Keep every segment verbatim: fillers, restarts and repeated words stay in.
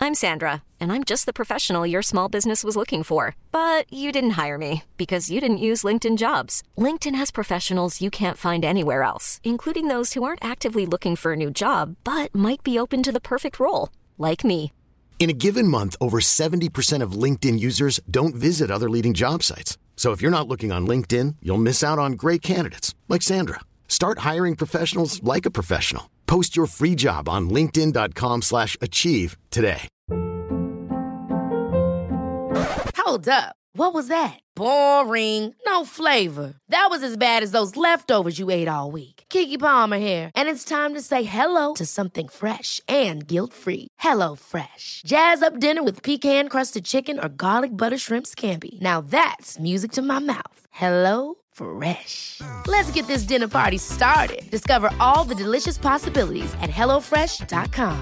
I'm Sandra, and I'm just the professional your small business was looking for. But you didn't hire me because you didn't use LinkedIn Jobs. LinkedIn has professionals you can't find anywhere else, including those who aren't actively looking for a new job, but might be open to the perfect role, like me. In a given month, over seventy percent of LinkedIn users don't visit other leading job sites. So if you're not looking on LinkedIn, you'll miss out on great candidates like Sandra. Start hiring professionals like a professional. Post your free job on linkedin.com slash achieve today. Hold up. What was that? Boring. No flavor. That was as bad as those leftovers you ate all week. Keke Palmer here, and it's time to say hello to something fresh and guilt-free. Hello Fresh. Jazz up dinner with pecan-crusted chicken or garlic butter shrimp scampi. Now that's music to my mouth. Hello Fresh. Let's get this dinner party started. Discover all the delicious possibilities at hello fresh dot com.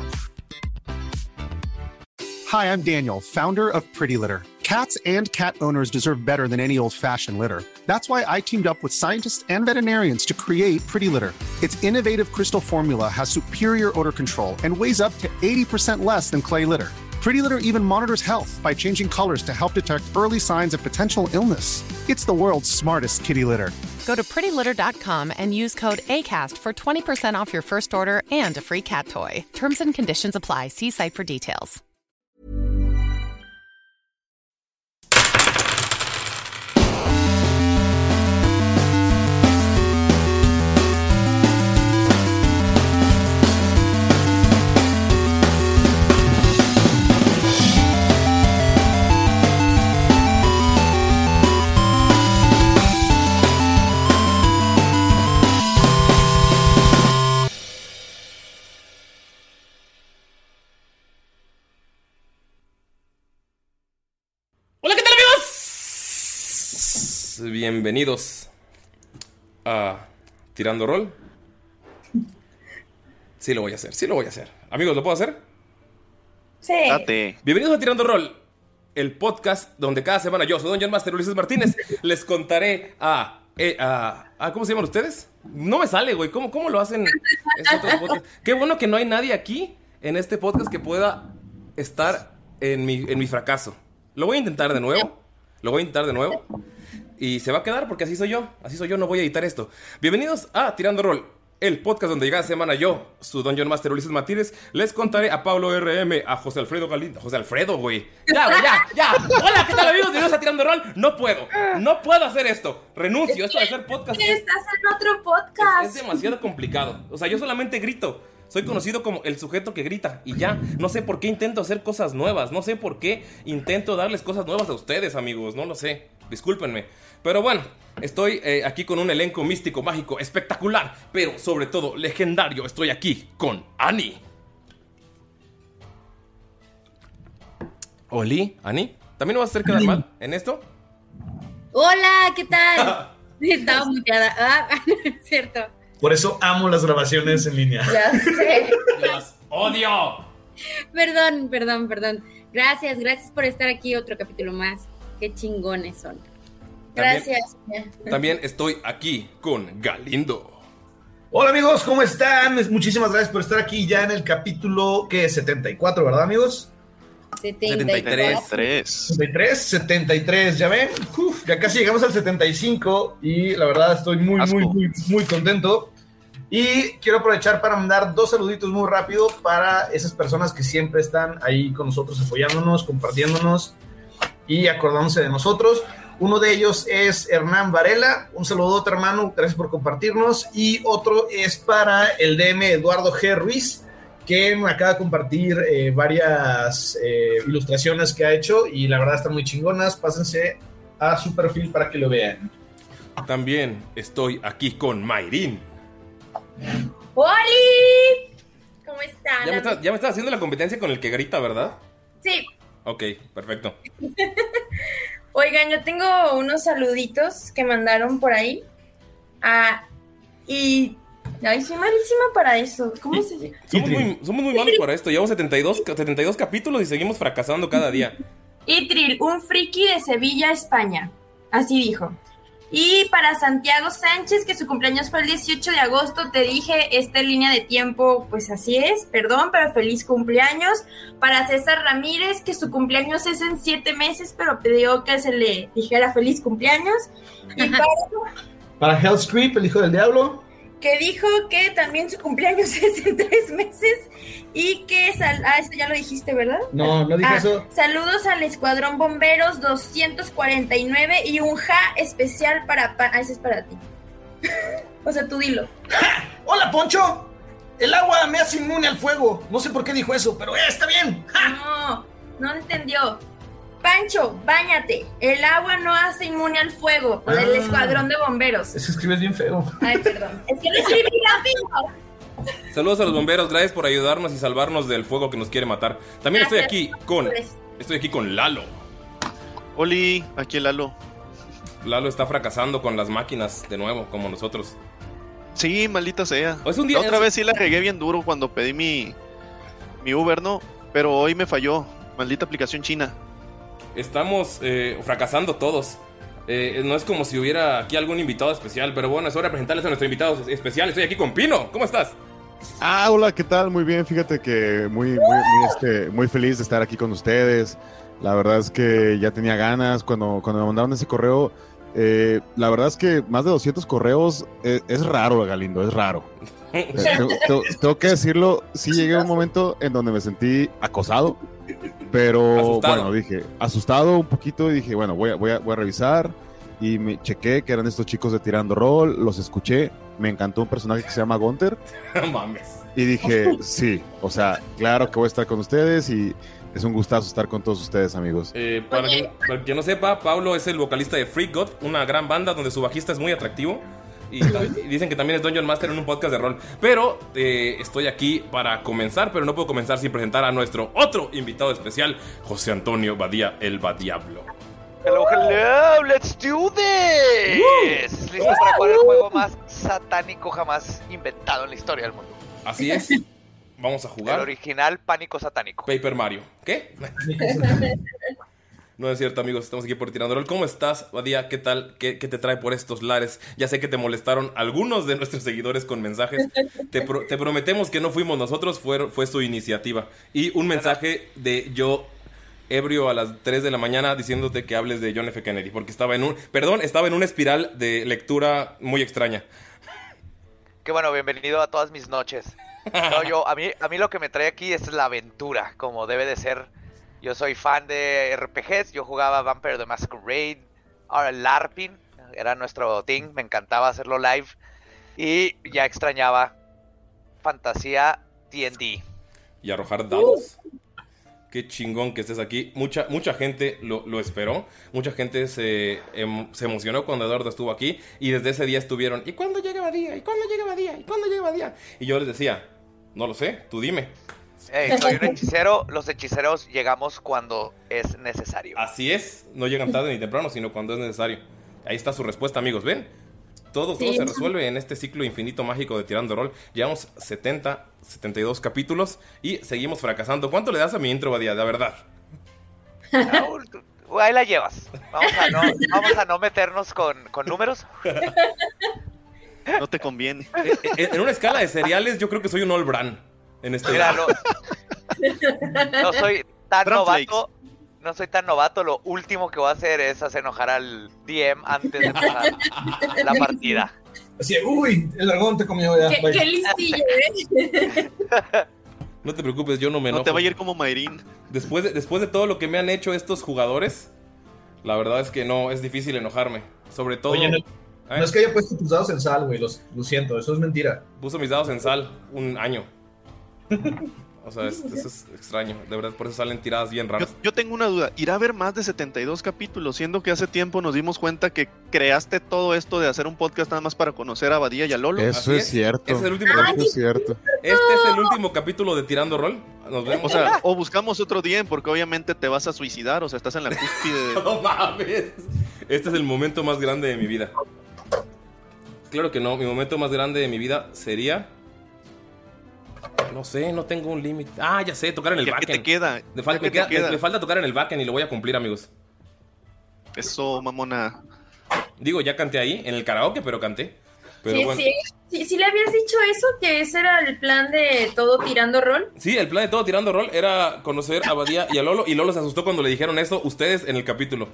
Hi, I'm Daniel, founder of Pretty Litter. Cats and cat owners deserve better than any old-fashioned litter. That's why I teamed up with scientists and veterinarians to create Pretty Litter. Its innovative crystal formula has superior odor control and weighs up to eighty percent less than clay litter. Pretty Litter even monitors health by changing colors to help detect early signs of potential illness. It's the world's smartest kitty litter. Go to pretty litter dot com and use code ACAST for twenty percent off your first order and a free cat toy. Terms and conditions apply. See site for details. Bienvenidos a Tirando Rol. Sí lo voy a hacer, sí lo voy a hacer. Amigos, ¿lo puedo hacer? Sí. Date. Bienvenidos a Tirando Rol, el podcast donde cada semana yo, soy Dungeon Master Ulises Martínez, les contaré a, eh, a, a... ¿Cómo se llaman ustedes? No me sale, güey. ¿Cómo, cómo lo hacen estos otros podcasts? Qué bueno que no hay nadie aquí en este podcast que pueda estar en mi, en mi fracaso. Lo voy a intentar de nuevo. Lo voy a intentar de nuevo. Y se va a quedar porque así soy yo. Así soy yo, no voy a editar esto. Bienvenidos a Tirando Rol, el podcast donde cada semana yo, su Dungeon Master Ulises Martínez, les contaré a Pablo R M, a José Alfredo Galindo. José Alfredo, güey. Ya, güey, ya, ya. Hola, ¿qué tal, amigos? Bienvenidos a Tirando Rol. No puedo, no puedo hacer esto. Renuncio, esto de hacer podcast. Es, estás en otro podcast. Es, es demasiado complicado. O sea, yo solamente grito. Soy conocido como el sujeto que grita y ya. No sé por qué intento hacer cosas nuevas. No sé por qué intento darles cosas nuevas a ustedes, amigos. No lo sé. Discúlpenme. Pero bueno, estoy eh, aquí con un elenco místico, mágico, espectacular, pero sobre todo legendario. Estoy aquí con Ani. Oli, Ani. ¿También no vas a hacer quedar mal en esto? Hola, ¿qué tal? Estaba muteada. Ah, es cierto. Por eso amo las grabaciones en línea. Ya sé. Las odio. Perdón, perdón, perdón. Gracias, gracias por estar aquí otro capítulo más. Qué chingones son. Gracias. También, también estoy aquí con Galindo. Hola amigos, ¿cómo están? Muchísimas gracias por estar aquí ya en el capítulo que setenta y cuatro, ¿verdad, amigos? setenta y tres. setenta y tres, setenta y tres, ¿ya ven? Uf, ya casi llegamos al setenta y cinco y la verdad estoy muy, muy, muy, muy contento. Y quiero aprovechar para mandar dos saluditos muy rápido para esas personas que siempre están ahí con nosotros apoyándonos, compartiéndonos y acordándose de nosotros. Uno de ellos es Hernán Varela, un saludote, hermano, gracias por compartirnos. Y otro es para el D M Eduardo G. Ruiz, que me acaba de compartir eh, varias eh, ilustraciones que ha hecho y la verdad están muy chingonas. Pásense a su perfil para que lo vean. También estoy aquí con Mayrin. ¡Holi! ¿Cómo están? Ya me, está, ya me estás haciendo la competencia con el que grita, ¿verdad? Sí. Ok, perfecto. Oigan, yo tengo unos saluditos que mandaron por ahí. Ah, y... Ay, soy malísima para eso. ¿Cómo se llama? Somos muy, somos muy malos para esto. Llevamos setenta y dos, setenta y dos capítulos y seguimos fracasando cada día. Itril, un friki de Sevilla, España. Así dijo. Y para Santiago Sánchez, que su cumpleaños fue el dieciocho de agosto, te dije, esta línea de tiempo, pues así es, perdón, pero feliz cumpleaños. Para César Ramírez, que su cumpleaños es en siete meses, pero pidió que se le dijera feliz cumpleaños. Y para... para Hell's Creep, el hijo del diablo, que dijo que también su cumpleaños es en tres meses y que... Sal- ah, esto ya lo dijiste, ¿verdad? No, no dije ah, eso. Saludos al Escuadrón Bomberos doscientos cuarenta y nueve y un ja especial para... Pa- ah, ese es para ti. O sea, tú dilo. ¡Ja! ¡Hola, Poncho! El agua me hace inmune al fuego. No sé por qué dijo eso, pero eh, está bien. ¡Ja! No, no entendió. Pancho, báñate. El agua no hace inmune al fuego. Ah, del Escuadrón de Bomberos. Eso escribes bien feo. Ay, perdón. Es que lo escribí rápido. Saludos a los bomberos, gracias por ayudarnos y salvarnos del fuego que nos quiere matar. También estoy aquí con... Estoy aquí con Lalo. Oli, aquí el Lalo. Lalo está fracasando con las máquinas de nuevo, como nosotros. Sí, maldita sea. Es un día, la otra es... vez sí la regué bien duro cuando pedí mi, mi Uber, ¿no? Pero hoy me falló. Maldita aplicación china. Estamos eh, fracasando todos. Eh, no es como si hubiera aquí algún invitado especial, pero bueno, es hora de presentarles a nuestro invitado especial. Estoy aquí con Pino. ¿Cómo estás? Ah, hola, ¿qué tal? Muy bien, fíjate que muy, muy, muy, este, muy feliz de estar aquí con ustedes. La verdad es que ya tenía ganas cuando, cuando me mandaron ese correo. Eh, la verdad es que más de doscientos correos eh, es raro, Galindo, es raro. Eh, tengo, tengo, tengo que decirlo, sí llegué a un momento en donde me sentí acosado, pero asustado. Bueno, dije, asustado un poquito y dije, bueno, voy a, voy a, voy a revisar y me chequé que eran estos chicos de Tirando Roll, los escuché, me encantó un personaje que se llama Gunther. Mames. Y dije, sí, o sea, claro que voy a estar con ustedes y es un gustazo estar con todos ustedes, amigos. Eh, para, que, para quien no sepa, Pablo es el vocalista de Freak God, una gran banda donde su bajista es muy atractivo. Y, y dicen que también es Dungeon Master en un podcast de rol. Pero eh, estoy aquí para comenzar, pero no puedo comenzar sin presentar a nuestro otro invitado especial, José Antonio Badía, el Badiablo. Hello, hello, let's do this. ¿Listos para jugar el juego más satánico jamás inventado en la historia del mundo? Así es. Vamos a jugar. El original Pánico Satánico. Paper Mario. ¿Qué? No es cierto, amigos, estamos aquí por Tirando Rol. ¿Cómo estás, Badía? ¿Qué tal? ¿Qué, ¿Qué te trae por estos lares? Ya sé que te molestaron algunos de nuestros seguidores con mensajes. Te, pro, te prometemos que no fuimos nosotros, fue, fue su iniciativa. Y un mensaje de yo, ebrio a las tres de la mañana, diciéndote que hables de John F. Kennedy. Porque estaba en un... Perdón, estaba en una espiral de lectura muy extraña. Qué bueno, bienvenido a todas mis noches. No, yo, a mí, a mí lo que me trae aquí es la aventura, como debe de ser. Yo soy fan de R P Gs, yo jugaba Vampire the Masquerade, ahora LARPing, era nuestro thing, me encantaba hacerlo live. Y ya extrañaba fantasía D and D. Y arrojar dados. Uh. Qué chingón que estés aquí. Mucha, mucha gente lo, lo esperó. Mucha gente se, em, se emocionó cuando Eduardo estuvo aquí. Y desde ese día estuvieron, ¿y cuándo llega Badía? ¿Y cuándo llega Badía? ¿Y cuándo llega Badía? Y yo les decía, no lo sé, tú dime. Hey, soy un hechicero, los hechiceros llegamos cuando es necesario. Así es, no llegan tarde ni temprano, sino cuando es necesario. Ahí está su respuesta, amigos, ¿ven? Todo, todo sí. se resuelve en este ciclo infinito mágico de Tirando Rol. Llevamos setenta, setenta y dos capítulos y seguimos fracasando. ¿Cuánto le das a mi intro, Badía? De verdad. No, ahí la llevas. Vamos a no, vamos a no meternos con, con números. No te conviene. En, en una escala de cereales, yo creo que soy un All Bran. En este Mira, no, no soy tan Trump novato. Flakes. No soy tan novato. Lo último que voy a hacer es hacer enojar al D M antes de empezar la partida. Así, uy, el dragón te comió ya. Qué, qué listillo, ¿eh? No te preocupes, yo no me enojo. No te va a ir como Mayrin. Después de, después de todo lo que me han hecho estos jugadores, la verdad es que no, es difícil enojarme. Sobre todo... Oye, no, ¿eh? no es que haya puesto tus dados en sal, güey, los, lo siento, eso es mentira. Puso mis dados en sal un año. O sea, es, eso es extraño. De verdad, por eso salen tiradas bien raras. Yo, yo tengo una duda. ¿Irá a haber más de setenta y dos capítulos? Siendo que hace tiempo nos dimos cuenta que creaste todo esto de hacer un podcast nada más para conocer a Badía y a Lolo. Eso es, es cierto. Este es el último Eso es cierto. Este es el último capítulo de Tirando Rol. Nos vemos. O sea, o buscamos otro día porque obviamente te vas a suicidar. O sea, estás en la cúspide de... No mames. Este es el momento más grande de mi vida. Claro que no. Mi momento más grande de mi vida sería... No sé, no tengo un límite. Ah, ya sé, tocar en el backend. ¿Qué te queda? Me, fal- me, queda, me, me falta tocar en el backend y lo voy a cumplir, amigos. Eso, mamona. Digo, ya canté ahí, en el karaoke, pero canté. Pero sí, bueno. sí, sí, sí le habías dicho eso, que ese era el plan de todo tirando rol. Sí, el plan de todo tirando rol era conocer a Badía y a Lolo. Y Lolo se asustó cuando le dijeron eso ustedes en el capítulo.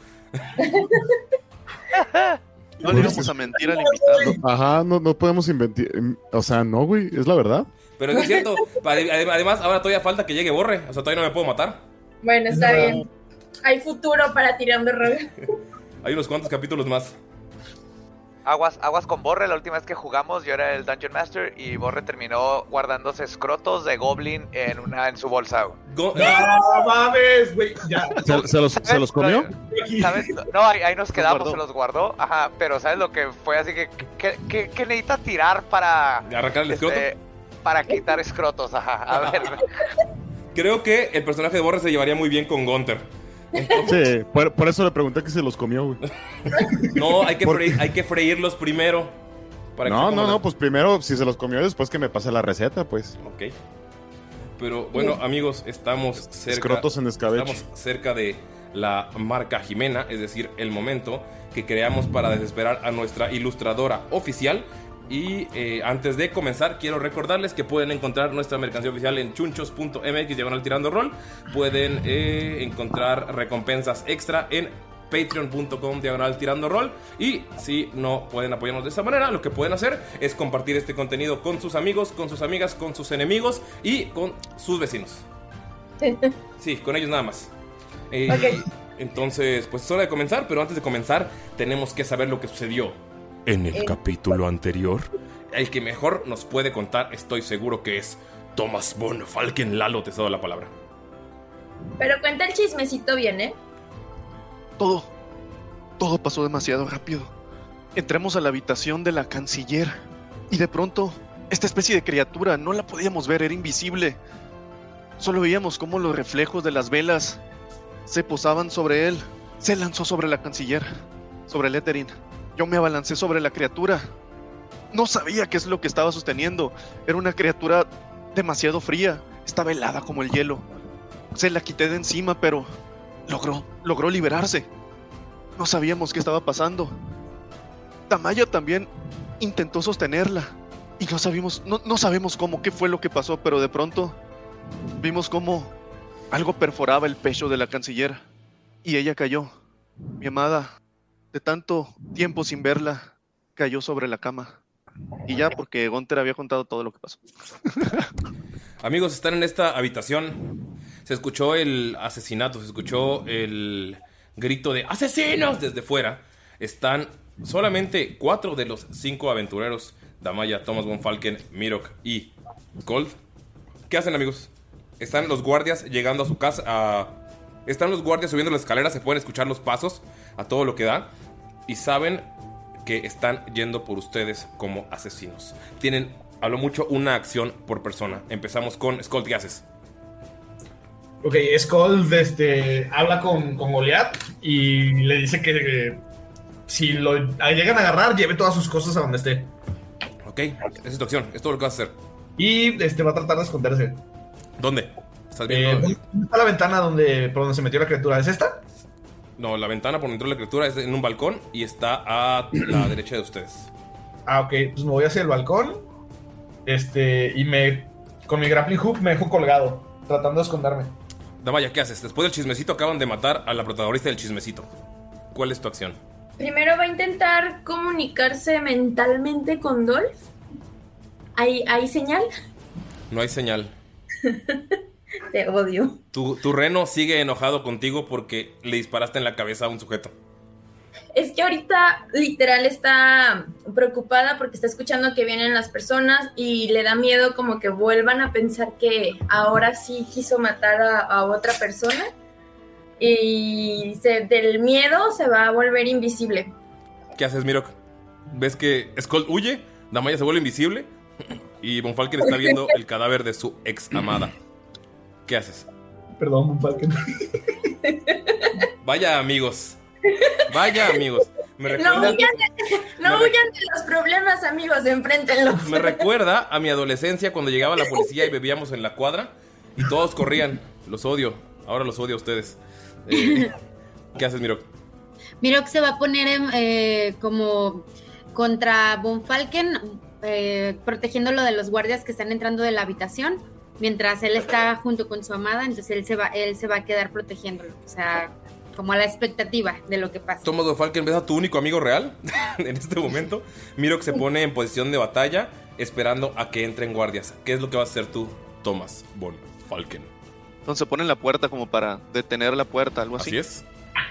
No le íbamos a mentir al invitado. Ajá, no, no podemos inventar. O sea, no, güey, es la verdad. Pero es cierto. Además, ahora todavía falta que llegue Borre. O sea, todavía no me puedo matar. Bueno, está bien. Hay futuro para tirando rol. Hay unos cuantos capítulos más. Aguas, aguas con Borre. La última vez que jugamos yo era el Dungeon Master y Borre terminó guardándose escrotos de Goblin en una en su bolsa. Go no mames, güey, ya. ¿Se, se, los, ¿Se los comió? ¿Sabes? No, ahí, ahí nos quedamos, se los guardó. Ajá, pero ¿sabes lo que fue? Así que, que, que, que necesita tirar para... ¿Arrancar el escroto? Este, para quitar escrotos, ajá. A ver. Creo que el personaje de Borre se llevaría muy bien con Gunther. Entonces... Sí, por, por eso le pregunté que se los comió, güey. No, hay que, freír, hay que freírlos primero. Para no, no, no, pues primero, si se los comió, después que me pase la receta, pues. Ok. Pero bueno, amigos, estamos cerca. Escrotos en escabeche. Estamos cerca de la marca Jimena, es decir, el momento que creamos para desesperar a nuestra ilustradora oficial. Y eh, antes de comenzar, quiero recordarles que pueden encontrar nuestra mercancía oficial en chunchos punto m x diagonal tirando rol. Pueden eh, encontrar recompensas extra en patreon punto com diagonal tirando rol. Y si no pueden apoyarnos de esta manera, lo que pueden hacer es compartir este contenido con sus amigos, con sus amigas, con sus enemigos y con sus vecinos. Sí, con ellos nada más. eh, okay. Entonces, pues es hora de comenzar. Pero antes de comenzar, tenemos que saber lo que sucedió en el eh. capítulo anterior. El que mejor nos puede contar, estoy seguro que es Thomas von Falken. Lalo, te cedo la palabra. Pero cuenta el chismecito bien, ¿eh? Todo, todo pasó demasiado rápido. Entramos a la habitación de la canciller y de pronto, esta especie de criatura no la podíamos ver, era invisible. Solo veíamos cómo los reflejos de las velas se posaban sobre él. Se lanzó sobre la canciller, sobre Letterin. Yo me abalancé sobre la criatura. No sabía qué es lo que estaba sosteniendo. Era una criatura demasiado fría. Estaba helada como el hielo. Se la quité de encima, pero logró, logró liberarse. No sabíamos qué estaba pasando. Damaya también intentó sostenerla. Y no sabíamos, no, no sabemos cómo, qué fue lo que pasó, pero de pronto vimos cómo algo perforaba el pecho de la canciller. Y ella cayó. Mi amada, de tanto tiempo sin verla, cayó sobre la cama. Y ya, porque Gunther había contado todo lo que pasó. Amigos, están en esta habitación. Se escuchó el asesinato, se escuchó el grito de ¡asesinos! Desde fuera. Están solamente cuatro de los cinco aventureros: Damaya, Thomas von Falken, Mirok y Gold. ¿Qué hacen, amigos? Están los guardias llegando a su casa. A... Están los guardias subiendo las escaleras. Se pueden escuchar los pasos a todo lo que da. Y saben que están yendo por ustedes como asesinos. Tienen, a lo mucho, una acción por persona. Empezamos con Skull. ¿Qué haces? Ok, Skull este, habla con, con Goliath y le dice que eh, si lo llegan a agarrar, lleve todas sus cosas a donde esté. Ok, esa es tu acción, es todo lo que vas a hacer. Y este, va a tratar de esconderse. ¿Dónde? ¿Estás viendo? Eh, ¿Dónde está la ventana donde, por donde se metió la criatura? ¿Es esta? No, la ventana por donde entró la criatura es en un balcón y está a la derecha de ustedes. Ah, ok, pues me voy hacia el balcón. Este, y me con mi grappling hook me dejo colgado, tratando de esconderme. Damaya, ¿qué haces? Después del chismecito acaban de matar a la protagonista del chismecito. ¿Cuál es tu acción? Primero va a intentar comunicarse mentalmente con Dolph. ¿Hay, ¿hay señal? No hay señal. Te odio. Tu, tu reno sigue enojado contigo porque le disparaste en la cabeza a un sujeto. Es que ahorita literal está preocupada porque está escuchando que vienen las personas y le da miedo como que vuelvan a pensar que ahora sí quiso matar a, a otra persona y se, del miedo se va a volver invisible. ¿Qué haces, Mirok? ¿Ves que Skull huye? Damaya se vuelve invisible y Von Falken está viendo el cadáver de su ex amada. ¿Qué haces? Perdón, Von Falken. Vaya, amigos. Vaya, amigos. Me recuerda... No huyan de, no me huyan de los problemas, amigos, enfréntenlos. Me recuerda a mi adolescencia cuando llegaba la policía y bebíamos en la cuadra y todos corrían. Los odio. Ahora los odio a ustedes. Eh, ¿Qué haces, Mirok? Mirok se va a poner en, eh, como contra Von Falken, eh, protegiéndolo de los guardias que están entrando de la habitación, mientras él está junto con su amada, entonces él se va, él se va a quedar protegiéndolo, o sea, como a la expectativa de lo que pasa. Thomas Von Falken, ¿ves a tu único amigo real en este momento? Mirok se pone en posición de batalla, esperando a que entren guardias. ¿Qué es lo que vas a hacer tú, Thomas Von Falken? Entonces se pone en la puerta como para detener la puerta, algo así. Así es.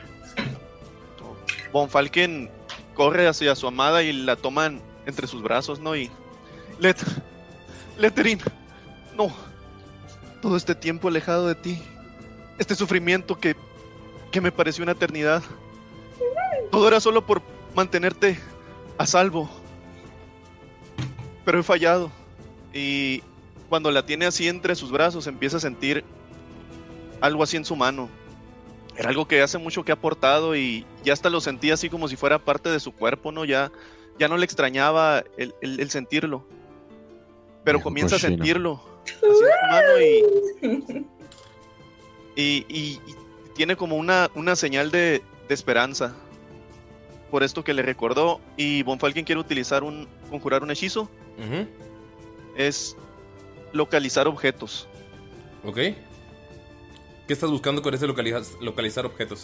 Von Falken corre hacia su amada y la toman entre sus brazos, ¿no? Y... Let... Letterin, no. Todo este tiempo alejado de ti. Este sufrimiento que... que me pareció una eternidad. Todo era solo por mantenerte a salvo. Pero he fallado. Y cuando la tiene así entre sus brazos, empieza a sentir algo así en su mano. Era algo que hace mucho que ha portado y ya hasta lo sentía así como si fuera parte de su cuerpo, ¿no? Ya, ya no le extrañaba el, el, el sentirlo. Pero Viejo comienza cochino. a sentirlo así en su mano y, y, y, y tiene como una, una señal de, de esperanza por esto que le recordó. Y Von Falken quiere utilizar un, conjurar un hechizo. Uh-huh. Es localizar objetos. Ok. ¿Qué estás buscando con ese localizar, localizar objetos?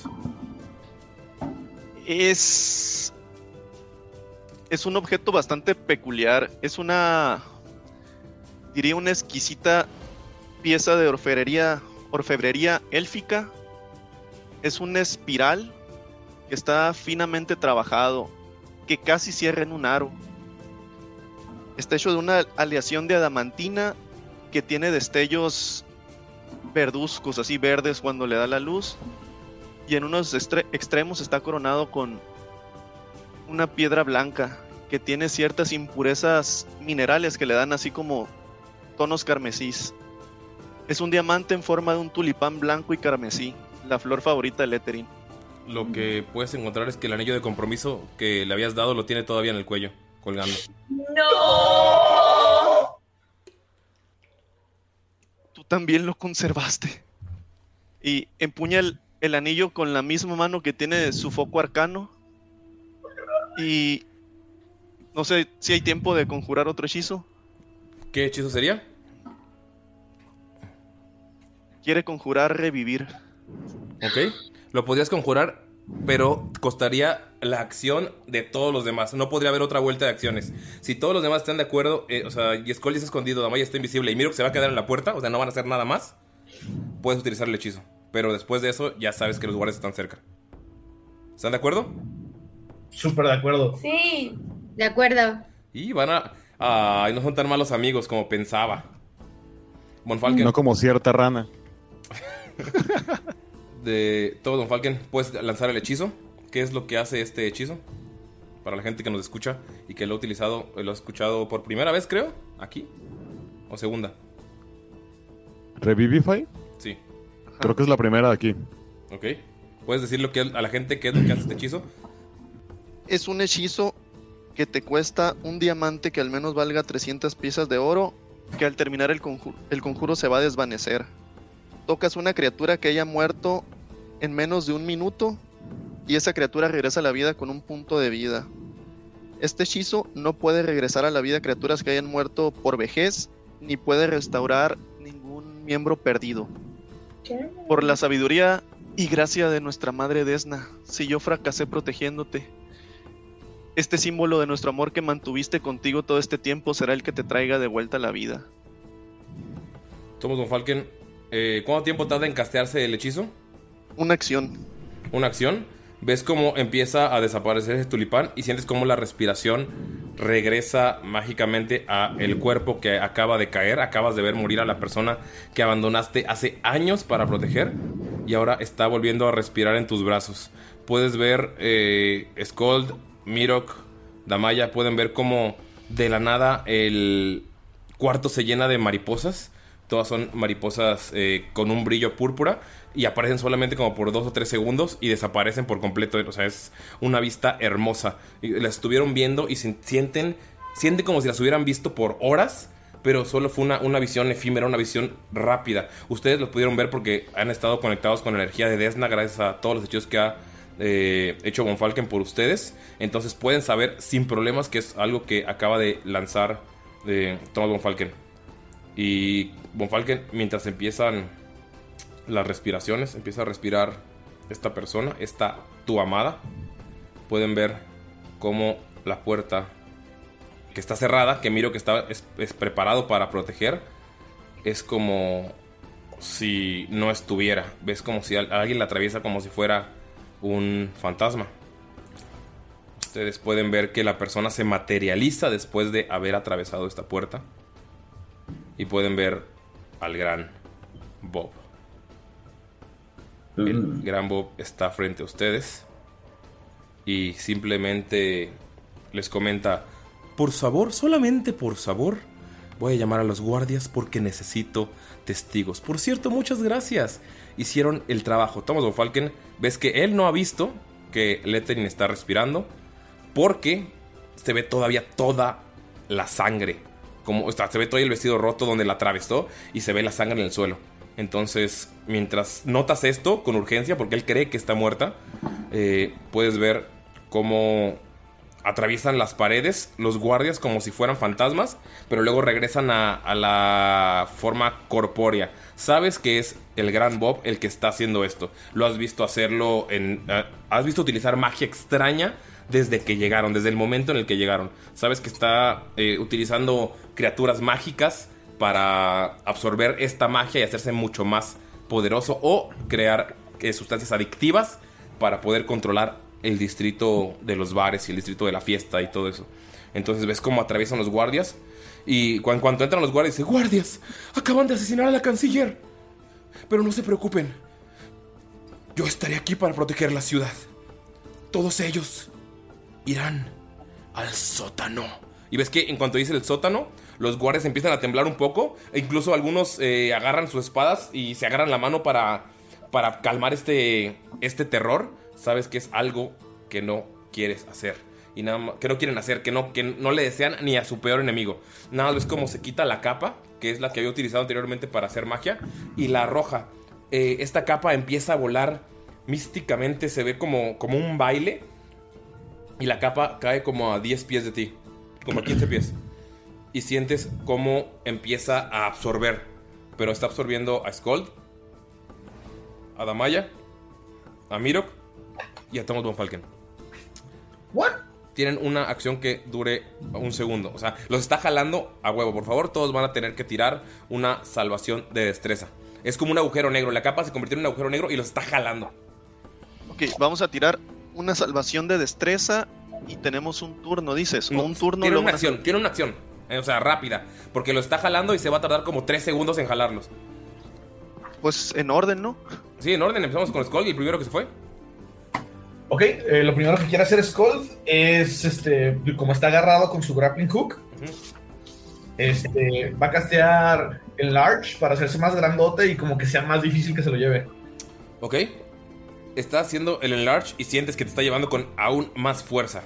Es... Es un objeto bastante peculiar. Es una... Diría una exquisita pieza de orfebrería, orfebrería élfica. Es una espiral que está finamente trabajado, que casi cierra en un aro. Está hecho de una aleación de adamantina que tiene destellos verduzcos, así verdes cuando le da la luz, y en unos estre- extremos está coronado con una piedra blanca que tiene ciertas impurezas minerales que le dan así como tonos carmesís. Es un diamante en forma de un tulipán blanco y carmesí, la flor favorita de Letterin. Lo que puedes encontrar es que el anillo de compromiso que le habías dado lo tiene todavía en el cuello, colgando. ¡No! Tú también lo conservaste. Y empuña el, el anillo con la misma mano que tiene su foco arcano. Y no sé si hay tiempo de conjurar otro hechizo. ¿Qué hechizo sería? Quiere conjurar revivir. Ok. Lo podrías conjurar, pero costaría la acción de todos los demás. No podría haber otra vuelta de acciones. Si todos los demás están de acuerdo, eh, o sea, y Scully está escondido, Damaya está invisible y Mirok se va a quedar en la puerta, o sea, no van a hacer nada más, puedes utilizar el hechizo. Pero después de eso, ya sabes que los guardias están cerca. ¿Están de acuerdo? Súper de acuerdo. Sí, de acuerdo. Y van a... Ay, no son tan malos amigos como pensaba. Von Falken. No como cierta rana. De todo, Von Falken, puedes lanzar el hechizo. ¿Qué es lo que hace este hechizo? Para la gente que nos escucha y que lo ha utilizado, lo ha escuchado por primera vez, creo, aquí. ¿O segunda? ¿Revivify? Sí. Creo que es la primera de aquí. Ok. ¿Puedes decirle que a la gente qué es lo que hace este hechizo? Es un hechizo que te cuesta un diamante que al menos valga trescientas piezas de oro, que al terminar el conjuro, el conjuro se va a desvanecer. Tocas una criatura que haya muerto en menos de un minuto y esa criatura regresa a la vida con un punto de vida. Este hechizo no puede regresar a la vida criaturas que hayan muerto por vejez, ni puede restaurar ningún miembro perdido. ¿Qué? Por la sabiduría y gracia de nuestra madre Desna, si yo fracasé protegiéndote, este símbolo de nuestro amor que mantuviste contigo todo este tiempo será el que te traiga de vuelta a la vida. Somos Von Falken. Eh, ¿Cuánto tiempo tarda en castearse el hechizo? Una acción. ¿Una acción? Ves cómo empieza a desaparecer ese tulipán y sientes cómo la respiración regresa mágicamente a el cuerpo que acaba de caer. Acabas de ver morir a la persona que abandonaste hace años para proteger y ahora está volviendo a respirar en tus brazos. Puedes ver eh, Skuld, Mirok, Damaya, pueden ver cómo de la nada el cuarto se llena de mariposas. Todas son mariposas eh, con un brillo púrpura y aparecen solamente como por dos o tres segundos y desaparecen por completo. O sea, es una vista hermosa. Y las estuvieron viendo y se sienten, sienten como si las hubieran visto por horas, pero solo fue una, una visión efímera, una visión rápida. Ustedes lo pudieron ver porque han estado conectados con la energía de Desna gracias a todos los hechizos que ha eh, hecho Von Falken por ustedes. Entonces pueden saber sin problemas que es algo que acaba de lanzar eh, Thomas Von Falken. Y Von Falken, mientras empiezan las respiraciones, empieza a respirar esta persona, esta tu amada. Pueden ver cómo la puerta que está cerrada, que miro que está es, es preparado para proteger, es como si no estuviera. Ves como si alguien la atraviesa como si fuera un fantasma. Ustedes pueden ver que la persona se materializa después de haber atravesado esta puerta. Y pueden ver al gran Bob. El gran Bob está frente a ustedes y simplemente les comenta: por favor, solamente por favor, voy a llamar a los guardias porque necesito testigos. Por cierto, muchas gracias. Hicieron el trabajo. Thomas Von Falken, ves que él no ha visto que Letterin está respirando porque se ve todavía toda la sangre. Como está, se ve todo el vestido roto donde la atravesó y se ve la sangre en el suelo. Entonces, mientras notas esto con urgencia, porque él cree que está muerta, eh, puedes ver cómo atraviesan las paredes los guardias como si fueran fantasmas, pero luego regresan a, a la forma corpórea. Sabes que es el gran Bob el que está haciendo esto. Lo has visto hacerlo en... Uh, has visto utilizar magia extraña desde que llegaron, desde el momento en el que llegaron. Sabes que está eh, utilizando criaturas mágicas para absorber esta magia y hacerse mucho más poderoso, o crear eh, sustancias adictivas para poder controlar el distrito de los bares y el distrito de la fiesta y todo eso. Entonces ves cómo atraviesan los guardias y cu- en cuanto entran los guardias dice: guardias, acaban de asesinar a la canciller, pero no se preocupen, yo estaré aquí para proteger la ciudad. Todos ellos irán al sótano. Y ves que en cuanto dice el sótano, los guardias empiezan a temblar un poco. E incluso algunos eh, agarran sus espadas y se agarran la mano para, para calmar este, este terror. Sabes que es algo que no quieres hacer. Y nada más, que no quieren hacer, que no, que no le desean ni a su peor enemigo. Nada más ves cómo se quita la capa, que es la que había utilizado anteriormente para hacer magia, y la arroja. Eh, esta capa empieza a volar místicamente, se ve como, como un baile. Y la capa cae como a diez pies de ti, como a quince pies. Y sientes cómo empieza a absorber. Pero está absorbiendo a Skuld, a Damaya, a Mirok y a Thomas Von Falken. ¿What? Tienen una acción que dure un segundo. O sea, los está jalando a huevo. Por favor, todos van a tener que tirar una salvación de destreza. Es como un agujero negro. La capa se convirtió en un agujero negro y los está jalando. Ok, vamos a tirar una salvación de destreza y tenemos un turno, dices. No, o un turno. Tiene luego una acción, tiene una acción. Eh, o sea, rápida. Porque lo está jalando y se va a tardar como tres segundos en jalarlos. Pues en orden, ¿no? Sí, en orden. Empezamos con Skuld, el primero que se fue. Ok, eh, lo primero que quiere hacer Skuld es, este, como está agarrado con su grappling hook, uh-huh. este, va a castear el Large para hacerse más grandote y como que sea más difícil que se lo lleve. Ok. Está haciendo el enlarge y sientes que te está llevando con aún más fuerza.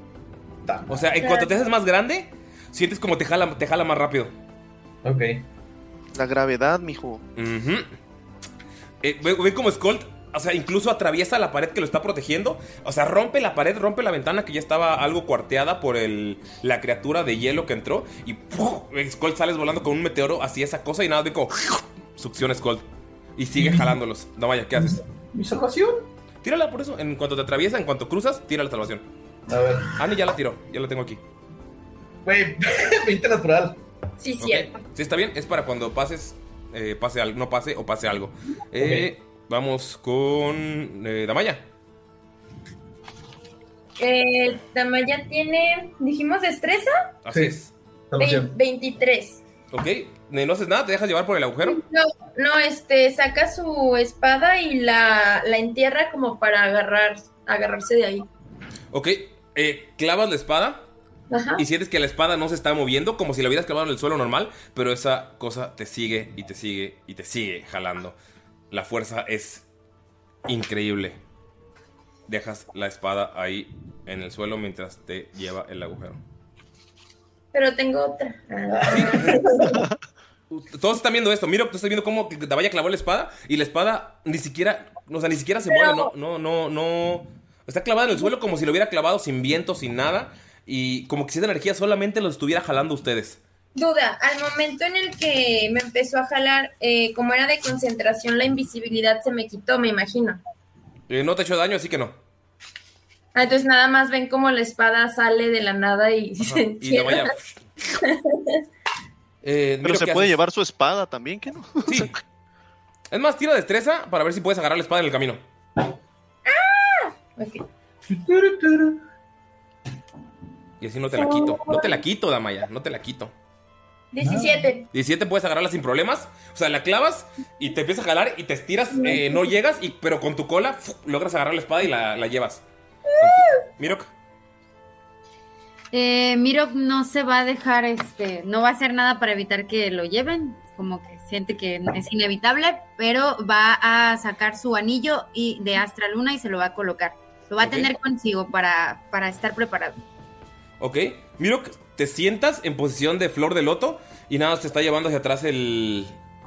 O sea, en cuanto te haces más grande, sientes como te jala, te jala más rápido. Ok. La gravedad, mijo. Uh-huh. eh, Ven ve como Skuld, o sea, incluso atraviesa la pared que lo está protegiendo. O sea, rompe la pared, rompe la ventana que ya estaba algo cuarteada por el, la criatura de hielo que entró. Y ¡puf! Skuld sales volando con un meteoro hacia esa cosa y nada, de como succiona Skuld. Y sigue jalándolos. No vaya, ¿qué haces? ¿Mi salvación? Tírala por eso. En cuanto te atraviesa, en cuanto cruzas, tira la salvación. A ver. Ani ya la tiró, ya la tengo aquí. Güey, veinte natural. Sí, okay. cierto. Sí, está bien. Es para cuando pases, eh, pase algo, no pase o pase algo. Eh, okay. Vamos con eh, Damaya. Eh, Damaya tiene, dijimos, destreza. Así es. Ve- veintitrés. Ok, no haces nada, te dejas llevar por el agujero. No, no, este, saca su espada y la, la entierra como para agarrar, agarrarse de ahí. Ok, eh, clavas la espada. Ajá. Y sientes que la espada no se está moviendo, como si la hubieras clavado en el suelo normal, pero esa cosa te sigue y te sigue y te sigue jalando. La fuerza es increíble. Dejas la espada ahí en el suelo mientras te lleva el agujero. Pero tengo otra. Todos están viendo esto. Mira, tú estás viendo cómo Damaya clavó la espada y la espada ni siquiera, o sea, ni siquiera se Pero... mueve, no, no, no, no. Está clavada en el suelo como si lo hubiera clavado sin viento, sin nada. Y como que si esa energía solamente los estuviera jalando ustedes. Duda, al momento en el que me empezó a jalar, eh, como era de concentración, la invisibilidad se me quitó, me imagino. Eh, no te ha hecho daño, así que no. Ah, entonces nada más ven como la espada sale de la nada y Ajá, se y la vaya. eh, Pero se puede haces. llevar su espada también, ¿qué no? Sí. Es más, tira destreza para ver si puedes agarrar la espada en el camino. ¡Ah! Ok. Y así no te la quito. No te la quito, Damaya, no te la quito. diecisiete. diecisiete puedes agarrarla sin problemas. O sea, la clavas y te empiezas a jalar y te estiras, eh, no llegas, y, pero con tu cola ¡fuf! Logras agarrar la espada y la, la llevas. Mirok. Eh, Mirok no se va a dejar, este, no va a hacer nada para evitar que lo lleven, como que siente que es inevitable, pero va a sacar su anillo y de Astra Luna y se lo va a colocar. Lo va a Okay. tener consigo para, para estar preparado. Ok. Mirok, te sientas en posición de flor de loto y nada más te está llevando hacia atrás el,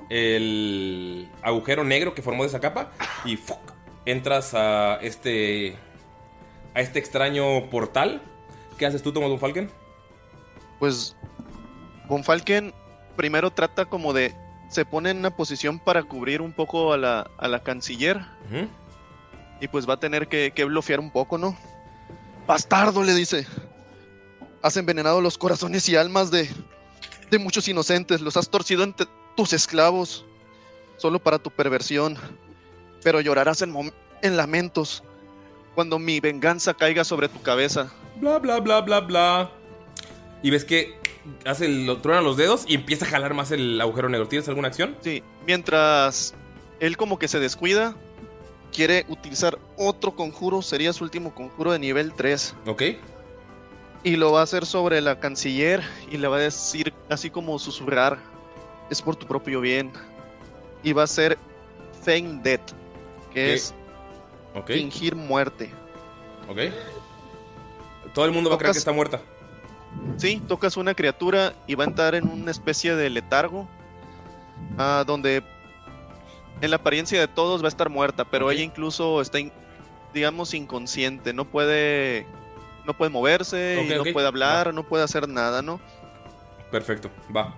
el agujero negro que formó de esa capa y ¡fuc! Entras a este a este extraño portal. ¿Qué haces tú, Thomas Von Falken? Pues Von Falken primero trata como de... Se pone en una posición para cubrir un poco a la, a la canciller. Uh-huh. Y pues va a tener que, que blofear un poco, ¿no? Bastardo, le dice. Has envenenado los corazones y almas de, de muchos inocentes. Los has torcido entre tus esclavos. Solo para tu perversión. Pero llorarás en, mom- en lamentos cuando mi venganza caiga sobre tu cabeza. Bla, bla, bla, bla, bla. Y ves que hace el, truena los dedos y empieza a jalar más el agujero negro. ¿Tienes alguna acción? Sí, mientras él como que se descuida, quiere utilizar otro conjuro. Sería su último conjuro de nivel tres. Ok. Y lo va a hacer sobre la canciller y le va a decir así como susurrar: es por tu propio bien. Y va a ser Feign Death, que Ok. es Ok. fingir muerte. Ok. Todo el mundo va a creer Tocas- que está muerta. Sí, tocas una criatura y va a entrar en una especie de letargo, ah, donde en la apariencia de todos va a estar muerta, pero Ok. ella incluso está, in- digamos, inconsciente. No puede, no puede moverse, Ok, y no ok. puede hablar, Va. no puede hacer nada, ¿no? Perfecto, va.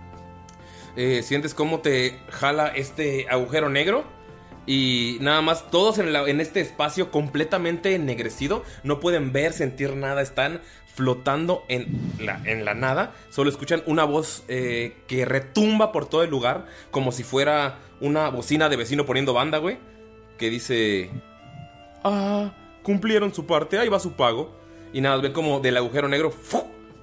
Eh, ¿Sientes cómo te jala este agujero negro? Y nada más, todos en, la- en este espacio completamente ennegrecido. No pueden ver, sentir nada. Están flotando en la, en la nada. Solo escuchan una voz eh, que retumba por todo el lugar, como si fuera una bocina de vecino poniendo banda, güey. Que dice: ah, cumplieron su parte, ahí va su pago. Y nada, ven como del agujero negro ¡fu!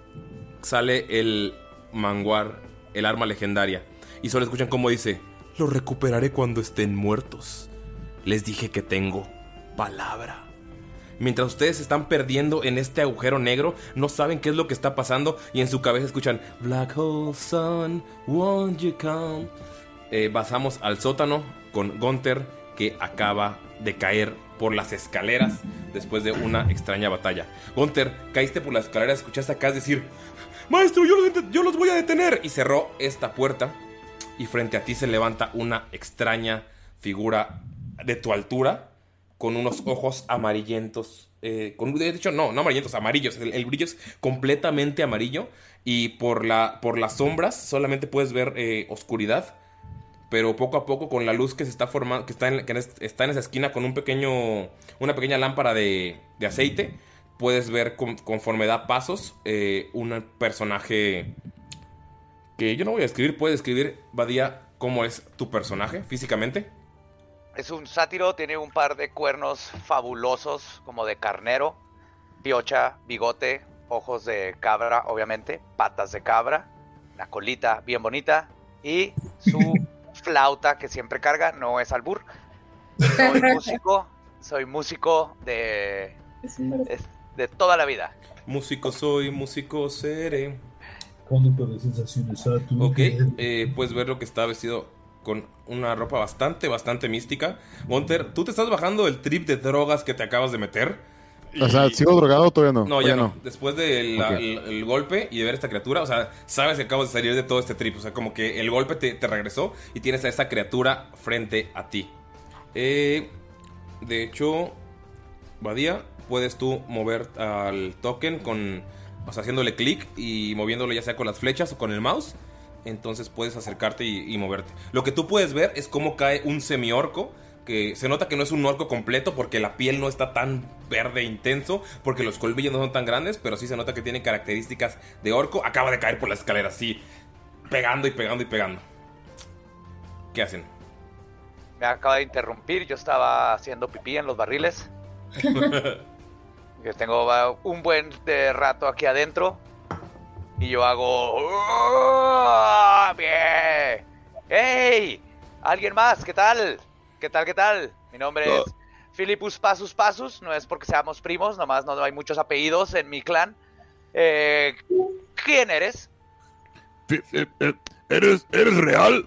Sale el manguar, el arma legendaria. Y solo escuchan cómo dice: lo recuperaré cuando estén muertos. Les dije que tengo palabra. Mientras ustedes se están perdiendo en este agujero negro, no saben qué es lo que está pasando y en su cabeza escuchan: Black Hole Sun, won't you come? Eh, pasamos al sótano con Gunther, que acaba de caer por las escaleras después de una extraña batalla. Gunther, caíste por las escaleras, escuchaste acá decir: maestro, yo los, det- yo los voy a detener. Y cerró esta puerta. Y frente a ti se levanta una extraña figura de tu altura, con unos ojos amarillentos. Eh, con, de hecho, no, no amarillentos, amarillos. El, el brillo es completamente amarillo. Y por, la, por las sombras solamente puedes ver eh, oscuridad. Pero poco a poco, con la luz que se está formando, que está en, que está en esa esquina con un pequeño, una pequeña lámpara de, de aceite, puedes ver con, conforme da pasos eh, un personaje que yo no voy a escribir. Puedes escribir, Badía, cómo es tu personaje físicamente. Es un sátiro, tiene un par de cuernos fabulosos, como de carnero, piocha, bigote, ojos de cabra, obviamente, patas de cabra, una colita bien bonita y su flauta que siempre carga, no es albur. Soy músico, soy músico de, de, de toda la vida. Músico soy, músico seré. Conductor de sensaciones a tu Ok, eh, puedes ver lo que está vestido con una ropa bastante, bastante mística. Gunther, tú te estás bajando el trip de drogas que te acabas de meter. O sea, ¿sigo drogado o todavía no? No, Todavía ya no. Después del Ok. el, el golpe y de ver esta criatura, o sea, sabes que acabas de salir de todo este trip. O sea, como que el golpe te, te regresó y tienes a esa criatura frente a ti. Eh, de hecho, Badía, puedes tú mover al token con, o sea, haciéndole clic y moviéndolo ya sea con las flechas o con el mouse. Entonces puedes acercarte y, y moverte. Lo que tú puedes ver es cómo cae un semi-orco, que se nota que no es un orco completo porque la piel no está tan verde intenso, porque los colmillos no son tan grandes, pero sí se nota que tiene características de orco. Acaba de caer por la escalera así, pegando y pegando y pegando. ¿Qué hacen? Me acaba de interrumpir, yo estaba haciendo pipí en los barriles. Yo tengo uh, un buen de rato aquí adentro. Y yo hago... ¡Oh, bien! ¡Hey! ¿Alguien más? ¿Qué tal? ¿Qué tal, qué tal? Mi nombre oh. es Philippus Pasus Pasus. No es porque seamos primos, nomás no hay muchos apellidos en mi clan. Eh, ¿Quién eres? ¿Eres, ¿Eres real?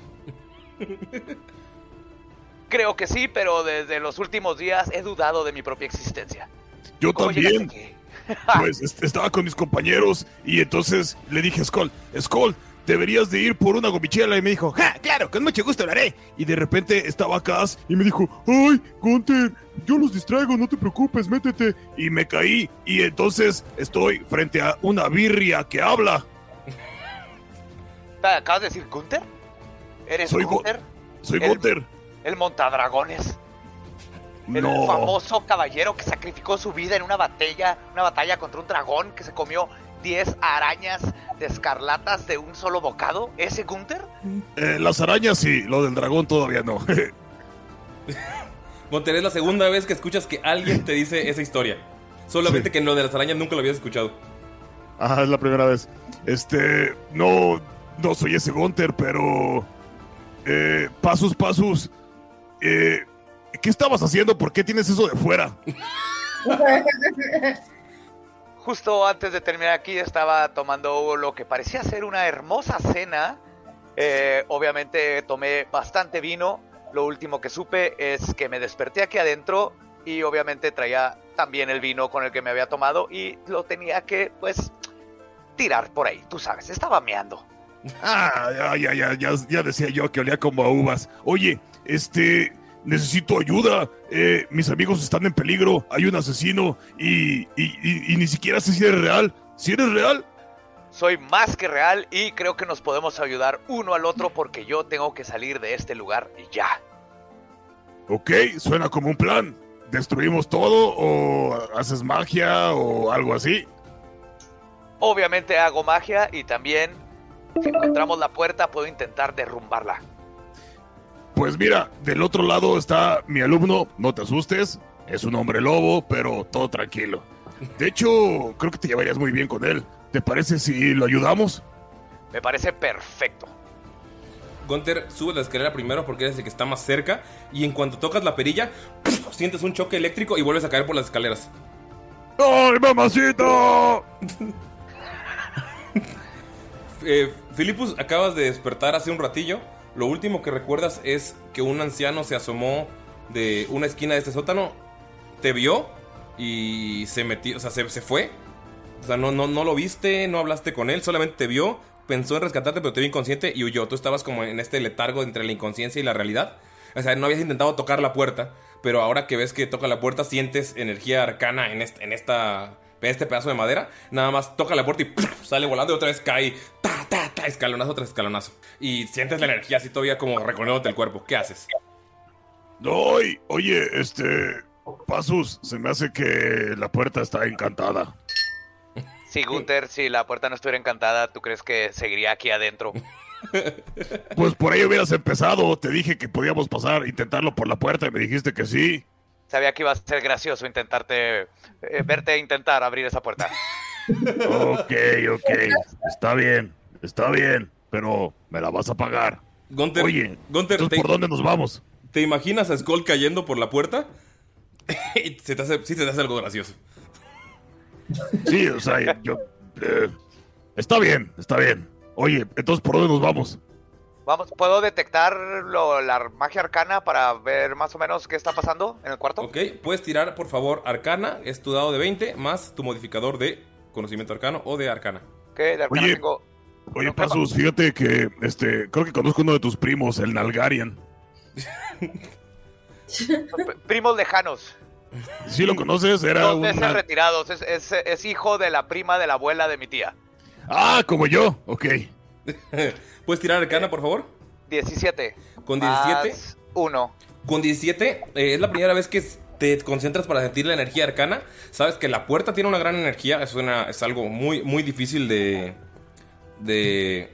Creo que sí, pero desde los últimos días he dudado de mi propia existencia. Yo también. Pues est- estaba con mis compañeros y entonces le dije a Skull, Skull, deberías de ir por una gomichela. Y me dijo, ¡ja, claro, con mucho gusto lo haré! Y de repente estaba Cass y me dijo, ¡ay, Gunter, yo los distraigo, no te preocupes, métete! Y me caí y entonces estoy frente a una birria que habla. ¿Acabas de decir Gunter? ¿Eres Soy Gunter? Go- soy el, Gunter. El montadragones. El No. famoso caballero que sacrificó su vida en una batalla, una batalla contra un dragón que se comió diez arañas de escarlatas de un solo bocado. ¿Ese Gunter? Eh, las arañas sí, lo del dragón todavía no. Gunter, es la segunda vez que escuchas que alguien te dice esa historia. Solamente sí. Que lo de las arañas nunca lo habías escuchado. Ah, es la primera vez. Este, no, no soy ese Gunter, pero... Eh, pasus, pasus. Eh... ¿Qué estabas haciendo? ¿Por qué tienes eso de fuera? Justo antes de terminar aquí estaba tomando lo que parecía ser una hermosa cena. Eh, obviamente tomé bastante vino. Lo último que supe es que me desperté aquí adentro y obviamente traía también el vino con el que me había tomado y lo tenía que, pues, tirar por ahí. Tú sabes, estaba meando. Ah, ya, ya, ya, ya, ya decía yo que olía como a uvas. Oye, este... necesito ayuda, eh, mis amigos están en peligro, hay un asesino y, y, y, y ni siquiera sé si eres real. ¿Si eres real? Soy más que real y creo que nos podemos ayudar uno al otro porque yo tengo que salir de este lugar y ya. Ok, suena como un plan. ¿Destruimos todo o haces magia o algo así? Obviamente hago magia y también, si encontramos la puerta, puedo intentar derrumbarla. Pues mira, del otro lado está mi alumno, no te asustes, es un hombre lobo, pero todo tranquilo. De hecho, creo que te llevarías muy bien con él. ¿Te parece si lo ayudamos? Me parece perfecto. Gunter, sube la escalera primero porque eres el que está más cerca y en cuanto tocas la perilla, ¡puf!, sientes un choque eléctrico y vuelves a caer por las escaleras. ¡Ay, mamacita! eh, Philippus, acabas de despertar hace un ratillo. Lo último que recuerdas es que un anciano se asomó de una esquina de este sótano, te vio y se metió, o sea, se, se fue. O sea, no, no, no lo viste, no hablaste con él, solamente te vio, pensó en rescatarte, pero te vio inconsciente y huyó. Tú estabas como en este letargo entre la inconsciencia y la realidad. O sea, no habías intentado tocar la puerta, pero ahora que ves que toca la puerta, sientes energía arcana en, este, en esta... este pedazo de madera, nada más toca la puerta y ¡puf!, sale volando y otra vez cae, ta, ta, ta, escalonazo tras escalonazo. Y sientes la energía así todavía como recorriéndote el cuerpo. ¿Qué haces? Oye, oye, este... Pasus, se me hace que la puerta está encantada. Sí, Gunter, si la puerta no estuviera encantada, ¿tú crees que seguiría aquí adentro? Pues por ahí hubieras empezado. Te dije que podíamos pasar, intentarlo por la puerta y me dijiste que sí. Sabía que iba a ser gracioso intentarte, eh, verte intentar abrir esa puerta. Ok, ok, está bien, está bien, pero me la vas a pagar. Gunter, Oye, Gunter, ¿por te, dónde nos vamos? ¿Te imaginas a Skull cayendo por la puerta? Y se te hace, sí, se te hace algo gracioso. Sí, o sea, yo... Eh, está bien, está bien. Oye, entonces, ¿por dónde nos vamos? Vamos, ¿puedo detectar lo, la magia arcana para ver más o menos qué está pasando en el cuarto? Ok, puedes tirar, por favor, arcana. Es tu dado de veinte más tu modificador de conocimiento arcano o de arcana. Ok, de arcana Oye, tengo... Oye, no, Pasus, fíjate que, este, creo que conozco uno de tus primos, el Nalgarian. Primos lejanos. ¿Sí lo conoces? Era Dos veces una... retirados. Es, es, es hijo de la prima de la abuela de mi tía. Ah, como yo. Ok. ¿Puedes tirar arcana, por favor? diecisiete. Con diecisiete. Más uno. Con diecisiete, eh, es la primera vez que te concentras para sentir la energía arcana. Sabes que la puerta tiene una gran energía. Es, una, es algo muy, muy difícil de... De...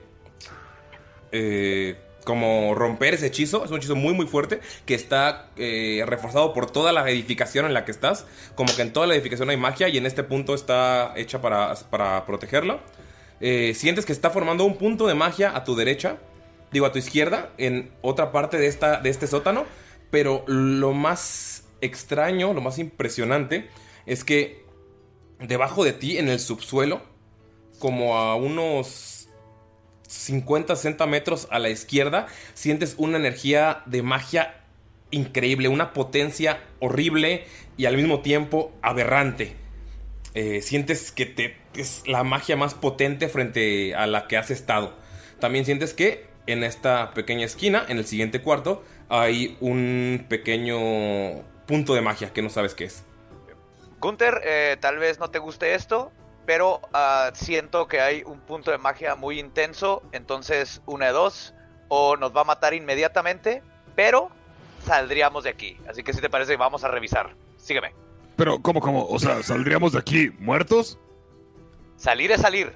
Eh, como romper ese hechizo. Es un hechizo muy muy fuerte que está eh, reforzado por toda la edificación en la que estás. Como que en toda la edificación hay magia y en este punto está hecha para, para protegerla. Eh, sientes que está formando un punto de magia a tu derecha, digo a tu izquierda, en otra parte de, esta, de este sótano. Pero lo más extraño, lo más impresionante es que debajo de ti, en el subsuelo, como a unos cincuenta, sesenta metros a la izquierda, sientes una energía de magia increíble, una potencia horrible y al mismo tiempo aberrante. Eh, sientes que te, es la magia más potente frente a la que has estado. También sientes que en esta pequeña esquina, en el siguiente cuarto, hay un pequeño punto de magia que no sabes qué es. Gunther, eh, tal vez no te guste esto, pero uh, siento que hay un punto de magia muy intenso. Entonces, una de dos, o nos va a matar inmediatamente, pero saldríamos de aquí. Así que si te parece, vamos a revisar. Sígueme. Pero, ¿cómo, cómo? O sea, ¿saldríamos de aquí muertos? Salir es salir.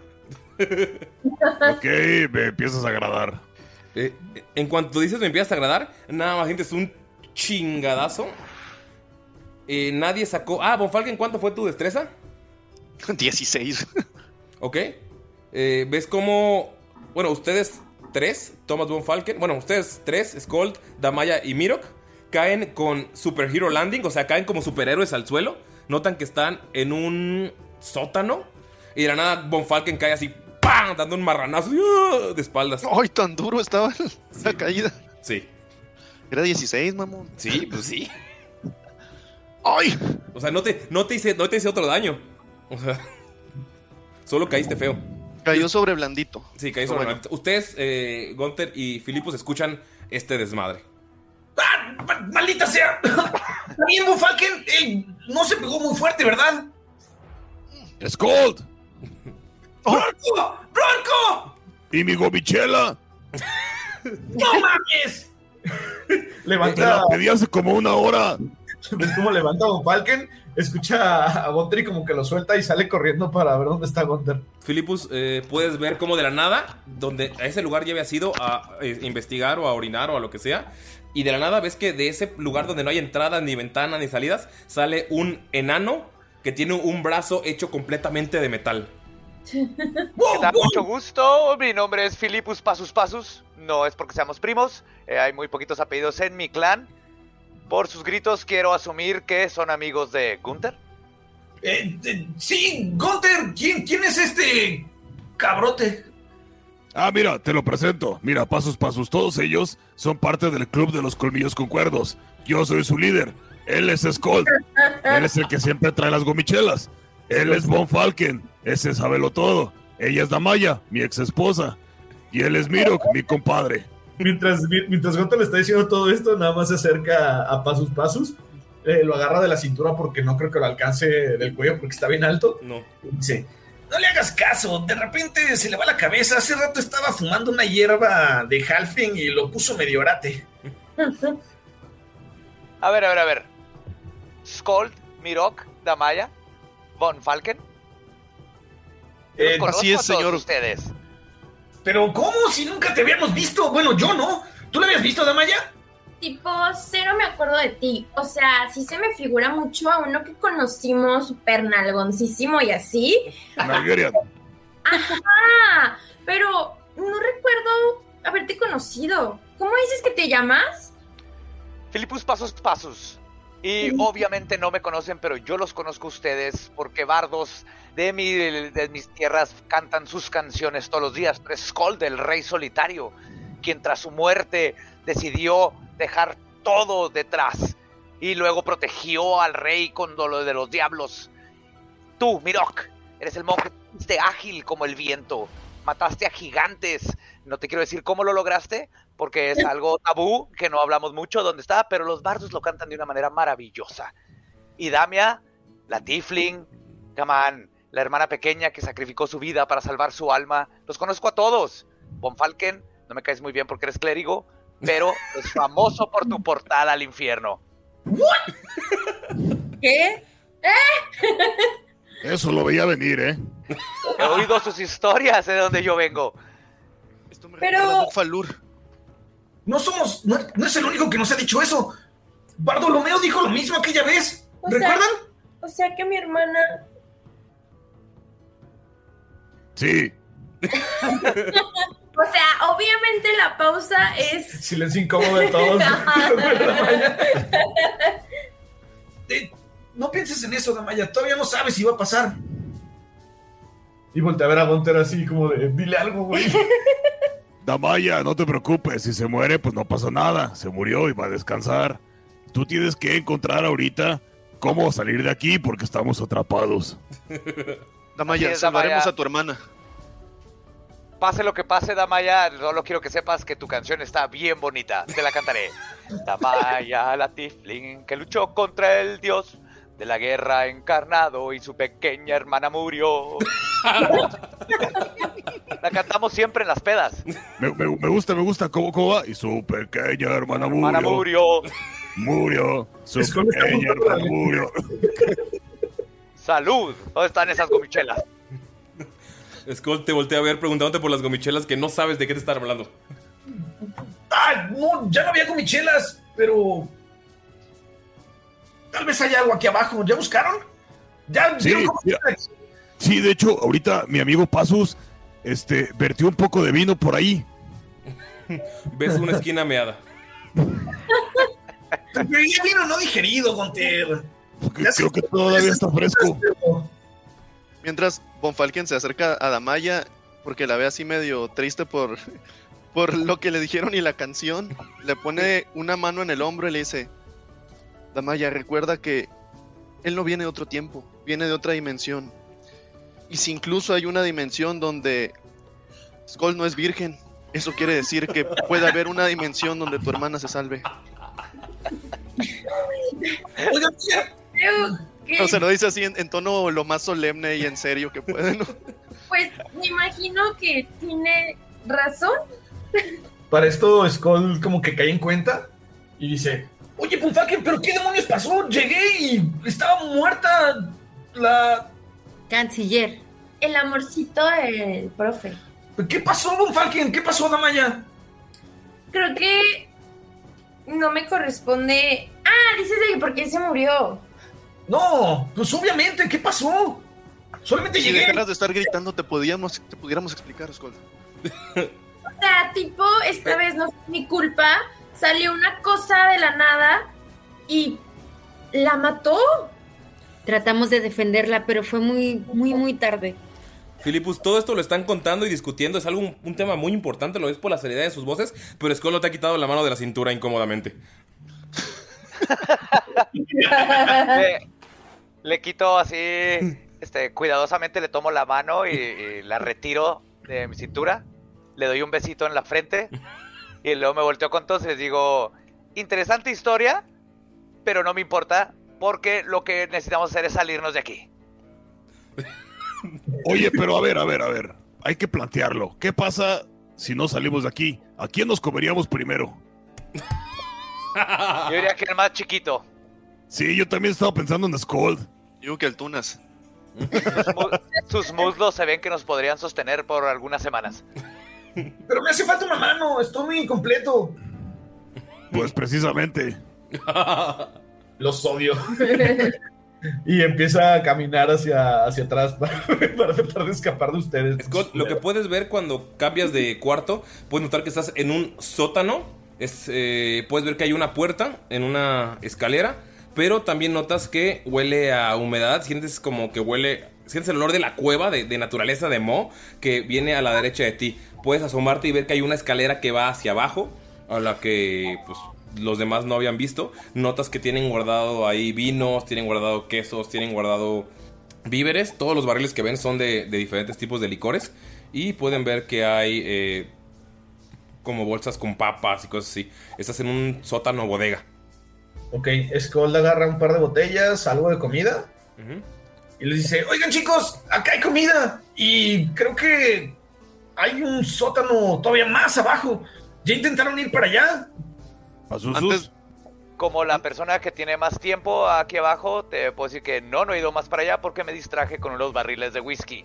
Ok, me empiezas a agradar. Eh, en cuanto dices me empiezas a agradar, nada más sientes un chingadazo. Eh, nadie sacó... Ah, Von Falken, ¿cuánto fue tu destreza? dieciséis. Ok. Eh, ¿Ves cómo... Bueno, ustedes tres, Thomas Von Falken, bueno, ustedes tres, Skold, Damaya y Mirok, caen con Superhero Landing, o sea, caen como superhéroes al suelo. Notan que están en un sótano y de la nada Von Falken cae así, ¡pam!, dando un marranazo ¡uh! de espaldas. ¡Ay, tan duro estaba la sí. caída! Sí. Era dieciséis, mamón. Sí, pues sí. ¡Ay! O sea, no te, no te hice, no te hice otro daño. O sea, solo caíste feo. Cayó sobre blandito. Sí, cayó sobre bueno. blandito. Ustedes, eh, Gunther y Filipos, escuchan este desmadre. ¡Ah! ¡Maldita sea! También Von Falken eh, no se pegó muy fuerte, ¿verdad? ¡Skold! ¡Bronco! ¡Bronco! ¿Y mi gomichela? ¡No mames! Levanta... Te la pedí hace como una hora. ¿Ves cómo levanta Von Falken? Escucha a Gunther y como que lo suelta y sale corriendo para ver dónde está Gunther. Filipus, eh, puedes ver cómo de la nada, donde a ese lugar ya había ido a eh, investigar o a orinar o a lo que sea, y de la nada ves que de ese lugar donde no hay entradas, ni ventanas, ni salidas, sale un enano que tiene un brazo hecho completamente de metal. ¿Qué tal? Mucho gusto, mi nombre es Filipus Pasus Pasus. No es porque seamos primos, eh, hay muy poquitos apellidos en mi clan. Por sus gritos quiero asumir que son amigos de Gunther. Eh, eh, sí, Gunther, ¿quién, ¿quién es este cabrote? Ah, mira, te lo presento. Mira, Pasus Pasus, todos ellos son parte del club de los colmillos con cuerdos. Yo soy su líder. Él es Skold. Él es el que siempre trae las gomichelas. Él es Von Falken. Ese sábelo todo. Ella es Damaya, mi ex esposa. Y él es Mirok, mi compadre. Mientras, mientras Gunther le está diciendo todo esto, nada más se acerca a Pasus Pasus, eh, lo agarra de la cintura porque no creo que lo alcance del cuello porque está bien alto. No. Y dice, no le hagas caso, de repente se le va la cabeza. Hace rato estaba fumando una hierba de Halfling y lo puso medio orate. A ver, a ver, a ver. Skold, Mirok, Damaya, Von Falken. Eh, así es, señor. Ustedes. Pero ¿cómo? Si nunca te habíamos visto. Bueno, yo no. ¿Tú lo habías visto, Damaya? Tipo, cero me acuerdo de ti. O sea, sí se me figura mucho a uno que conocimos súper nalgoncísimo y así. Nalgerian. Ajá, pero no recuerdo haberte conocido. ¿Cómo dices que te llamas? Filipus Pasus Pasus. Y uh-huh. obviamente no me conocen, pero yo los conozco a ustedes porque bardos de, mi, de mis tierras cantan sus canciones todos los días. Pero es Skold, el rey solitario, quien tras su muerte decidió dejar todo detrás y luego protegió al rey con lo de los diablos. Tú, Mirok, eres el monje de ágil como el viento. Mataste a gigantes. No te quiero decir cómo lo lograste, porque es algo tabú, que no hablamos mucho dónde está, pero los bardos lo cantan de una manera maravillosa. Y Damia, la Tiefling, Kaman, la hermana pequeña que sacrificó su vida para salvar su alma. Los conozco a todos. Von Falken, no me caes muy bien porque eres clérigo, pero es famoso por tu portal al infierno. ¿Qué? ¿Eh? Eso lo veía venir, ¿eh? He oído sus historias de donde yo vengo. Esto me Pero- recuerda a Bukfalur. No somos, no, no es el único que nos ha dicho eso. Bartolomeo dijo lo mismo aquella vez. O sea- ¿Recuerdan? O sea que mi hermana... Sí. O sea, obviamente la pausa es... Silencio incómodo de todos. Eh, no pienses en eso, Damaya. Todavía no sabes si va a pasar. Y voltea a ver a Gunter así como de, dile algo, güey. Damaya, no te preocupes. Si se muere, pues no pasa nada. Se murió y va a descansar. Tú tienes que encontrar ahorita cómo salir de aquí porque estamos atrapados. Damaya, Así es, salvaremos Damaya. a tu hermana. Pase lo que pase, Damaya, solo quiero que sepas que tu canción está bien bonita. Te la cantaré. Damaya, la Tiefling que luchó contra el dios de la guerra encarnado y su pequeña hermana murió. La cantamos siempre en las pedas. Me, me- me gusta, me gusta. ¿Cómo, cómo va? Y su pequeña hermana murió. Hermana murió. Murió. Su Es con esta pequeña punta hermana de- murió. Salud. ¿Dónde están esas gomichelas? Skull te voltea a ver preguntándote por las gomichelas que no sabes de qué te están hablando. ¡Ah! No, ya no había gomichelas, pero. Tal vez haya algo aquí abajo. ¿Ya buscaron? ¿Ya Sí, vieron cómo mira. está? Sí, de hecho, ahorita mi amigo Pasus este, vertió un poco de vino por ahí. Ves una esquina meada. Pero ya vino no digerido, Gunter. Que- Creo que todavía está fresco. Mientras Von Falken se acerca a Damaya, porque la ve así medio triste por, por lo que le dijeron y la canción, le pone una mano en el hombro y le dice: Damaya, recuerda que él no viene de otro tiempo, viene de otra dimensión. Y si incluso hay una dimensión donde Skull no es virgen, eso quiere decir que puede haber una dimensión donde tu hermana se salve. Oigan, ya. Creo que... O se lo dice así en, en tono lo más solemne y en serio que puede, ¿no? Pues me imagino que tiene razón. Para esto, Skull como que cae en cuenta y dice: Oye, Punfaken, ¿pero qué demonios pasó? Llegué y estaba muerta la... Canciller. El amorcito del profe. ¿Qué pasó, Punfaken? ¿Qué pasó, Damaya? Creo que no me corresponde... Ah, dices de que por qué se murió. No, pues obviamente, ¿qué pasó? Solamente Si llegué. dejaras de estar gritando, te, podíamos, te pudiéramos explicar, Skull. O sea, tipo, esta vez no fue mi culpa. Salió una cosa de la nada y la mató. Tratamos de defenderla, pero fue muy, muy, muy tarde. Filipus, todo esto lo están contando y discutiendo. Es algo un, un tema muy importante, lo ves por la seriedad de sus voces. Pero Skull no te ha quitado la mano de la cintura incómodamente. Le, le quito así, este, cuidadosamente le tomo la mano y, y la retiro de mi cintura. Le doy un besito en la frente y luego me volteo con todos y les digo: interesante historia, pero no me importa porque lo que necesitamos hacer es salirnos de aquí. Oye, pero a ver, a ver, a ver. Hay que plantearlo. ¿Qué pasa si no salimos de aquí? ¿A quién nos comeríamos primero? Yo diría que el más chiquito. Sí, yo también estaba pensando en Skull. Digo que el Tunas. Sus, mu- sus muslos se ven que nos podrían sostener por algunas semanas. Pero me hace falta una mano, estoy muy incompleto. Pues precisamente. Los odio. Y empieza a caminar hacia, hacia atrás para, para tratar de escapar de ustedes. Scott, lo que puedes ver cuando cambias de cuarto, puedes notar que estás en un sótano. Es, eh, puedes ver que hay una puerta en una escalera, pero también notas que huele a humedad. Sientes como que huele, sientes el olor de la cueva de, de naturaleza de Mo que viene a la derecha de ti. Puedes asomarte y ver que hay una escalera que va hacia abajo, a la que pues los demás no habían visto. Notas que tienen guardado ahí vinos, tienen guardado quesos, tienen guardado víveres. Todos los barriles que ven son de, de diferentes tipos de licores. Y pueden ver que hay eh, como bolsas con papas y cosas así. Estás en un sótano bodega. Ok, Skull agarra un par de botellas, algo de comida. Uh-huh. Y les dice, oigan chicos, acá hay comida. Y creo que hay un sótano todavía más abajo. ¿Ya intentaron ir para allá? Antes, como la persona que tiene más tiempo aquí abajo, te puedo decir que no, no he ido más para allá porque me distraje con unos barriles de whisky.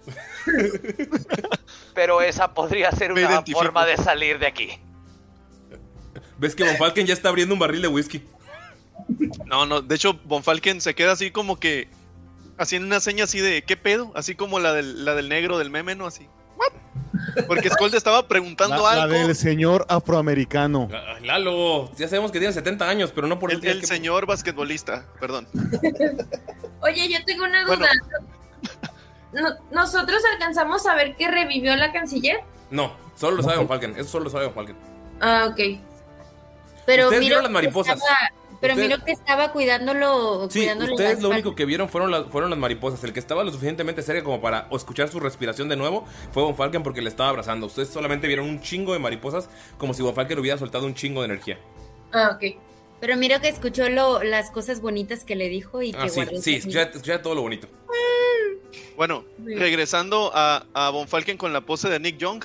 Pero esa podría ser Me una identifico. forma de salir de aquí. ¿Ves que Von Falken ya está abriendo un barril de whisky? No, no, de hecho, Von Falken se queda así como que haciendo una seña así de ¿qué pedo? Así como la del, la del negro del meme, ¿no? Así. ¿What? Porque Skull te estaba preguntando La, la algo. del señor afroamericano. Ah, Lalo, ya sabemos que tiene setenta años, pero no por El, el señor basquetbolista, perdón. Oye, yo tengo una Bueno. duda. No- ¿Nosotros alcanzamos a ver que revivió la canciller? No, solo lo sabe Von Falken. Eso solo lo sabe Von Falken. Ah, ok. Pero Ustedes miro vieron las que mariposas. estaba- pero Ustedes- miro que estaba cuidándolo. Sí, cuidándole ustedes las lo manos. único que vieron fueron las, fueron las mariposas. El que estaba lo suficientemente cerca como para escuchar su respiración de nuevo fue Von Falken porque le estaba abrazando. Ustedes solamente vieron un chingo de mariposas como si Von Falken hubiera soltado un chingo de energía. Ah, ok. Pero miro que escuchó lo, las cosas bonitas que le dijo y que Ah, sí, guardó. sí, sus- escuché, escuché todo lo bonito. Bueno, regresando a, a Von Falken con la pose de Nick Young.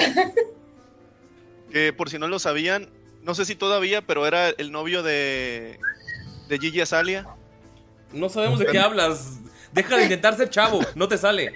Que por si no lo sabían, no sé si todavía, pero era el novio de, de Gigi Azalea. No sabemos de qué hablas. Deja de intentar ser chavo, no te sale.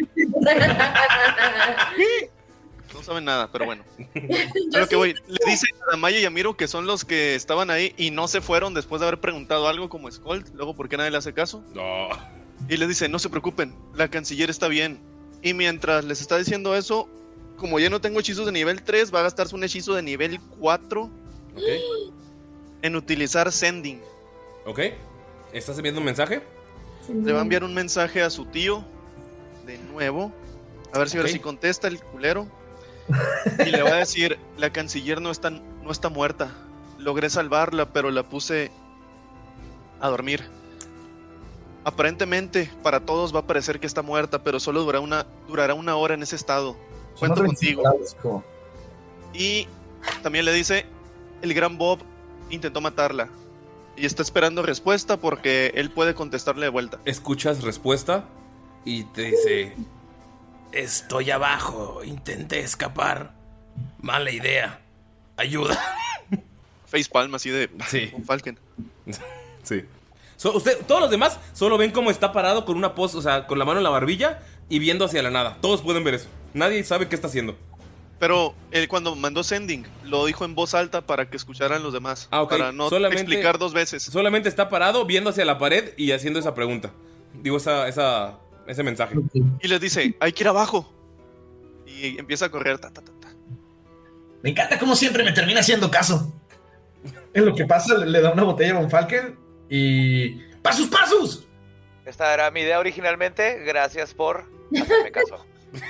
No saben nada, pero bueno. A lo que voy, le dice a Maya y a Miro que son los que estaban ahí y no se fueron después de haber preguntado algo como Skull. Luego, ¿por qué nadie le hace caso? No. Y les dice, no se preocupen, la canciller está bien. Y mientras les está diciendo eso, como ya no tengo hechizos de nivel tres, va a gastarse un hechizo de nivel cuatro Ok. en utilizar Sending. Ok. ¿Estás enviando un mensaje? Le va a enviar un mensaje a su tío, de nuevo. A ver si ahora Ok. sí contesta el culero. Y le va a decir, la canciller no está, no está muerta. Logré salvarla, pero la puse a dormir. Aparentemente, para todos va a parecer que está muerta, pero solo durará una, durará una hora en ese estado. Cuento contigo. Y también le dice, el gran Bob intentó matarla. Y está esperando respuesta porque él puede contestarle de vuelta. Escuchas respuesta y te dice: estoy abajo, intenté escapar. Mala idea. Ayuda. Facepalm así de sí. Falken. Sí. So, usted, todos los demás solo ven cómo está parado con una pose, o sea, con la mano en la barbilla y viendo hacia la nada. Todos pueden ver eso. Nadie sabe qué está haciendo. Pero él cuando mandó Sending lo dijo en voz alta para que escucharan los demás. Ah, ok. Para no Solamente- explicar dos veces. Solamente está parado viendo hacia la pared y haciendo esa pregunta. Digo, esa, esa, ese mensaje. Y les dice, hay que ir abajo. Y empieza a correr. Ta, ta, ta, ta. Me encanta como siempre me termina haciendo caso. En lo que pasa, le, le da una botella a Von Falken y... ¡Pasos, pasos! Esta era mi idea originalmente. Gracias por hacerme caso.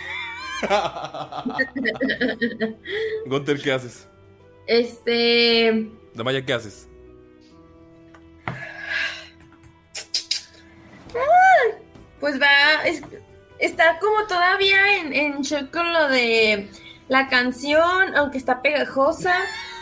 Gunter, ¿qué haces? Este. Damaya, ¿qué haces? Pues va. es- está como todavía en, en shock con lo de la canción, aunque está pegajosa.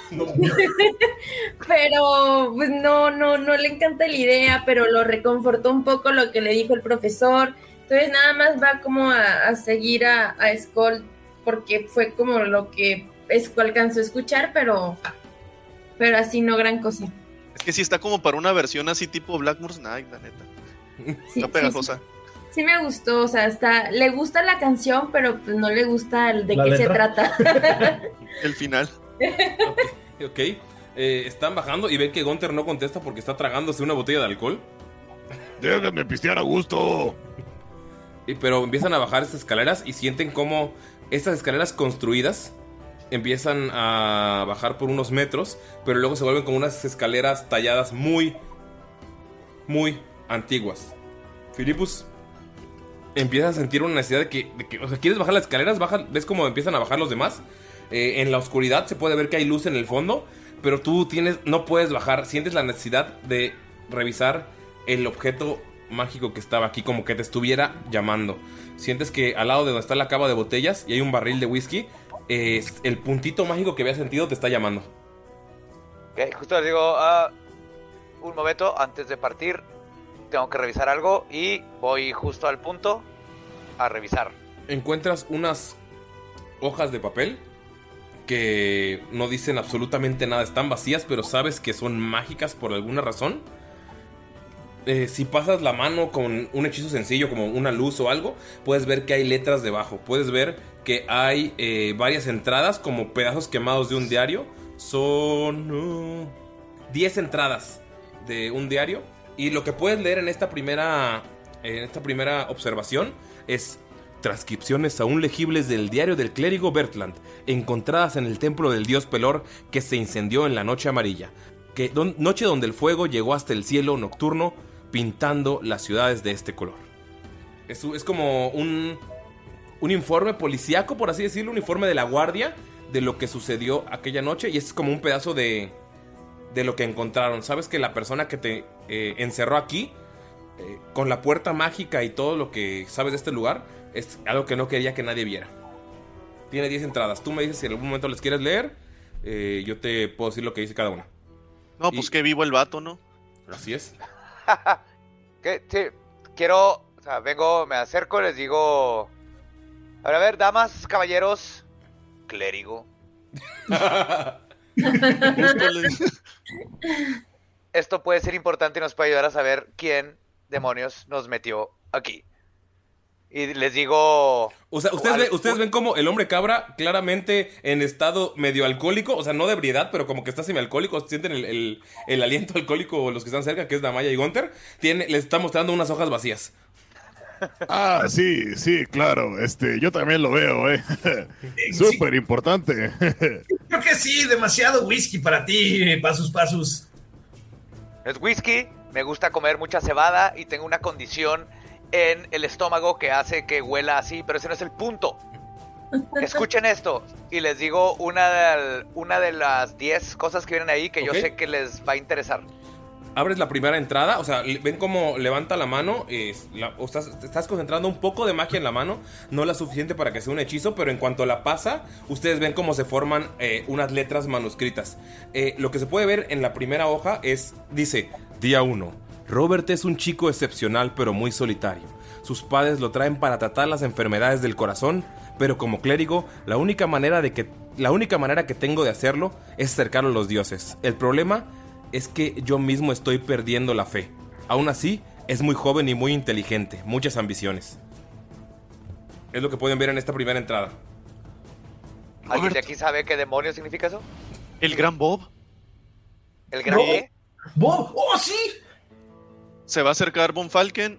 Pero pues no, no, no le encanta la idea, pero lo reconfortó un poco lo que le dijo el profesor. Entonces nada más va como a, a seguir a, a Skull porque fue como lo que Skull alcanzó a escuchar, pero, pero así no gran cosa. Es que sí está como para una versión así tipo Blackmore's Night, la neta. Sí, Está pegajosa. sí, sí. Sí me gustó, o sea, está, le gusta la canción, pero pues no le gusta el de ¿La qué se letra? trata. El final. Ok. Eh, están bajando y ven que Gunter no contesta porque está tragándose una botella de alcohol. Déjame pistear a gusto. Y, pero empiezan a bajar estas escaleras y sienten como estas escaleras construidas empiezan a bajar por unos metros, pero luego se vuelven como unas escaleras talladas muy, muy antiguas. Filipus, empiezas a sentir una necesidad de que, de que o sea, quieres bajar las escaleras, baja, ves cómo empiezan a bajar los demás. Eh, en la oscuridad se puede ver que hay luz en el fondo, pero tú tienes, no puedes bajar. Sientes la necesidad de revisar el objeto mágico que estaba aquí, como que te estuviera llamando. Sientes que al lado de donde está la cava de botellas y hay un barril de whisky, eh, el puntito mágico que habías sentido te está llamando. Ok, justo les digo, ah, un momento, antes de partir, tengo que revisar algo y voy justo al punto a revisar. Encuentras unas hojas de papel que no dicen absolutamente nada, están vacías, pero sabes que son mágicas por alguna razón. Eh, si pasas la mano con un hechizo sencillo como una luz o algo, puedes ver que hay letras debajo. Puedes ver que hay eh, varias entradas como pedazos quemados de un diario. Son diez uh, entradas de un diario. Y lo que puedes leer en esta primera, en esta primera observación es: transcripciones aún legibles del diario del clérigo Bertland, encontradas en el templo del dios Pelor que se incendió en la noche amarilla, que don, noche donde el fuego llegó hasta el cielo nocturno, pintando las ciudades de este color. Es, es como un, un informe policíaco, por así decirlo, un informe de la guardia de lo que sucedió aquella noche, y es como un pedazo de, de lo que encontraron. Sabes que la persona que te eh, encerró aquí, eh, con la puerta mágica y todo lo que sabes de este lugar, es algo que no quería que nadie viera. Tiene diez entradas. Tú me dices si en algún momento les quieres leer. eh, Yo te puedo decir lo que dice cada una. No, pues y... que vivo el vato, ¿no? Así es. ¿Qué? Sí, quiero, o sea, vengo, me acerco, les digo: a ver, a ver, damas, caballeros, clérigo. Esto puede ser importante y nos puede ayudar a saber quién demonios nos metió aquí. Y les digo... O sea, ustedes, ve, ustedes ven como el hombre cabra claramente en estado medio alcohólico. O sea, no de ebriedad, pero como que está semialcohólico. Sienten el, el, el aliento alcohólico los que están cerca, que es Damaya y Gunther. Tiene, les está mostrando unas hojas vacías. Ah, sí, sí, claro. Este, yo también lo veo, eh. Súper importante. Creo que sí, demasiado whisky para ti, Pasus Pasus. Es whisky, me gusta comer mucha cebada y tengo una condición en el estómago que hace que huela así, pero ese no es el punto. Escuchen esto y les digo una de, una de las diez cosas que vienen ahí que okay. yo sé que les va a interesar. Abres la primera entrada, o sea, ven cómo levanta la mano, eh, la, o estás, estás concentrando un poco de magia en la mano, no la suficiente para que sea un hechizo, pero en cuanto la pasa, ustedes ven cómo se forman eh, unas letras manuscritas. Eh, lo que se puede ver en la primera hoja es, dice, día uno. Robert es un chico excepcional pero muy solitario. Sus padres lo traen para tratar las enfermedades del corazón, pero como clérigo, la única manera de que la única manera que tengo de hacerlo es acercarlo a los dioses. El problema es que yo mismo estoy perdiendo la fe. Aún así, es muy joven y muy inteligente, muchas ambiciones. Es lo que pueden ver en esta primera entrada. ¿Alguien de aquí sabe qué demonios significa eso? ¿El gran Bob? ¿El gran qué? ¡Bob! ¡Oh, sí! Se va a acercar Von Falken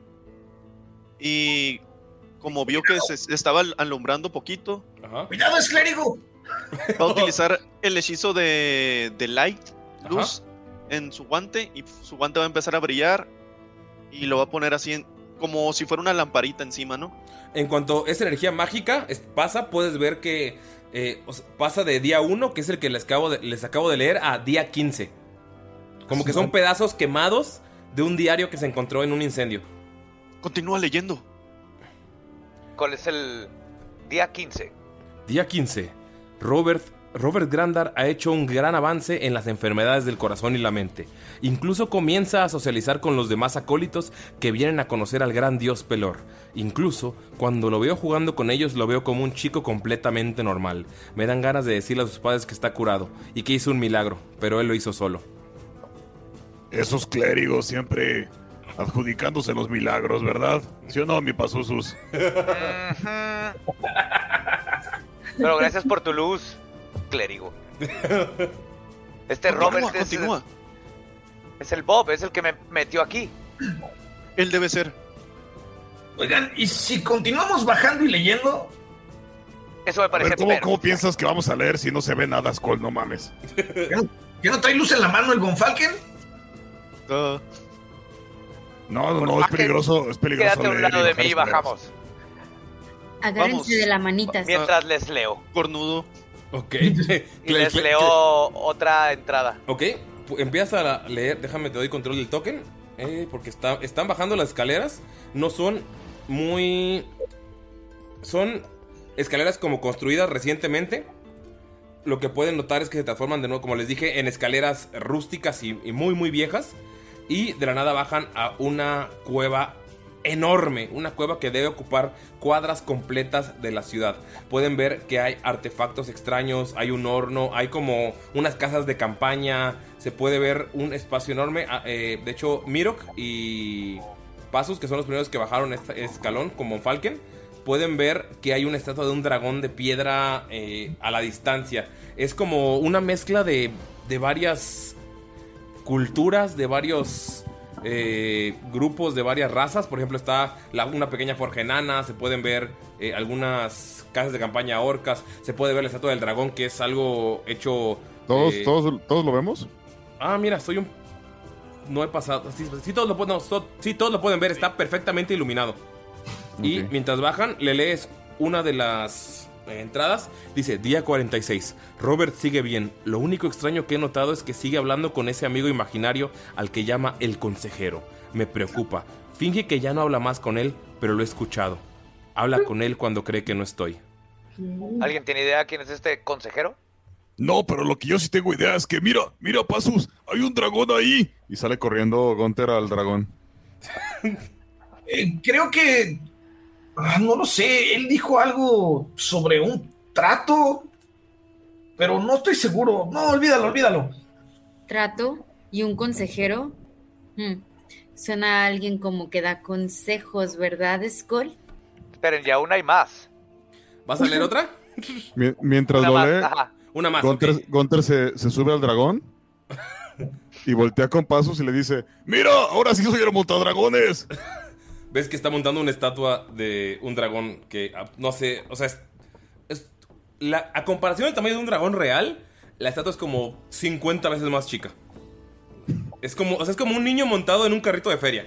y como vio que se estaba alumbrando poquito, Ajá. ¡Cuidado, es clérigo! Va a utilizar el hechizo de, de Light, luz, Ajá. en su guante, y su guante va a empezar a brillar y lo va a poner así en, como si fuera una lamparita encima, ¿no? En cuanto esa energía mágica es, pasa, puedes ver que eh, o sea, pasa de día uno, que es el que les acabo de, les acabo de leer, a día quince. Como que son pedazos quemados de un diario que se encontró en un incendio. Continúa leyendo. ¿Cuál es el día quince? Día quince. Robert, Robert Grandar ha hecho un gran avance en las enfermedades del corazón y la mente. Incluso comienza a socializar con los demás acólitos que vienen a conocer al gran dios Pelor. Incluso cuando lo veo jugando con ellos, lo veo como un chico completamente normal. Me dan ganas de decirle a sus padres que está curado y que hizo un milagro, pero él lo hizo solo. Esos clérigos siempre adjudicándose los milagros, ¿verdad? ¿Sí o no, mi Pazuzus? Pero gracias por tu luz, clérigo. Este Robert continúa, es, continúa. es el Bob, es el que me metió aquí. Él debe ser. Oigan, ¿y si continuamos bajando y leyendo? Eso me parece. A ver, ¿cómo, ¿Cómo piensas que vamos a leer si no se ve nada, Skull? No mames. ¿Ya no, ¿ya no trae luz en la mano el Von Falken? Uh, no, no, no, es peligroso, es peligroso. Quédate a un lado de mí y bajamos. Agárrense Vamos. de la manita. Mientras les leo. Cornudo. Ok. Y les leo otra entrada. Ok, empieza a leer. Déjame, te doy control del token. Eh, porque está, están bajando las escaleras. No son muy... Son escaleras como construidas recientemente. Lo que pueden notar es que se transforman de nuevo, como les dije, en escaleras rústicas y, y muy muy viejas. y de la nada bajan a una cueva enorme, una cueva que debe ocupar cuadras completas de la ciudad. Pueden ver que hay artefactos extraños, hay un horno, hay como unas casas de campaña, se puede ver un espacio enorme. Eh, de hecho, Mirok y Pasus, que son los primeros que bajaron este escalón con Von Falken, pueden ver que hay una estatua de un dragón de piedra eh, a la distancia. Es como una mezcla de, de varias culturas, de varios eh, grupos, de varias razas. Por ejemplo, está la, una pequeña forja enana. Se pueden ver eh, algunas casas de campaña orcas. Se puede ver la estatua del dragón, que es algo hecho... ¿Todos, eh, todos, todos lo vemos? Ah, mira, soy un... No he pasado... Sí, sí, todos, lo, no, so, sí todos lo pueden ver. Está perfectamente iluminado. Y Ok. mientras bajan, le lees una de las eh, entradas. Dice, día cuarenta y seis. Robert sigue bien. Lo único extraño que he notado es que sigue hablando con ese amigo imaginario al que llama el consejero. Me preocupa. Finge que ya no habla más con él, pero lo he escuchado. Habla con él cuando cree que no estoy. ¿Alguien tiene idea quién es este consejero? No, pero lo que yo sí tengo idea es que mira, mira, Pasus, hay un dragón ahí. Y sale corriendo Gunther al dragón. Eh, creo que... ah, no lo sé, él dijo algo sobre un trato, pero no estoy seguro. No, olvídalo, olvídalo. Trato y un consejero. Hmm, Suena a alguien como que da consejos, ¿verdad, Skull? Esperen, ya aún hay más. ¿Vas a leer otra? Mi- mientras Una lo más, lee, ajá. Una más, Gunther, ok. Gunther se, se sube al dragón y voltea con Pasos y le dice: Mira, ahora sí soy el montadragones. Ves que está montando una estatua de un dragón que, ah, no sé, o sea, es, es- la, a comparación del tamaño de un dragón real, la estatua es como cincuenta veces más chica. Es como, o sea, es como un niño montado en un carrito de feria.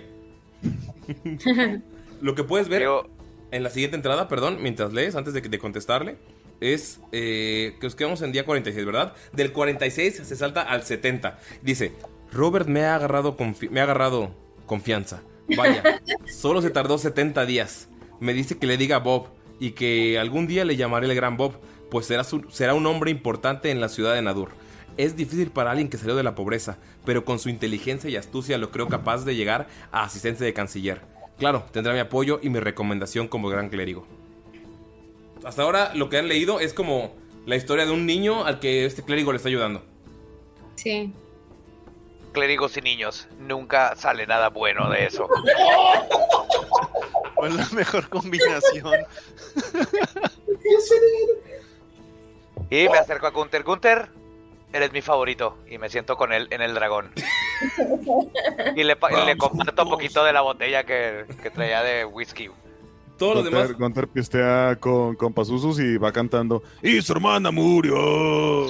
Lo que puedes ver Creo- en la siguiente entrada, perdón, mientras lees, antes de, de contestarle, es eh, que nos quedamos en día cuarenta y seis, ¿verdad? Del cuarenta y seis se salta al setenta. Dice, Robert me ha agarrado, confi- me ha agarrado confianza. Vaya, solo se tardó setenta días. Me dice que le diga a Bob y que algún día le llamaré el gran Bob, pues será, su- será un hombre importante en la ciudad de Nadur. Es difícil para alguien que salió de la pobreza, pero con su inteligencia y astucia lo creo capaz de llegar a asistente de canciller. Claro, tendrá mi apoyo y mi recomendación como gran clérigo. Hasta ahora lo que han leído es como la historia de un niño al que este clérigo le está ayudando. Sí. Clérigos y niños, nunca sale nada bueno de eso. Fue la mejor combinación. Y me acerco a Gunther. Gunther, eres mi favorito. Y me siento con él en el dragón. Y le, pa- y le comparto un poquito de la botella que, que traía de whisky. Todos los Gunther, demás. Gunther pistea con, con Pazuzus y va cantando: Y su hermana murió.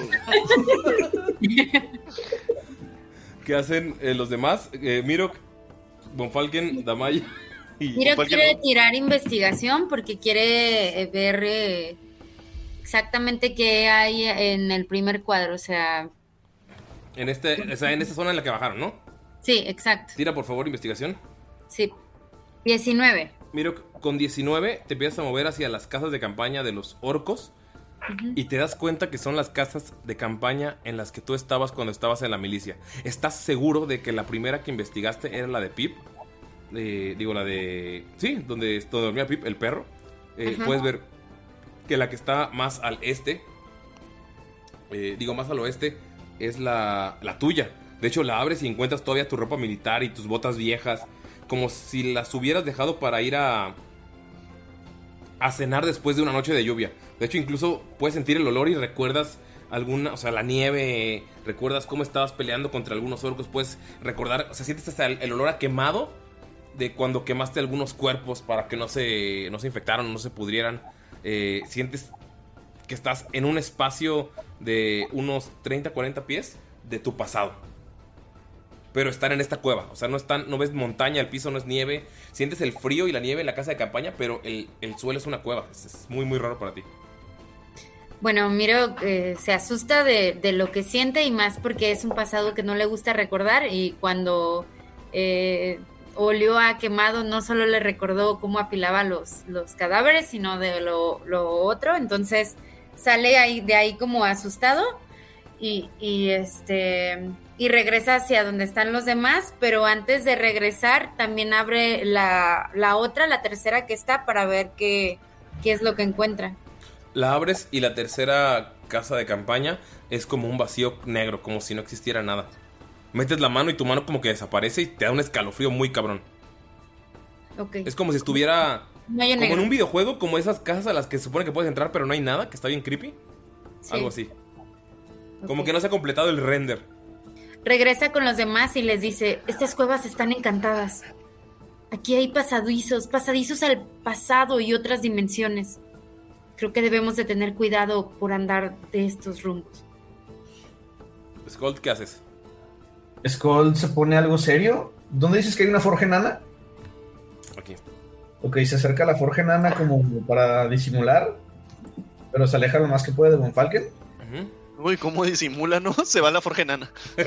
¿Qué hacen eh, los demás? Eh, Mirok, Von Falken, Damaya y... Miro Falken- quiere tirar investigación porque quiere eh, ver eh, exactamente qué hay en el primer cuadro, o sea, En, este, o sea, en esta zona en la que bajaron, ¿no? sí, exacto, Tira por favor investigación. sí. diecinueve. Mirok, con diecinueve te empiezas a mover hacia las casas de campaña de los orcos. Ujú. Y te das cuenta que son las casas de campaña en las que tú estabas cuando estabas en la milicia. ¿Estás seguro de que la primera que investigaste era la de Pip? Eh, digo, la de... Sí, donde, donde dormía Pip, el perro. Eh, Ajá. puedes ver que la que está más al este, eh, digo, más al oeste, es la, la tuya. De hecho, la abres y encuentras todavía tu ropa militar y tus botas viejas. Como si las hubieras dejado para ir a... a cenar después de una noche de lluvia. De hecho, incluso puedes sentir el olor y recuerdas alguna, o sea, la nieve, recuerdas cómo estabas peleando contra algunos orcos, puedes recordar, o sea, sientes hasta el, el olor a quemado de cuando quemaste algunos cuerpos para que no se, no se infectaran, no se pudrieran. Eh, sientes que estás en un espacio de unos treinta, cuarenta pies de tu pasado. Pero están en esta cueva, o sea, no están, no ves montaña, el piso no es nieve, sientes el frío y la nieve en la casa de campaña, pero el, el suelo es una cueva, es, es muy muy raro para ti. Bueno, Miro eh, se asusta de, de lo que siente y más porque es un pasado que no le gusta recordar y cuando eh, olió a quemado no solo le recordó cómo apilaba los, los cadáveres, sino de lo, lo otro, entonces sale ahí, de ahí como asustado y, y este y regresa hacia donde están los demás, pero antes de regresar también abre la, la otra, la tercera que está para ver qué, qué es lo que encuentra. La abres y la tercera casa de campaña es como un vacío negro, como si no existiera nada. Metes la mano y tu mano como que desaparece y te da un escalofrío muy cabrón. Okay. Es como si estuviera No hay como negro. en un videojuego, como esas casas a las que se supone que puedes entrar pero no hay nada, que está bien creepy. Sí. Algo así. Como Ok. que no se ha completado el render. Regresa con los demás y les dice, estas cuevas están encantadas. Aquí hay pasadizos, pasadizos al pasado y otras dimensiones. Creo que debemos de tener cuidado por andar de estos rumbos. Skull, ¿qué haces? Skull se pone algo serio. ¿Dónde dices que hay una forja enana? Aquí. Ok, se acerca a la forja enana como para disimular, pero se aleja lo más que puede de Von Falken. Uy, ¿cómo disimula, no? Se va a la forja enana.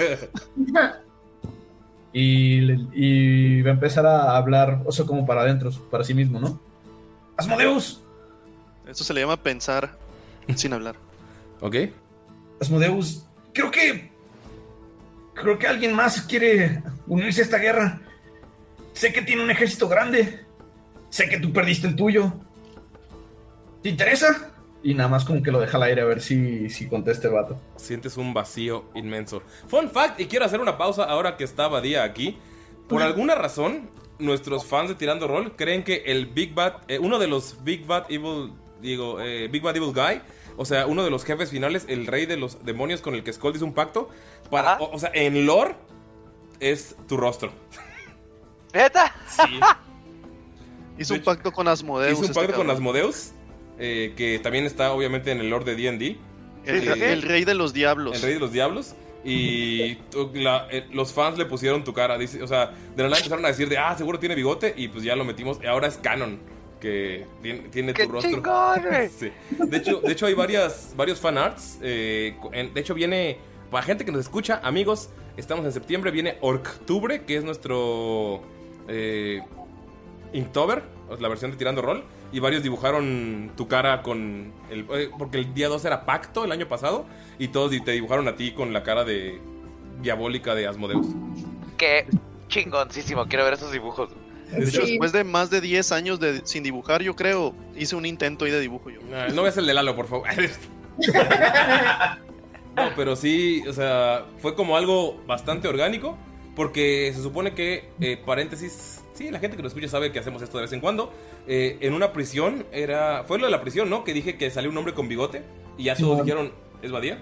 y, le- y va a empezar a hablar, o sea, como para adentro, para sí mismo, ¿no? ¡Asmodeus! Eso se le llama pensar sin hablar. Ok. Asmodeus, creo que... Creo que alguien más quiere unirse a esta guerra. Sé que tiene un ejército grande. Sé que tú perdiste el tuyo. ¿Te interesa? Y nada más como que lo deja al aire a ver si, si contesta el vato. Sientes un vacío inmenso. Fun fact, y quiero hacer una pausa ahora que está Badía aquí. Por alguna razón, nuestros fans de Tirando Roll creen que el Big Bad, eh, uno de los Big Bad Evil, digo, eh, Big Bad Evil Guy, o sea, uno de los jefes finales, el rey de los demonios con el que Skull hizo un pacto, para, o, o sea, en lore es tu rostro. ¿Neta? Sí. Hizo un pacto con Asmodeus. Hizo un este pacto con cabrón. Asmodeus, eh, que también está obviamente en el lore de D and D. El, el rey de los diablos. El rey de los diablos. Y tu- la- eh, los fans le pusieron tu cara. Dice, o sea, de la nada empezaron a decir de, ah, seguro tiene bigote. Y pues ya lo metimos. Y ahora es canon. Que tiene, tiene ¡Qué tu rostro. chingón, güey! Sí. De hecho, de hecho hay varias, varios fan arts. eh, en- de hecho viene, para gente que nos escucha, amigos, estamos en septiembre. Viene Octubre, que es nuestro eh, Inktober, o la versión de Tirando Roll. Y varios dibujaron tu cara con el, eh, porque el día dos era Pacto el año pasado. Y todos te dibujaron a ti con la cara de diabólica de Asmodeus. Qué chingoncísimo, quiero ver esos dibujos. De hecho, después de más de diez años de, sin dibujar, yo creo, hice un intento ahí de dibujo yo. No, no veas el de Lalo, por favor. No, pero sí, o sea, fue como algo bastante orgánico. Porque se supone que, eh, paréntesis, sí, la gente que nos escucha sabe que hacemos esto de vez en cuando. Eh, en una prisión, era fue lo de la prisión, ¿no? Que dije que salió un hombre con bigote. Y ya Sí, todos bueno. dijeron, ¿es Badía?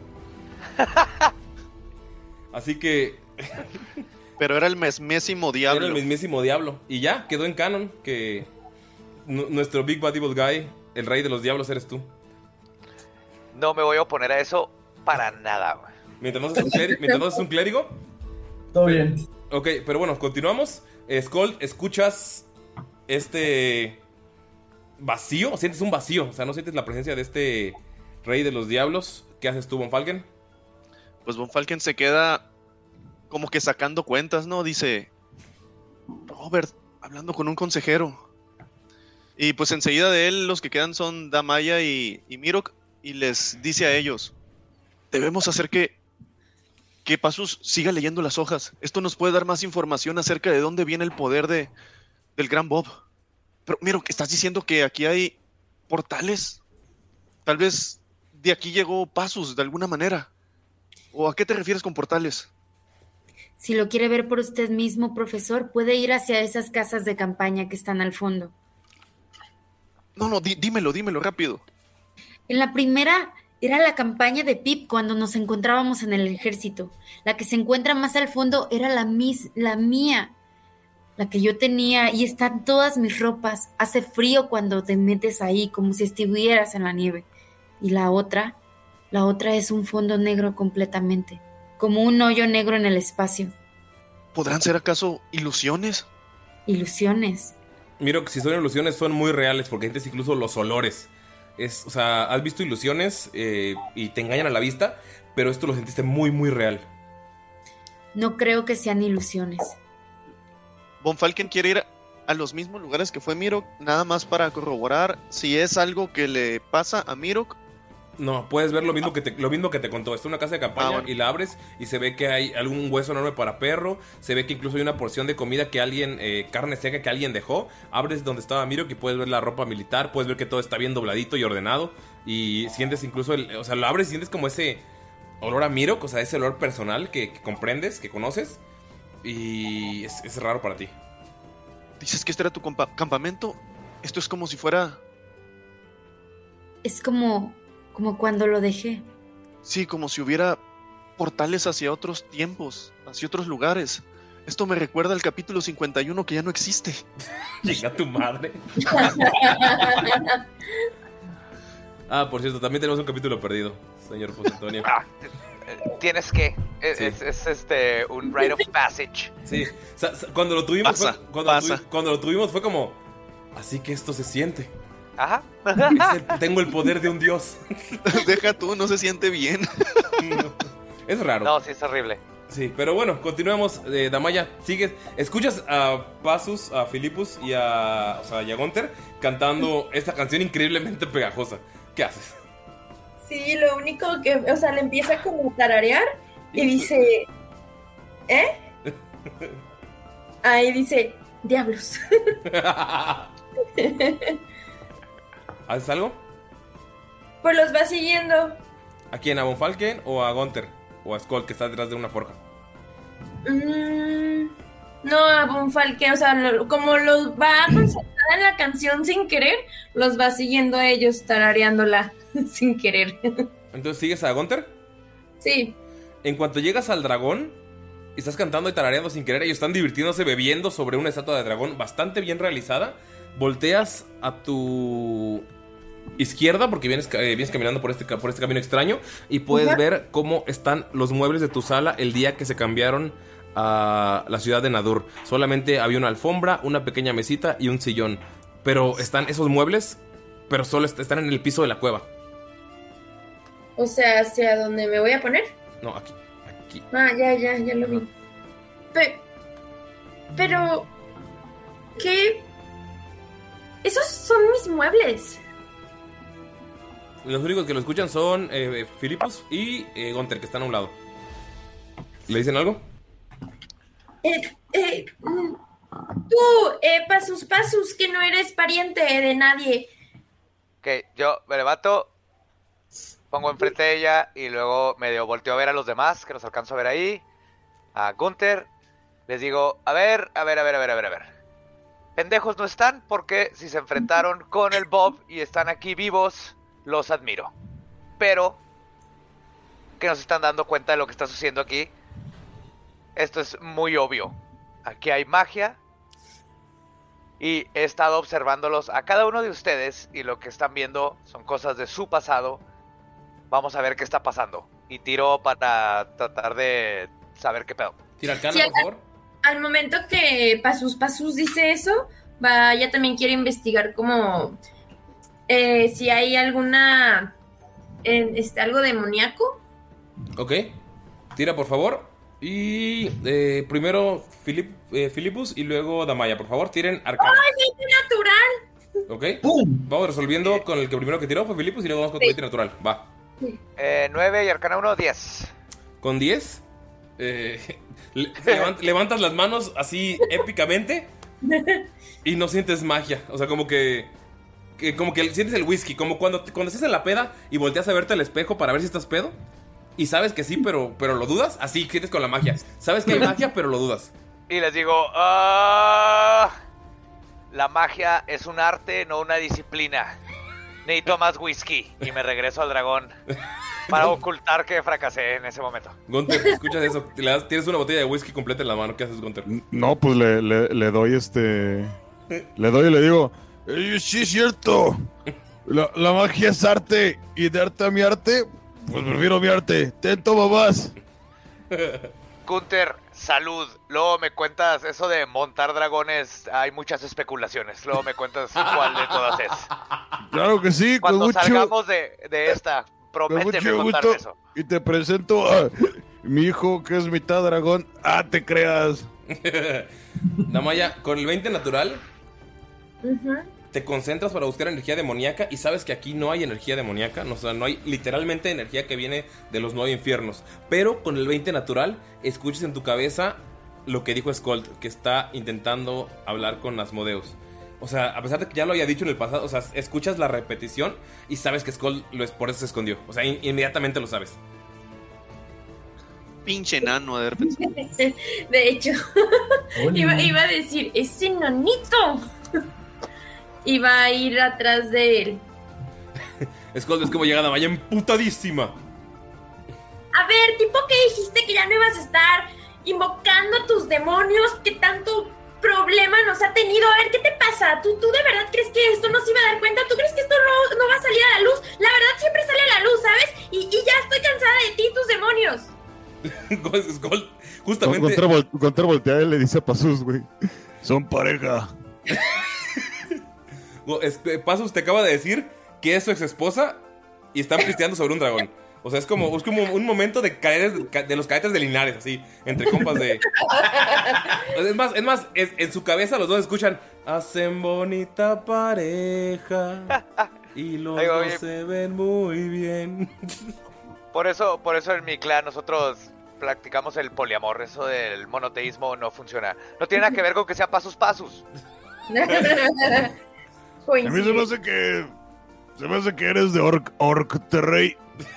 Así que Pero era el mesmésimo diablo. era el mismísimo diablo. Y ya, quedó en canon que nu- nuestro Big Bad Evil Guy, el rey de los diablos, eres tú. No me voy a oponer a eso para nada, güey. Mientras no seas un, cléri- mientras no seas un clérigo. Todo bien. Ok, pero bueno, continuamos. Eh, Skull, escuchas este vacío, sientes un vacío, o sea, no sientes la presencia de este rey de los diablos. ¿Qué haces tú, Von Falken? Pues Von Falken se queda como que sacando cuentas, ¿no? Dice, Robert, hablando con un consejero. Y pues enseguida de él los que quedan son Damaya y, y Mirok. Y les dice a ellos, debemos hacer que que Pasus siga leyendo las hojas. Esto nos puede dar más información acerca de dónde viene el poder de del Gran Bob. Pero Mirok, ¿estás diciendo que aquí hay portales? Tal vez de aquí llegó Pasus de alguna manera. ¿O a qué te refieres con portales? Si lo quiere ver por usted mismo, profesor, puede ir hacia esas casas de campaña que están al fondo. No, no, di- dímelo, dímelo rápido. En la primera era la campaña de Pip cuando nos encontrábamos en el ejército. La que se encuentra más al fondo era la, mis, la mía, la que yo tenía, y están todas mis ropas. Hace frío cuando te metes ahí, como si estuvieras en la nieve. Y la otra, la otra es un fondo negro completamente, como un hoyo negro en el espacio. ¿Podrán ser acaso ilusiones? Ilusiones. Miro que si son ilusiones son muy reales porque sientes incluso los olores. Es, o sea, has visto ilusiones eh, y te engañan a la vista, pero esto lo sentiste muy, muy real. No creo que sean ilusiones. Von Falken quiere ir a los mismos lugares que fue Mirok, nada más para corroborar si es algo que le pasa a Mirok No, puedes ver lo mismo que te, lo mismo que te contó. Está en una casa de campaña ah, bueno. y la abres y se ve que hay algún hueso enorme para perro. Se ve que incluso hay una porción de comida que alguien, eh, carne seca que alguien dejó. Abres donde estaba Miro, que puedes ver la ropa militar. Puedes ver que todo está bien dobladito y ordenado. Y sientes incluso, el, o sea, lo abres y sientes como ese olor a Miro, o sea, ese olor personal que, que comprendes, que conoces. Y es, es raro para ti. ¿Dices que este era tu compa- campamento? Esto es como si fuera... Es como... como cuando lo dejé. Sí, como si hubiera portales hacia otros tiempos, hacia otros lugares. Esto me recuerda al capítulo cincuenta y uno que ya no existe. Llega tu madre. Ah, por cierto, también tenemos un capítulo perdido, señor José Antonio. Ah, tienes que. Es, sí. es, es este un rite of passage. Sí, o sea, cuando lo tuvimos pasa, fue, cuando, pasa. Lo tu, cuando lo tuvimos fue como, así que esto se siente. Ajá. El, tengo el poder de un dios. Deja tú, no se siente bien. Es raro. No, sí, es horrible. Sí, pero bueno, continuemos. eh, Damaya, sigues. Escuchas a Pasus, a Filipus y a, o sea, y a Gunther cantando esta canción increíblemente pegajosa. ¿Qué haces? Sí, lo único que, o sea, le empieza como a tararear y dice, ¿eh? Ahí dice, diablos. ¿Haces algo? Pues los va siguiendo. ¿A quién? ¿A Von Falken o a Gunther? ¿O a Skoll que está detrás de una forja? Mm, no, a Von Falken, o sea, lo, como los va a concentrar en la canción sin querer, los va siguiendo a ellos tarareándola sin querer. ¿Entonces sigues a Gunther? Sí. En cuanto llegas al dragón y estás cantando y tarareando sin querer, ellos están divirtiéndose bebiendo sobre una estatua de dragón bastante bien realizada. Volteas a tu izquierda porque vienes, eh, vienes caminando por este, por este camino extraño y puedes uh-huh. ver cómo están los muebles de tu sala el día que se cambiaron a la ciudad de Nadur. Solamente había una alfombra, una pequeña mesita y un sillón. Pero están esos muebles, pero solo est- están en el piso de la cueva. O sea, ¿hacia dónde me voy a poner? No, aquí, aquí. Ah, ya, ya, ya lo vi. Pe- pero... ¿Qué? Esos son mis muebles. Los únicos que lo escuchan son eh, Filipus y eh, Gunther, que están a un lado. ¿Le dicen algo? Eh, eh, tú, eh, Pasus, Pasus, que no eres pariente de nadie. Ok, yo me levanto, pongo enfrente de ella y luego medio volteo a ver a los demás, que los alcanzo a ver ahí. A Gunther, les digo, a ver, a ver, a ver, a ver, a ver, a ver. Pendejos no están porque si se enfrentaron con el Bob y están aquí vivos, los admiro. Pero que no se están dando cuenta de lo que está sucediendo aquí. Esto es muy obvio. Aquí hay magia. Y he estado observándolos a cada uno de ustedes y lo que están viendo son cosas de su pasado. Vamos a ver qué está pasando. Y tiro para tratar de saber qué pedo. Tira Arcana, sí, por favor. Al momento que Pasus Pasus dice eso, va, ella también quiere investigar como eh, si hay alguna eh, este, algo demoníaco. Ok. Tira, por favor. Y eh, primero Filip, eh, Filipus y luego Damaya, por favor, tiren Arcana. ¡Ay, veinte natural! Ok. ¡Pum! Vamos resolviendo con el que primero que tiró fue Filipus y luego vamos con sí. veinte natural. Va. Eh, nueve y Arcana uno, diez. Con diez, eh, levant, levantas las manos así épicamente y no sientes magia. O sea, como que, que como que sientes el whisky, como cuando, cuando estás en la peda y volteas a verte al espejo para ver si estás pedo. Y sabes que sí, pero, pero lo dudas. Así sientes con la magia. Sabes que hay magia, pero lo dudas. Y les digo, uh, la magia es un arte, no una disciplina. Necesito más whisky. Y me regreso al dragón para ocultar que fracasé en ese momento. Gunther, escuchas eso. Le das, tienes una botella de whisky completa en la mano. ¿Qué haces, Gunther? No, pues le, le, le doy este... Le doy y le digo, eh, sí es cierto. La, la magia es arte. Y de arte a mi arte... Pues prefiero mi arte. Ten, toma más. Gunther, salud. Luego me cuentas eso de montar dragones. Hay muchas especulaciones. Luego me cuentas cuál de todas es. Claro que sí. Cuando con mucho, salgamos de, de esta, prométeme contarme eso. Y te presento a mi hijo que es mitad dragón. Ah, te creas. Damaya, con el veinte natural, uh-huh. te concentras para buscar energía demoníaca y sabes que aquí no hay energía demoníaca, no, o sea, no hay literalmente energía que viene de los nueve infiernos. Pero con el veinte natural, escuchas en tu cabeza lo que dijo Skold, que está intentando hablar con Asmodeus. O sea, a pesar de que ya lo había dicho en el pasado, o sea, escuchas la repetición y sabes que Skold lo es, por eso se escondió. O sea, in- inmediatamente lo sabes. Pinche enano, de repente. De hecho, iba, iba a decir, ese nanito. Iba a ir atrás de él. Skold es como llega Damaya emputadísima. A ver, tipo que dijiste que ya no ibas a estar invocando a tus demonios, que tanto problema nos ha tenido. A ver, ¿qué te pasa? ¿Tú, tú de verdad crees que esto no se iba a dar cuenta? ¿Tú crees que esto no, no va a salir a la luz? La verdad siempre sale a la luz, ¿sabes? Y, y ya estoy cansada de ti y tus demonios. Skold, justamente. Contra, vol- contra voltea y le dice a Pazus, güey. Son pareja. Pazus te acaba de decir que es su ex esposa y están pisteando sobre un dragón. O sea, es como, es como un momento de cadetes, de los cadetes de Linares, así, entre compas de... Es más, es más, es, en su cabeza los dos escuchan, hacen bonita pareja y los Ay, dos oye. se ven muy bien. Por eso, por eso en mi clan nosotros practicamos el poliamor. Eso del monoteísmo no funciona. No tiene nada que ver con que sea pasus pasus. A mí se me hace que. Se me hace que eres de Orc, Orcterrey.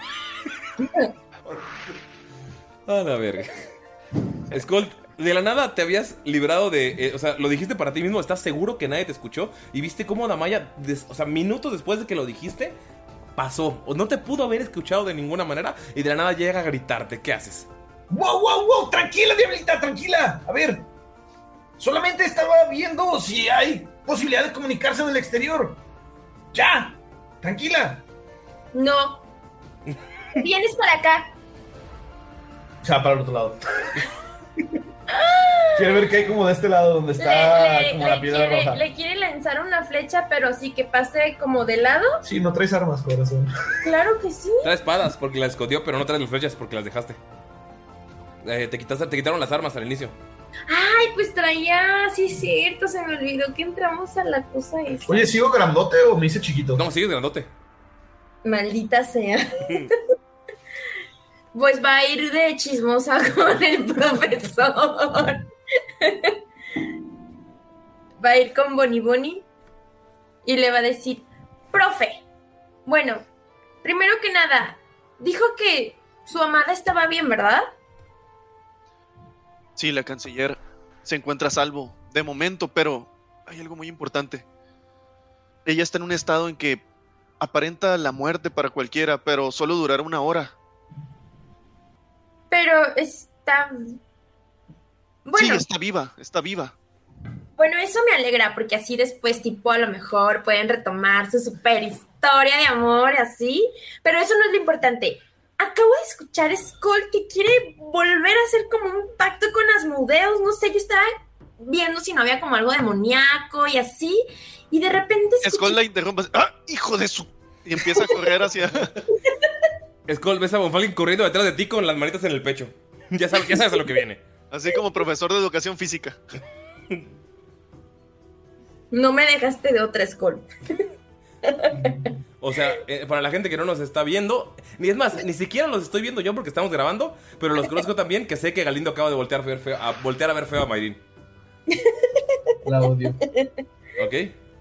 A la verga. Skold, de la nada te habías librado de... eh, o sea, lo dijiste para ti mismo, estás seguro que nadie te escuchó. Y viste cómo Damaya, des- o sea, minutos después de que lo dijiste, pasó. O no te pudo haber escuchado de ninguna manera y de la nada llega a gritarte. ¿Qué haces? ¡Wow, wow, wow! Tranquila, diablita, tranquila. A ver, solamente estaba viendo si hay posibilidad de comunicarse en el exterior. ¡Ya! Tranquila. No. Vienes para acá. O sea, para el otro lado. Quiero ver qué hay como de este lado donde está Le, le- como le la piedra quiere, roja. le quiere lanzar una flecha, pero sí que pase como de lado. Sí, no traes armas, corazón. Claro que sí. Traes espadas porque las escondió, pero no traes las flechas porque las dejaste. Eh, te, quitaste, te quitaron las armas al inicio. Ay, pues traía, sí es cierto, se me olvidó que entramos a la cosa esa. Oye, ¿sigo grandote o me hice chiquito? No, sigues grandote. Maldita sea. Pues va a ir de chismosa con el profesor. Va a ir con Bonnie Bonnie y le va a decir, profe, bueno, primero que nada, dijo que su amada estaba bien, ¿verdad? Sí, la canciller se encuentra a salvo, de momento, pero hay algo muy importante. Ella está en un estado en que aparenta la muerte para cualquiera, pero solo durará una hora. Pero está... Bueno, Sí, está viva, está viva. bueno, eso me alegra, porque así después, tipo, a lo mejor pueden retomar su super historia de amor y así. Pero eso no es lo importante. Acabo de escuchar a Skold que quiere volver a hacer como un pacto con Asmodeus. No sé, yo estaba viendo si no había como algo demoníaco y así. Y de repente escuché... Skull la interrumpe. ¡Ah, hijo de su! Y empieza a correr hacia... Skull, ves a Von Falken corriendo detrás de ti con las manitas en el pecho. Ya sabes, ya sabes a lo que viene. Así como profesor de educación física. No me dejaste de otra, Skold. O sea, eh, para la gente que no nos está viendo, ni es más, ni siquiera los estoy viendo yo porque estamos grabando, pero los conozco también, que sé que Galindo acaba de voltear a ver feo a, voltear a, ver feo a Mayrin. La odio. ¿Ok?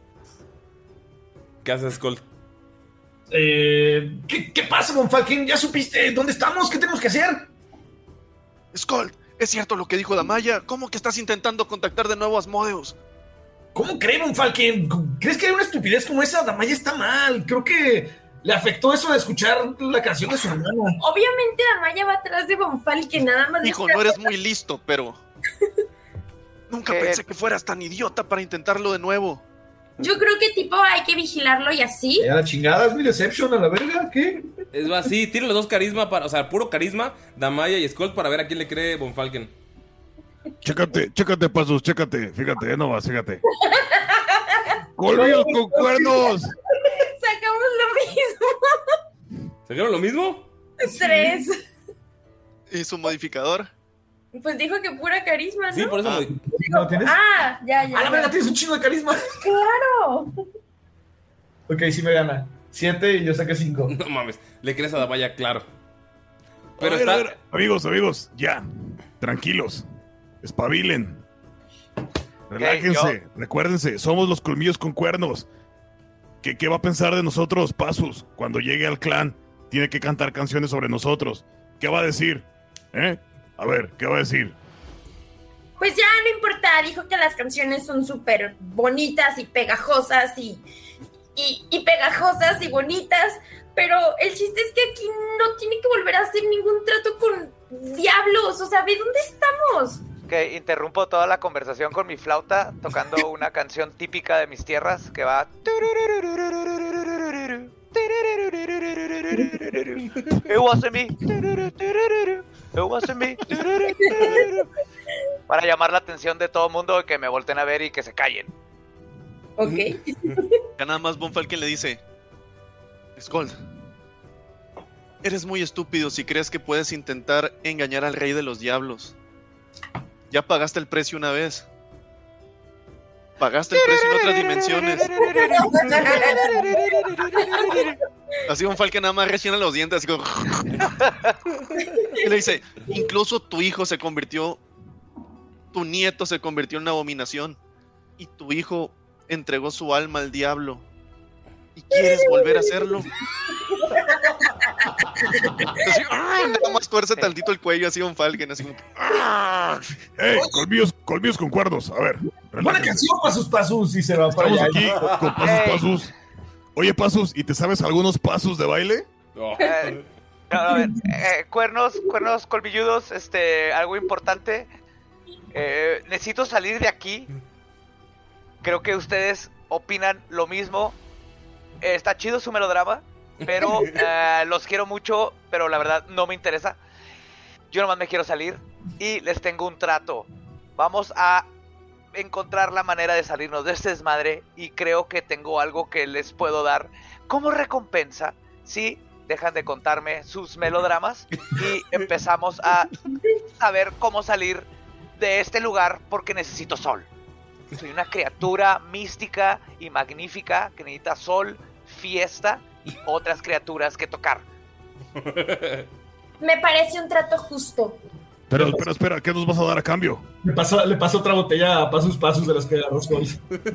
¿Qué haces, Skull? Eh, ¿qué, ¿Qué pasa, Von Falken? ¿Ya supiste dónde estamos? ¿Qué tenemos que hacer? Skull, ¿es cierto lo que dijo Damaya? ¿Cómo que estás intentando contactar de nuevo a Asmodeus? ¿Cómo cree, Von Falken? ¿Crees que hay una estupidez como esa? Damaya está mal. Creo que le afectó eso de escuchar la canción de su hermana. Obviamente Damaya va atrás de Von Falken, nada más. Hijo, no eres muy listo, pero... Nunca pensé que fueras tan idiota para intentarlo de nuevo. Yo creo que tipo hay que vigilarlo y así. Ya la chingada, es mi deception a la verga, ¿qué? Es más, sí, tienen los dos carisma, para, o sea, puro carisma, Damaya y Skull para ver a quién le cree Von Falken. Chécate, chécate, Pasus, chécate. Fíjate, ya no vas, fíjate. ¡Colmillos con cuernos! Sacamos lo mismo. ¿Sacaron lo mismo? Tres. ¿Y su modificador? Pues dijo que pura carisma, ¿no? Sí, por eso. Ah. Mod- ¿No tienes? Ah, ya, ya. ¡A la ya. verga, tienes un chingo de carisma! ¡Claro! Ok, sí me gana. Siete y yo saqué cinco. No mames, le crees a Damaya, claro. Pero A ver, está... a ver, amigos, amigos, ya. Tranquilos. Espabilen. Relájense. yo- Recuérdense, somos los colmillos con cuernos. ¿Qué, ¿Qué va a pensar de nosotros, Pasus? Cuando llegue al clan, tiene que cantar canciones sobre nosotros. ¿Qué va a decir? ¿Eh? A ver, ¿qué va a decir? Pues ya no importa, dijo que las canciones son súper bonitas y pegajosas y, y, y pegajosas y bonitas, pero el chiste es que aquí no tiene que volver a hacer ningún trato con diablos, o sea, ¿de dónde estamos? Que interrumpo toda la conversación con mi flauta tocando una canción típica de mis tierras que va. It wasn't me. It wasn't me. Para llamar la atención de todo el mundo y que me volteen a ver y que se callen. Ok. Ya nada más Von Falken le dice: Skold, eres muy estúpido si crees que puedes intentar engañar al rey de los diablos. Ya pagaste el precio una vez. Pagaste el precio en otras dimensiones. Así Von Falken nada más rechina los dientes así como... Y le dice: incluso tu hijo se convirtió, tu nieto se convirtió en una abominación, y tu hijo entregó su alma al diablo. ¿Y quieres volver a hacerlo? Así, nada más tuerce tantito el cuello así Von Falken, así como... ¡Ey! Colmillos, colmillos con cuernos. A ver. Buena canción, Pasus Pasus, y se va para Estamos allá. aquí con, con Pasus Ey. Pasus. Oye, Pasus, ¿y te sabes algunos pasos de baile? Oh. Eh, no, a ver, eh, cuernos, cuernos colmilludos, este, algo importante. Eh, necesito salir de aquí. Creo que ustedes opinan lo mismo. Eh, está chido su melodrama, pero eh, los quiero mucho, pero la verdad no me interesa. Yo nomás me quiero salir y les tengo un trato. Vamos a encontrar la manera de salirnos de este desmadre y creo que tengo algo que les puedo dar como recompensa si dejan de contarme sus melodramas y empezamos a saber cómo salir de este lugar porque necesito sol. Soy una criatura mística y magnífica que necesita sol, fiesta y otras criaturas que tocar. Me parece un trato justo. Pero, pero espera, ¿qué nos vas a dar a cambio? Le pasó, le pasó otra botella a Pasus Pasus de las que agarró Skold.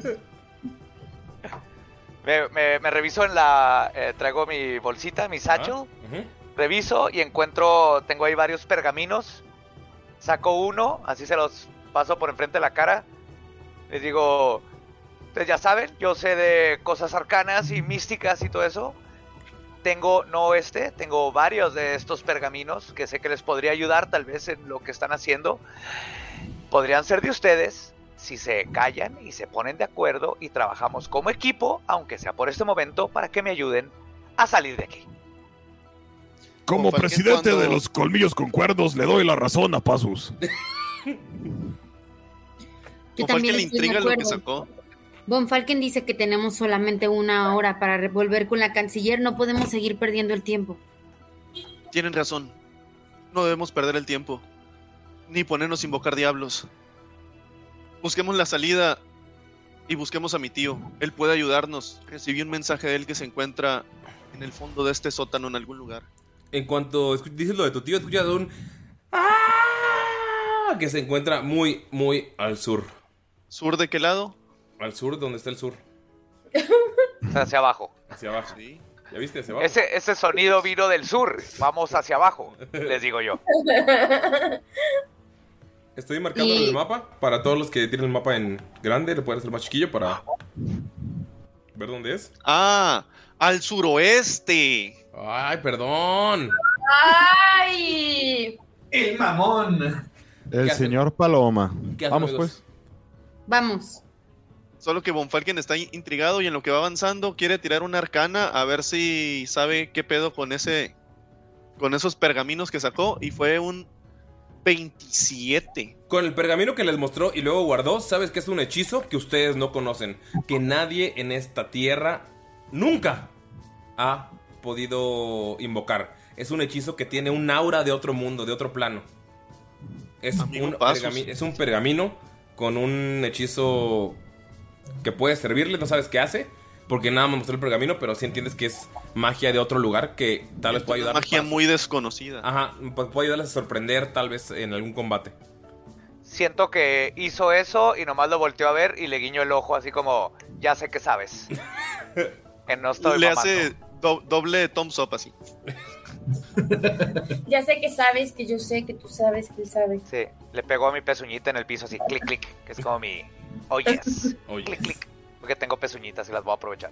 Me, me, me reviso en la... Eh, traigo mi bolsita, mi satchel. Ah, ujú. Reviso y encuentro... Tengo ahí varios pergaminos. Saco uno, así se los paso por enfrente de la cara. Les digo... Ustedes ya saben, yo sé de cosas arcanas y místicas y todo eso. Tengo, no este, tengo varios de estos pergaminos que sé que les podría ayudar tal vez en lo que están haciendo. Podrían ser de ustedes si se callan y se ponen de acuerdo y trabajamos como equipo, aunque sea por este momento, para que me ayuden a salir de aquí. Como Von Falken, presidente cuando- de los colmillos con cuernos, le doy la razón a Pasus. Yo Von también Falken le estoy de intriga lo que acuerdo. sacó. Von Falken dice que tenemos solamente una hora para volver con la canciller. No podemos seguir perdiendo el tiempo. Tienen razón. No debemos perder el tiempo. Ni ponernos a invocar diablos. Busquemos la salida y busquemos a mi tío. Él puede ayudarnos. Recibí un mensaje de él que se encuentra en el fondo de este sótano en algún lugar. En cuanto escu- dices lo de tu tío, escuchas un... ¡Ah! Que se encuentra muy, muy al sur. ¿Sur de qué lado? Al sur, donde está el sur. Hacia abajo. Hacia abajo. Sí. ¿Ya viste? Hacia abajo. Ese, ese sonido vino del sur. Vamos hacia abajo, les digo yo. Estoy marcando Y- el mapa. Para todos los que tienen el mapa en grande, le pueden hacer más chiquillo para ver dónde es. Ah, al suroeste. Ay, perdón. ¡Ay! El mamón. El ¿Qué hace? señor Paloma. ¿Qué hacen, Vamos, amigos? pues. Vamos. Solo que Von Falken está in- intrigado y en lo que va avanzando quiere tirar una arcana a ver si sabe qué pedo con ese, con esos pergaminos que sacó, y fue un veintisiete. Con el pergamino que les mostró y luego guardó, sabes que es un hechizo que ustedes no conocen. Que nadie en esta tierra nunca ha podido invocar. Es un hechizo que tiene un aura de otro mundo, de otro plano. Es, Amigo un, Pasus. pergami- es un pergamino con un hechizo que puede servirle, no sabes qué hace, porque nada me mostró el pergamino, pero sí entiendes que es magia de otro lugar que tal vez pueda ayudar. Magia muy desconocida. Ajá, pu- puede ayudarles a sorprender tal vez en algún combate. Siento que hizo eso y nomás lo volteó a ver y le guiñó el ojo así como, ya sé que sabes. Que no estoy Le mamando. hace do- doble thumbs up así. Ya sé que sabes, que yo sé, que tú sabes, que él sabe. Sí, le pegó a mi pezuñita en el piso así, clic, clic, que es como mi, oh yes, Oh, yes. clic, clic, porque tengo pezuñitas y las voy a aprovechar.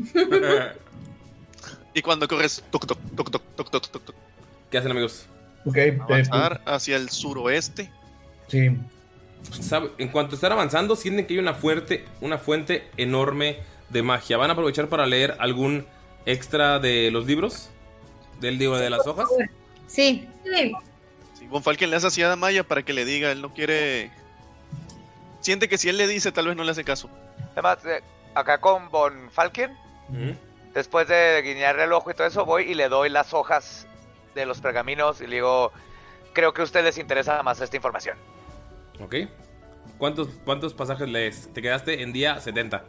Y cuando corres, toc, toc, toc, toc, toc, toc, toc, toc. ¿Qué hacen, amigos? Ok, eh, Avanzar hacia el suroeste. sí. Sabe- En cuanto están avanzando, sienten que hay una fuerte, una fuente enorme de magia. ¿Van a aprovechar para leer algún extra de los libros? ¿Del libro de las hojas? Sí. Sí. Sí, Von Falken le hace así a Damaya para que le diga, él no quiere... Siente que si él le dice, tal vez no le hace caso. Además, eh, acá con Von Falken, Ujú. después de guiñarle el ojo y todo eso, voy y le doy las hojas de los pergaminos y le digo, creo que a ustedes les interesa más esta información. Ok. ¿Cuántos, ¿Cuántos pasajes lees? Te quedaste en día setenta.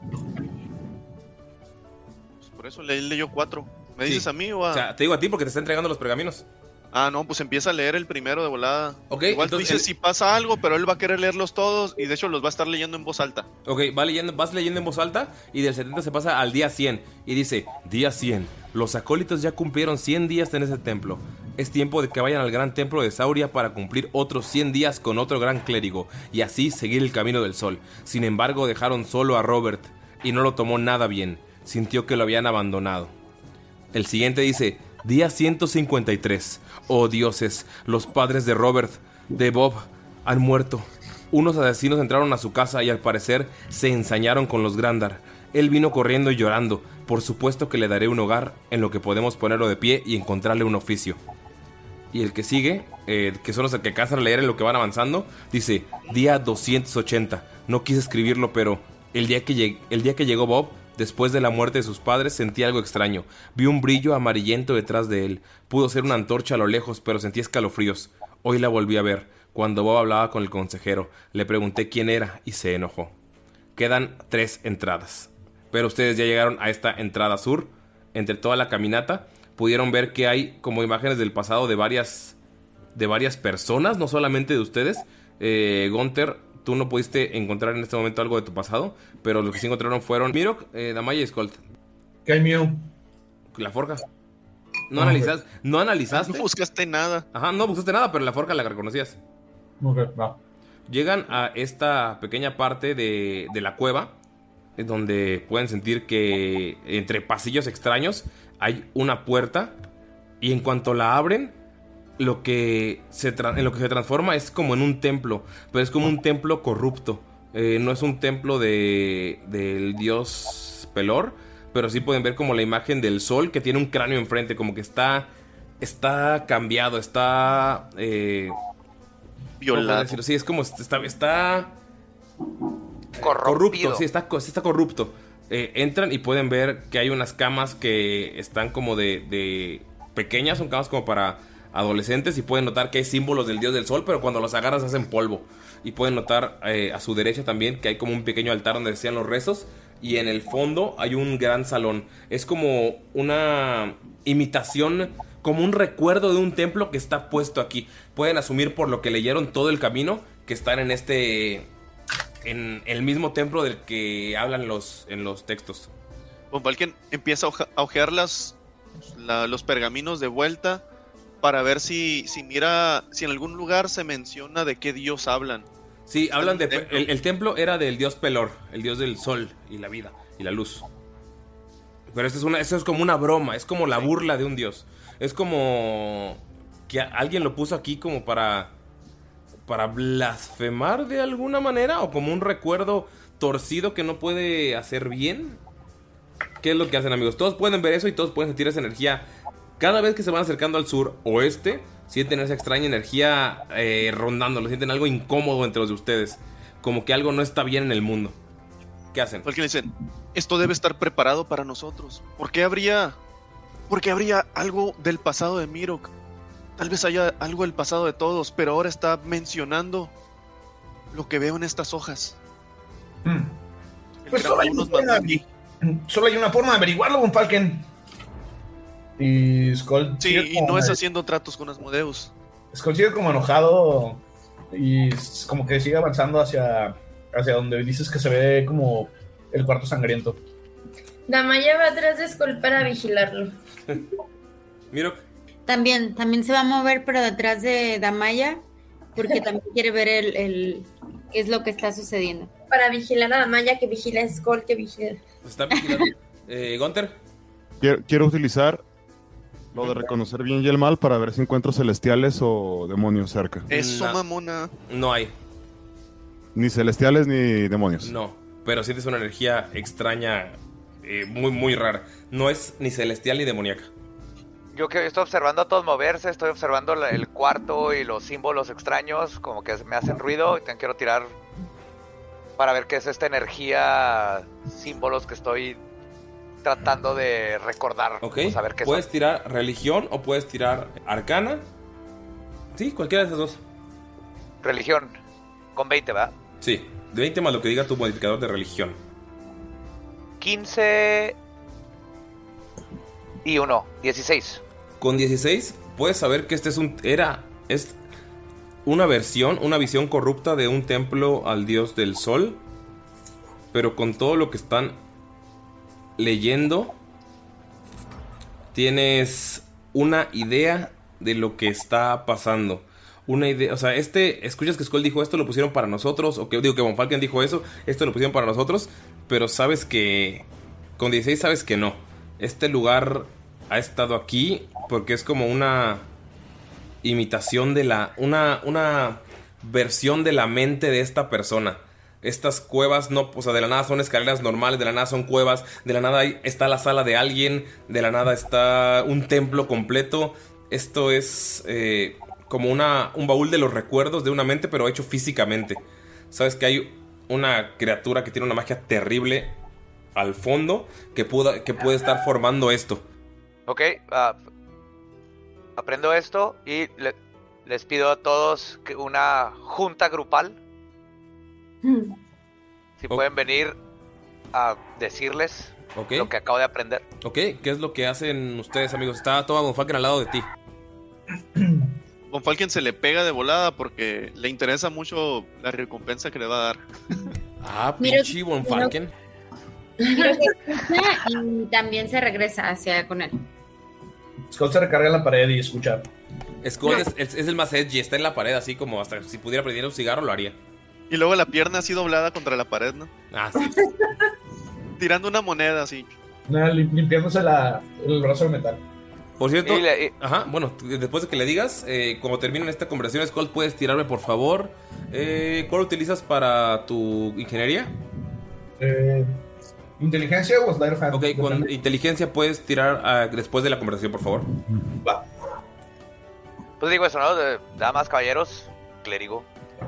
Pues por eso le leyó cuatro. ¿Me Sí. dices a mí o a...? O sea, te digo a ti porque te está entregando los pergaminos. Ah, no, pues empieza a leer el primero de volada. Ok, Igual tú entonces dices el- si pasa algo, pero él va a querer leerlos todos y de hecho los va a estar leyendo en voz alta. Ok, va leyendo, vas leyendo en voz alta y del setenta se pasa al día cien. Y dice, día cien, los acólitos ya cumplieron cien días en ese templo. Es tiempo de que vayan al gran templo de Sauria para cumplir otros cien días con otro gran clérigo y así seguir el camino del sol. Sin embargo, dejaron solo a Robert y no lo tomó nada bien. Sintió que lo habían abandonado. El siguiente dice, día ciento cincuenta y tres. Oh dioses, los padres de Robert, de Bob, han muerto. Unos asesinos entraron a su casa y al parecer se ensañaron con los Grandar. Él vino corriendo y llorando. Por supuesto que le daré un hogar en lo que podemos ponerlo de pie y encontrarle un oficio. Y el que sigue, eh, que son los que alcanzan a leer en lo que van avanzando, dice, día doscientos ochenta. No quise escribirlo, pero el día que, lleg- el día que llegó Bob, después de la muerte de sus padres, sentí algo extraño. Vi un brillo amarillento detrás de él. Pudo ser una antorcha a lo lejos, pero sentí escalofríos. Hoy la volví a ver, cuando Bob hablaba con el consejero. Le pregunté quién era y se enojó. Quedan tres entradas. Pero ustedes ya llegaron a esta entrada sur. Entre toda la caminata pudieron ver que hay como imágenes del pasado de varias de varias personas, no solamente de ustedes. eh, Gunther, tú no pudiste encontrar en este momento algo de tu pasado, pero lo que sí encontraron fueron Mirok, eh, Damaya y Skolt. ¿Qué hay mío? La forja. No Ah, analizas, no analizaste. No buscaste nada. Ajá, no buscaste nada, pero la forja la reconocías. Ok, va. Llegan a esta pequeña parte de, de la cueva, en donde pueden sentir que entre pasillos extraños hay una puerta, y en cuanto la abren, lo que se tra- en lo que se transforma es como en un templo, pero es como un templo corrupto. Eh, no es un templo de del dios Pelor, pero sí pueden ver como la imagen del sol que tiene un cráneo enfrente, como que está está cambiado, está eh, ¿cómo puedo decirlo? Sí, es como está está corrupto, sí, está, co- sí está corrupto. Eh, entran y pueden ver que hay unas camas que están como de, de pequeñas, son camas como para adolescentes, y pueden notar que hay símbolos del dios del sol, pero cuando los agarras se hacen polvo. Y pueden notar eh, a su derecha también que hay como un pequeño altar donde decían los rezos, y en el fondo hay un gran salón. Es como una imitación, como un recuerdo de un templo que está puesto aquí. Pueden asumir por lo que leyeron todo el camino que están en este, en el mismo templo del que hablan los, en los textos. Von Falken empieza a oja- a ojear las, la- los pergaminos de vuelta para ver si, si mira, si en algún lugar se menciona de qué dios hablan. Sí, hablan de... el templo. El, el templo era del dios Pelor, el dios del sol y la vida y la luz. Pero esto es, una, esto es como una broma, es como la burla de un dios. Es como que a- alguien lo puso aquí como para... para blasfemar de alguna manera, o como un recuerdo torcido que no puede hacer bien. ¿Qué es lo que hacen, amigos? Todos pueden ver eso y todos pueden sentir esa energía. Cada vez que se van acercando al sur oeste, sienten esa extraña energía eh, rondándolo, sienten algo incómodo entre los de ustedes, como que algo no está bien en el mundo. ¿Qué hacen? Falken le dicen, esto debe estar preparado para nosotros. ¿Por qué habría, por qué habría algo del pasado de Mirok? Tal vez haya algo del pasado de todos, pero ahora está mencionando lo que veo en estas hojas. Hmm. Pues solo hay, una, solo hay una forma de averiguarlo, Von Falken. Y Skull. Sí, y no es haciendo tratos con Asmodeus. Skull sigue como enojado y como que sigue avanzando hacia, hacia donde dices que se ve como el cuarto sangriento. Damaya va atrás de Skull para vigilarlo. Miro. También, también se va a mover, pero detrás de Damaya, porque también quiere ver el, el qué es lo que está sucediendo. Para vigilar a Damaya, que vigila a Skull, que vigila. Está vigilando. eh, Gunther. Quiero, quiero utilizar lo de reconocer bien y el mal para ver si encuentro celestiales o demonios cerca. Eso, No. mamona. No hay. Ni celestiales ni demonios. No, pero sientes una energía extraña, eh, muy, muy rara. No es ni celestial ni demoníaca. Yo que estoy observando a todos moverse, estoy observando la- el cuarto y los símbolos extraños, como que me hacen ruido y te quiero tirar para ver qué es esta energía, símbolos que estoy tratando de recordar. Ok, Vamos a ver qué puedes son. tirar religión o puedes tirar arcana. Sí, cualquiera de esas dos. Religión, con veinte, ¿verdad? Sí, de veinte más lo que diga tu modificador de religión. quince y uno, dieciséis. Con dieciséis puedes saber que este es un era es una versión, una visión corrupta de un templo al dios del sol, pero con todo lo que están leyendo tienes una idea de lo que está pasando. Una idea, o sea, este, escuchas que Skull dijo esto, lo pusieron para nosotros, o que digo que Von Falken dijo eso, esto lo pusieron para nosotros, pero sabes que con dieciséis sabes que no. Este lugar ha estado aquí porque es como una imitación de la, una, una versión de la mente de esta persona. Estas cuevas no, o sea, de la nada son escaleras normales, de la nada son cuevas, de la nada hay- está la sala de alguien, de la nada está un templo completo. Esto es eh, como una, un baúl de los recuerdos de una mente, pero hecho físicamente. Sabes que hay una criatura que tiene una magia terrible al fondo que, pueda, que puede estar formando esto. Ok, ah, aprendo esto y le- les pido a todos que una junta grupal. Si pueden venir a decirles Ok. lo que acabo de aprender. Ok, ¿qué es lo que hacen ustedes, amigos? Está todo Von Falken al lado de ti. Von Falken se le pega de volada porque le interesa mucho la recompensa que le va a dar. Ah, Mira, pinche Von mira. Falken. Miro que escucha y también se regresa hacia con él. Skull se recarga en la pared y escucha. Skull es, es- es el más edgy, está en la pared así como hasta si pudiera prender un cigarro lo haría. Y luego la pierna así doblada contra la pared, ¿no? Ah, sí. Tirando una moneda así. Nada, lim- limpiándose la, el brazo de metal. Por cierto, Y le- y- ajá, bueno, t- después de que le digas, eh, como terminen esta conversación, Skull, puedes tirarme por favor. Eh, ¿Cuál utilizas para tu ingeniería? Eh, ¿Inteligencia o Sleight of Hand? Ok, con Depende. inteligencia puedes tirar ah, después de la conversación, por favor. Va. Pues digo eso, ¿no? De- damas, caballeros, clérigo.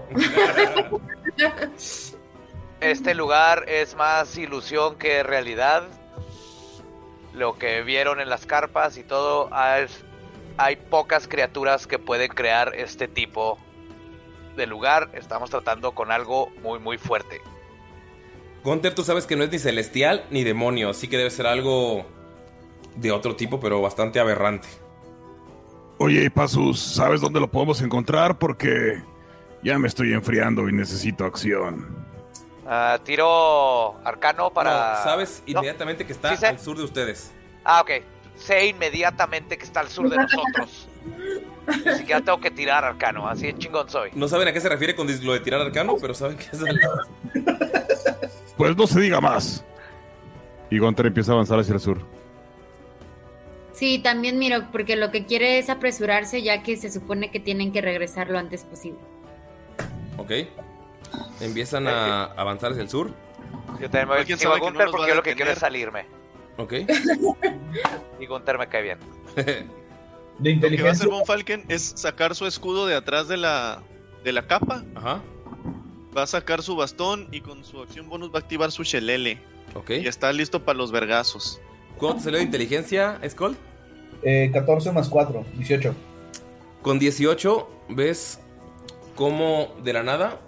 Este lugar es más ilusión que realidad. Lo que vieron en las carpas y todo, es- hay pocas criaturas que pueden crear este tipo de lugar. Estamos tratando con algo muy muy fuerte. Gunther, tú sabes que no es ni celestial ni demonio, así que debe ser algo de otro tipo, pero bastante aberrante. Oye, Pasus, ¿sabes dónde lo podemos encontrar? Porque ya me estoy enfriando y necesito acción. Ah, tiro arcano para... No, sabes No. inmediatamente que está Sí sé. al sur de ustedes. Ah, ok. Sé inmediatamente que está al sur de nosotros. Ni siquiera tengo que tirar arcano, así de chingón soy. No saben a qué se refiere con dis- lo de tirar arcano, pero saben que es el... Pues no se diga más. Y Gunther empieza a avanzar hacia el sur. Sí, también miro, porque lo que quiere es apresurarse, ya que se supone que tienen que regresar lo antes posible. Ok. Empiezan a avanzar hacia el sur. Yo también me voy ¿Alguien sigo a sabe que no Gunther nos va porque a yo lo que quiero detener? es salirme. Ok. Y Gunther me cae bien. De Lo que va a inteligencia. hacer Von Falken es sacar su escudo de atrás de la, de la capa. Ajá. Va a sacar su bastón y con su acción bonus va a activar su shelele. Ok. Y está listo para los vergazos. ¿Cuánto te salió de inteligencia, Skull? Eh, catorce más cuatro, dieciocho. Con dieciocho ves cómo de la nada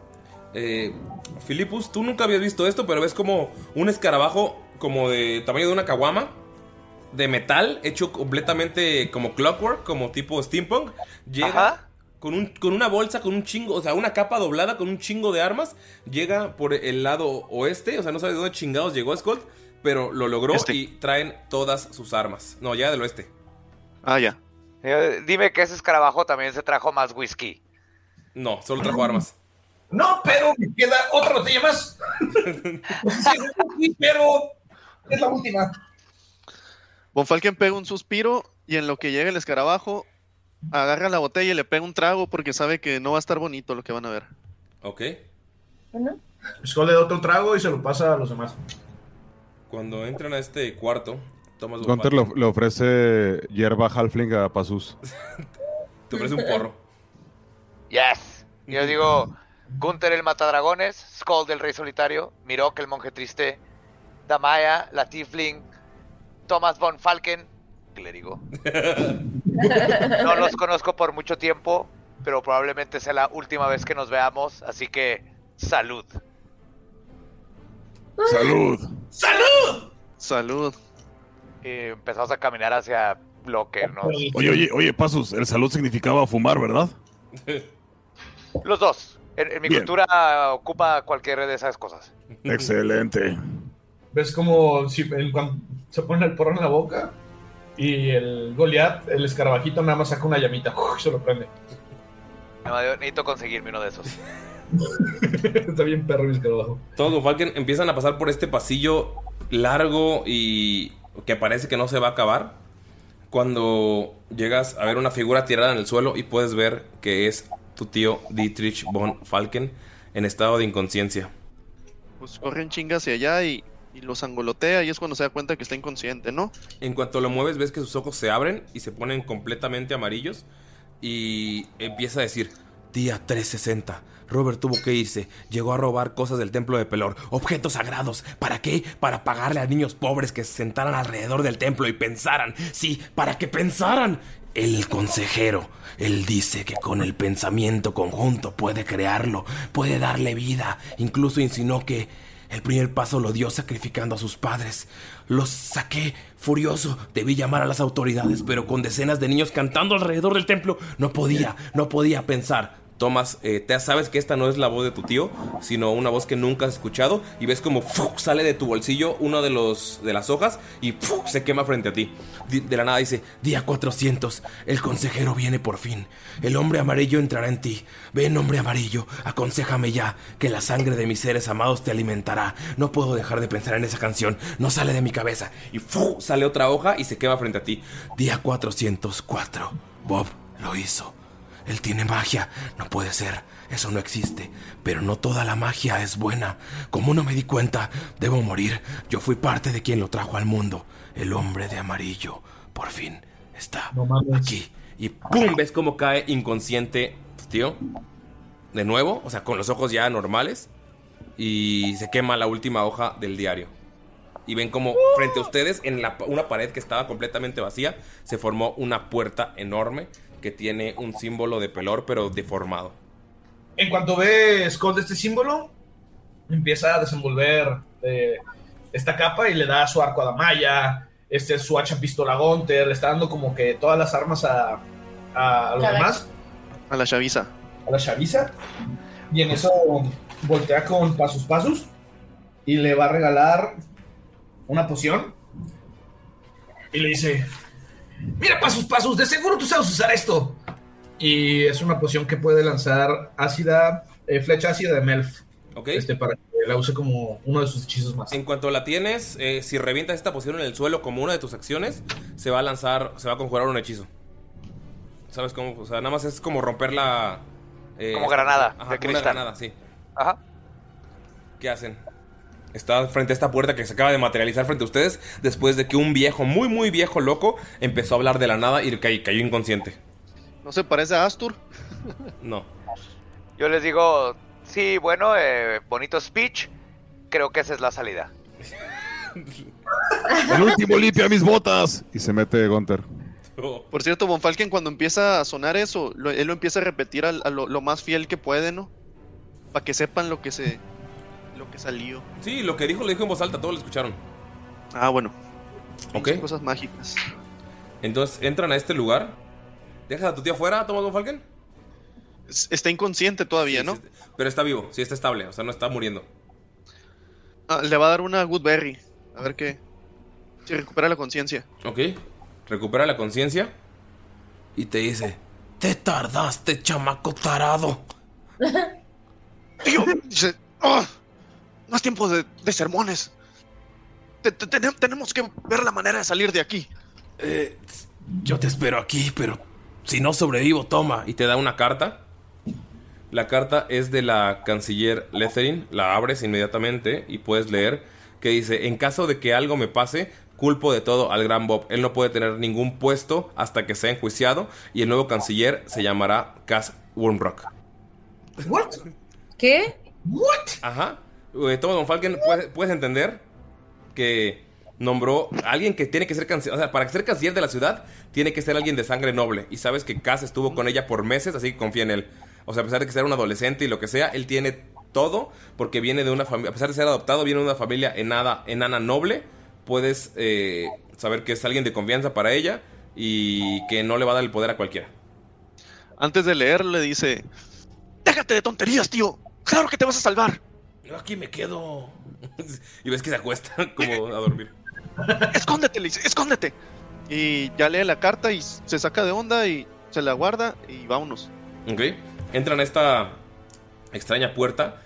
Eh, Filipus, tú nunca habías visto esto, pero ves como un escarabajo como de tamaño de una caguama, de metal, hecho completamente como clockwork, como tipo steampunk. Llega Ajá. Con, un, con una bolsa, con un chingo, o sea, una capa doblada con un chingo de armas. Llega por el lado oeste, o sea, no sabes de dónde chingados llegó Skull, pero lo logró este. Y traen todas sus armas. No, ya del oeste. Ah, ya. Eh, dime que ese escarabajo también se trajo más whisky. No, solo trajo armas. No, pero me queda otra botella más. Sí, pero es la última. Von Falken pega un suspiro y en lo que llega el escarabajo, agarra la botella y le pega un trago porque sabe que no va a estar bonito lo que van a ver. Ok. Bueno. Skull le da otro trago y se lo pasa a los demás. Cuando entran a este cuarto, Thomas Gunter le, le ofrece hierba halfling a Pazus. Te ofrece un porro. Yes. Yo digo, Gunter el matadragones, Skull del rey solitario, Mirok el monje triste, Damaya, la tiefling, Thomas Von Falken, clérigo. No los conozco por mucho tiempo, pero probablemente sea la última vez que nos veamos, así que salud. Salud. ¡Salud! Salud. Y empezamos a caminar hacia lo que nos... Oye, oye, oye, Pazus, el salud significaba fumar, ¿verdad? Los dos. En, en mi Bien. cultura ocupa cualquiera de esas cosas. Excelente. ¿Ves como si el, cuando se pone el porro en la boca y el Goliath, el escarabajito, nada más saca una llamita, ¡uf! Se lo prende? No, yo necesito conseguirme uno de esos. Está bien perro mi escarabajo. Todos los Falken empiezan a pasar por este pasillo largo y que parece que no se va a acabar. Cuando llegas a ver una figura tirada en el suelo y puedes ver que es tu tío Dietrich von Falken en estado de inconsciencia. Pues corre en chinga hacia allá y, y los angolotea y es cuando se da cuenta que está inconsciente, ¿no? En cuanto lo mueves ves que sus ojos se abren y se ponen completamente amarillos y empieza a decir: Día trescientos sesenta. Robert tuvo que irse. Llegó a robar cosas del templo de Pelor. Objetos sagrados. ¿Para qué? Para pagarle a niños pobres que se sentaran alrededor del templo y pensaran. Sí, para que pensaran. El consejero. Él dice que con el pensamiento conjunto puede crearlo. Puede darle vida. Incluso insinuó que el primer paso lo dio sacrificando a sus padres. Los saqué furioso. Debí llamar a las autoridades, pero con decenas de niños cantando alrededor del templo, no podía, no podía pensar. Thomas, eh, te sabes que esta no es la voz de tu tío, sino una voz que nunca has escuchado. Y ves como ¡fuf! Sale de tu bolsillo uno de los de las hojas y ¡fuf! Se quema frente a ti. De, de la nada dice: Día cuatrocientos, el consejero viene por fin. El hombre amarillo entrará en ti. Ven, hombre amarillo, aconséjame ya, que la sangre de mis seres amados te alimentará. No puedo dejar de pensar en esa canción, no sale de mi cabeza. Y ¡fuf! Sale otra hoja y se quema frente a ti. Día cuatrocientos cuatro, Bob lo hizo. Él tiene magia, no puede ser, eso no existe. Pero no toda la magia es buena. Como no me di cuenta, debo morir. Yo fui parte de quien lo trajo al mundo. El hombre de amarillo, por fin, está no aquí. Y ¡pum! ¿Ves cómo cae inconsciente, tío? De nuevo, o sea, con los ojos ya normales. Y se quema la última hoja del diario. Y ven como frente a ustedes, en la, una pared que estaba completamente vacía, se formó una puerta enorme que tiene un símbolo de Pelor, pero deformado. En cuanto ve Skull de este símbolo, empieza a desenvolver eh, esta capa y le da su arco a Damaya, este, su hacha pistola a Gunter, le está dando como que todas las armas a, a, a los demás. A la chaviza. A la chaviza. Y en eso voltea con Pasus Pasus y le va a regalar una poción. Y le dice: Mira, Pasus Pasus, de seguro tú sabes usar esto. Y es una poción que puede lanzar ácida, eh, flecha ácida de Melf. Ok. Este, para que la use como uno de sus hechizos más. En cuanto la tienes, eh, si revientas esta poción en el suelo como una de tus acciones, se va a lanzar, se va a conjurar un hechizo. ¿Sabes cómo? O sea, nada más es como romper la... Eh, como granada, ajá, de cristal. Una granada, sí. Ajá. ¿Qué hacen? Está frente a esta puerta que se acaba de materializar frente a ustedes después de que un viejo, muy muy viejo loco, empezó a hablar de la nada y cayó, cayó inconsciente. ¿No se parece a Astur? No. Yo les digo, sí, bueno, eh, bonito speech, creo que esa es la salida. El último limpia mis botas. Y se mete Gunter. Por cierto, Von Falken, cuando empieza a sonar eso, lo, él lo empieza a repetir a, a lo, lo más fiel que puede, ¿no? para que sepan lo que se, lo que salió. Sí, lo que dijo lo dijo en voz alta, todos lo escucharon. Ah, bueno. Ok. Cosas mágicas. Entonces entran a este lugar. ¿Dejas a tu tío afuera, Thomas Von Falken? Está inconsciente todavía, sí, ¿no? Sí, pero está vivo, sí está estable, o sea, no está muriendo. Ah, le va a dar una Goodberry. A ver qué. Si recupera la conciencia. Ok. Recupera la conciencia. Y te dice: te tardaste, chamaco tarado. Tío, dice: oh, no es tiempo de, de sermones. Te, te, te, tenemos que ver la manera de salir de aquí. Eh, yo te espero aquí, pero si no sobrevivo, toma. Y te da una carta. La carta es de la canciller Letherin. La abres inmediatamente y puedes leer que dice: en caso de que algo me pase, culpo de todo al gran Bob. Él no puede tener ningún puesto hasta que sea enjuiciado. Y el nuevo canciller se llamará Cass Wurmbrock. ¿What? ¿Qué? ¿What? Ajá. Eh, Thomas Von Falken, puedes, puedes entender que nombró a alguien que tiene que ser canciller. O sea, para ser canciller de la ciudad, tiene que ser alguien de sangre noble. Y sabes que Cass estuvo con ella por meses, así que confía en él. O sea, a pesar de que sea un adolescente y lo que sea, él tiene todo porque viene de una familia. A pesar de ser adoptado, viene de una familia enana, enana noble. Puedes eh, saber que es alguien de confianza para ella y que no le va a dar el poder a cualquiera. Antes de leer, le dice: déjate de tonterías, tío. Claro que te vas a salvar. Yo aquí me quedo. Y ves que se acuesta como a dormir. Escóndete, le dice, escóndete. Y ya lee la carta y se saca de onda y se la guarda y vámonos. Ok. Entran a esta extraña puerta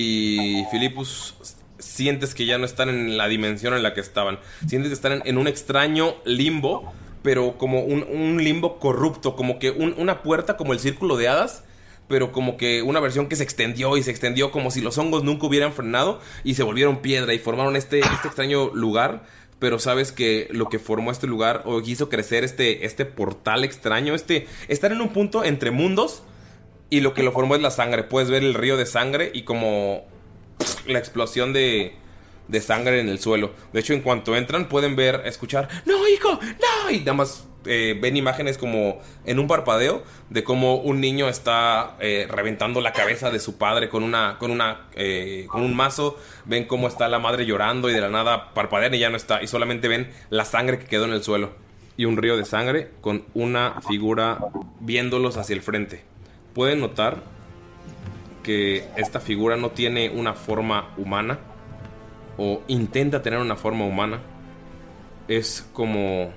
y Philippus, sientes que ya no están en la dimensión en la que estaban. Sientes que están en, en un extraño limbo, pero como un, un limbo corrupto, como que un, una puerta como el círculo de hadas, pero como que una versión que se extendió y se extendió como si los hongos nunca hubieran frenado y se volvieron piedra y formaron este, este extraño lugar. Pero sabes que lo que formó este lugar o hizo crecer este, este portal extraño, este estar en un punto entre mundos, y lo que lo formó es la sangre. Puedes ver el río de sangre y como la explosión de, de sangre en el suelo. De hecho, en cuanto entran pueden ver, escuchar ¡no, hijo! ¡No! Y nada más eh, ven imágenes como en un parpadeo de cómo un niño está eh, reventando la cabeza de su padre con una con una eh, con un mazo. Ven cómo está la madre llorando y de la nada parpadean y ya no está. Y solamente ven la sangre que quedó en el suelo. Y un río de sangre con una figura viéndolos hacia el frente. Pueden notar que esta figura no tiene una forma humana, o intenta tener una forma humana. Es como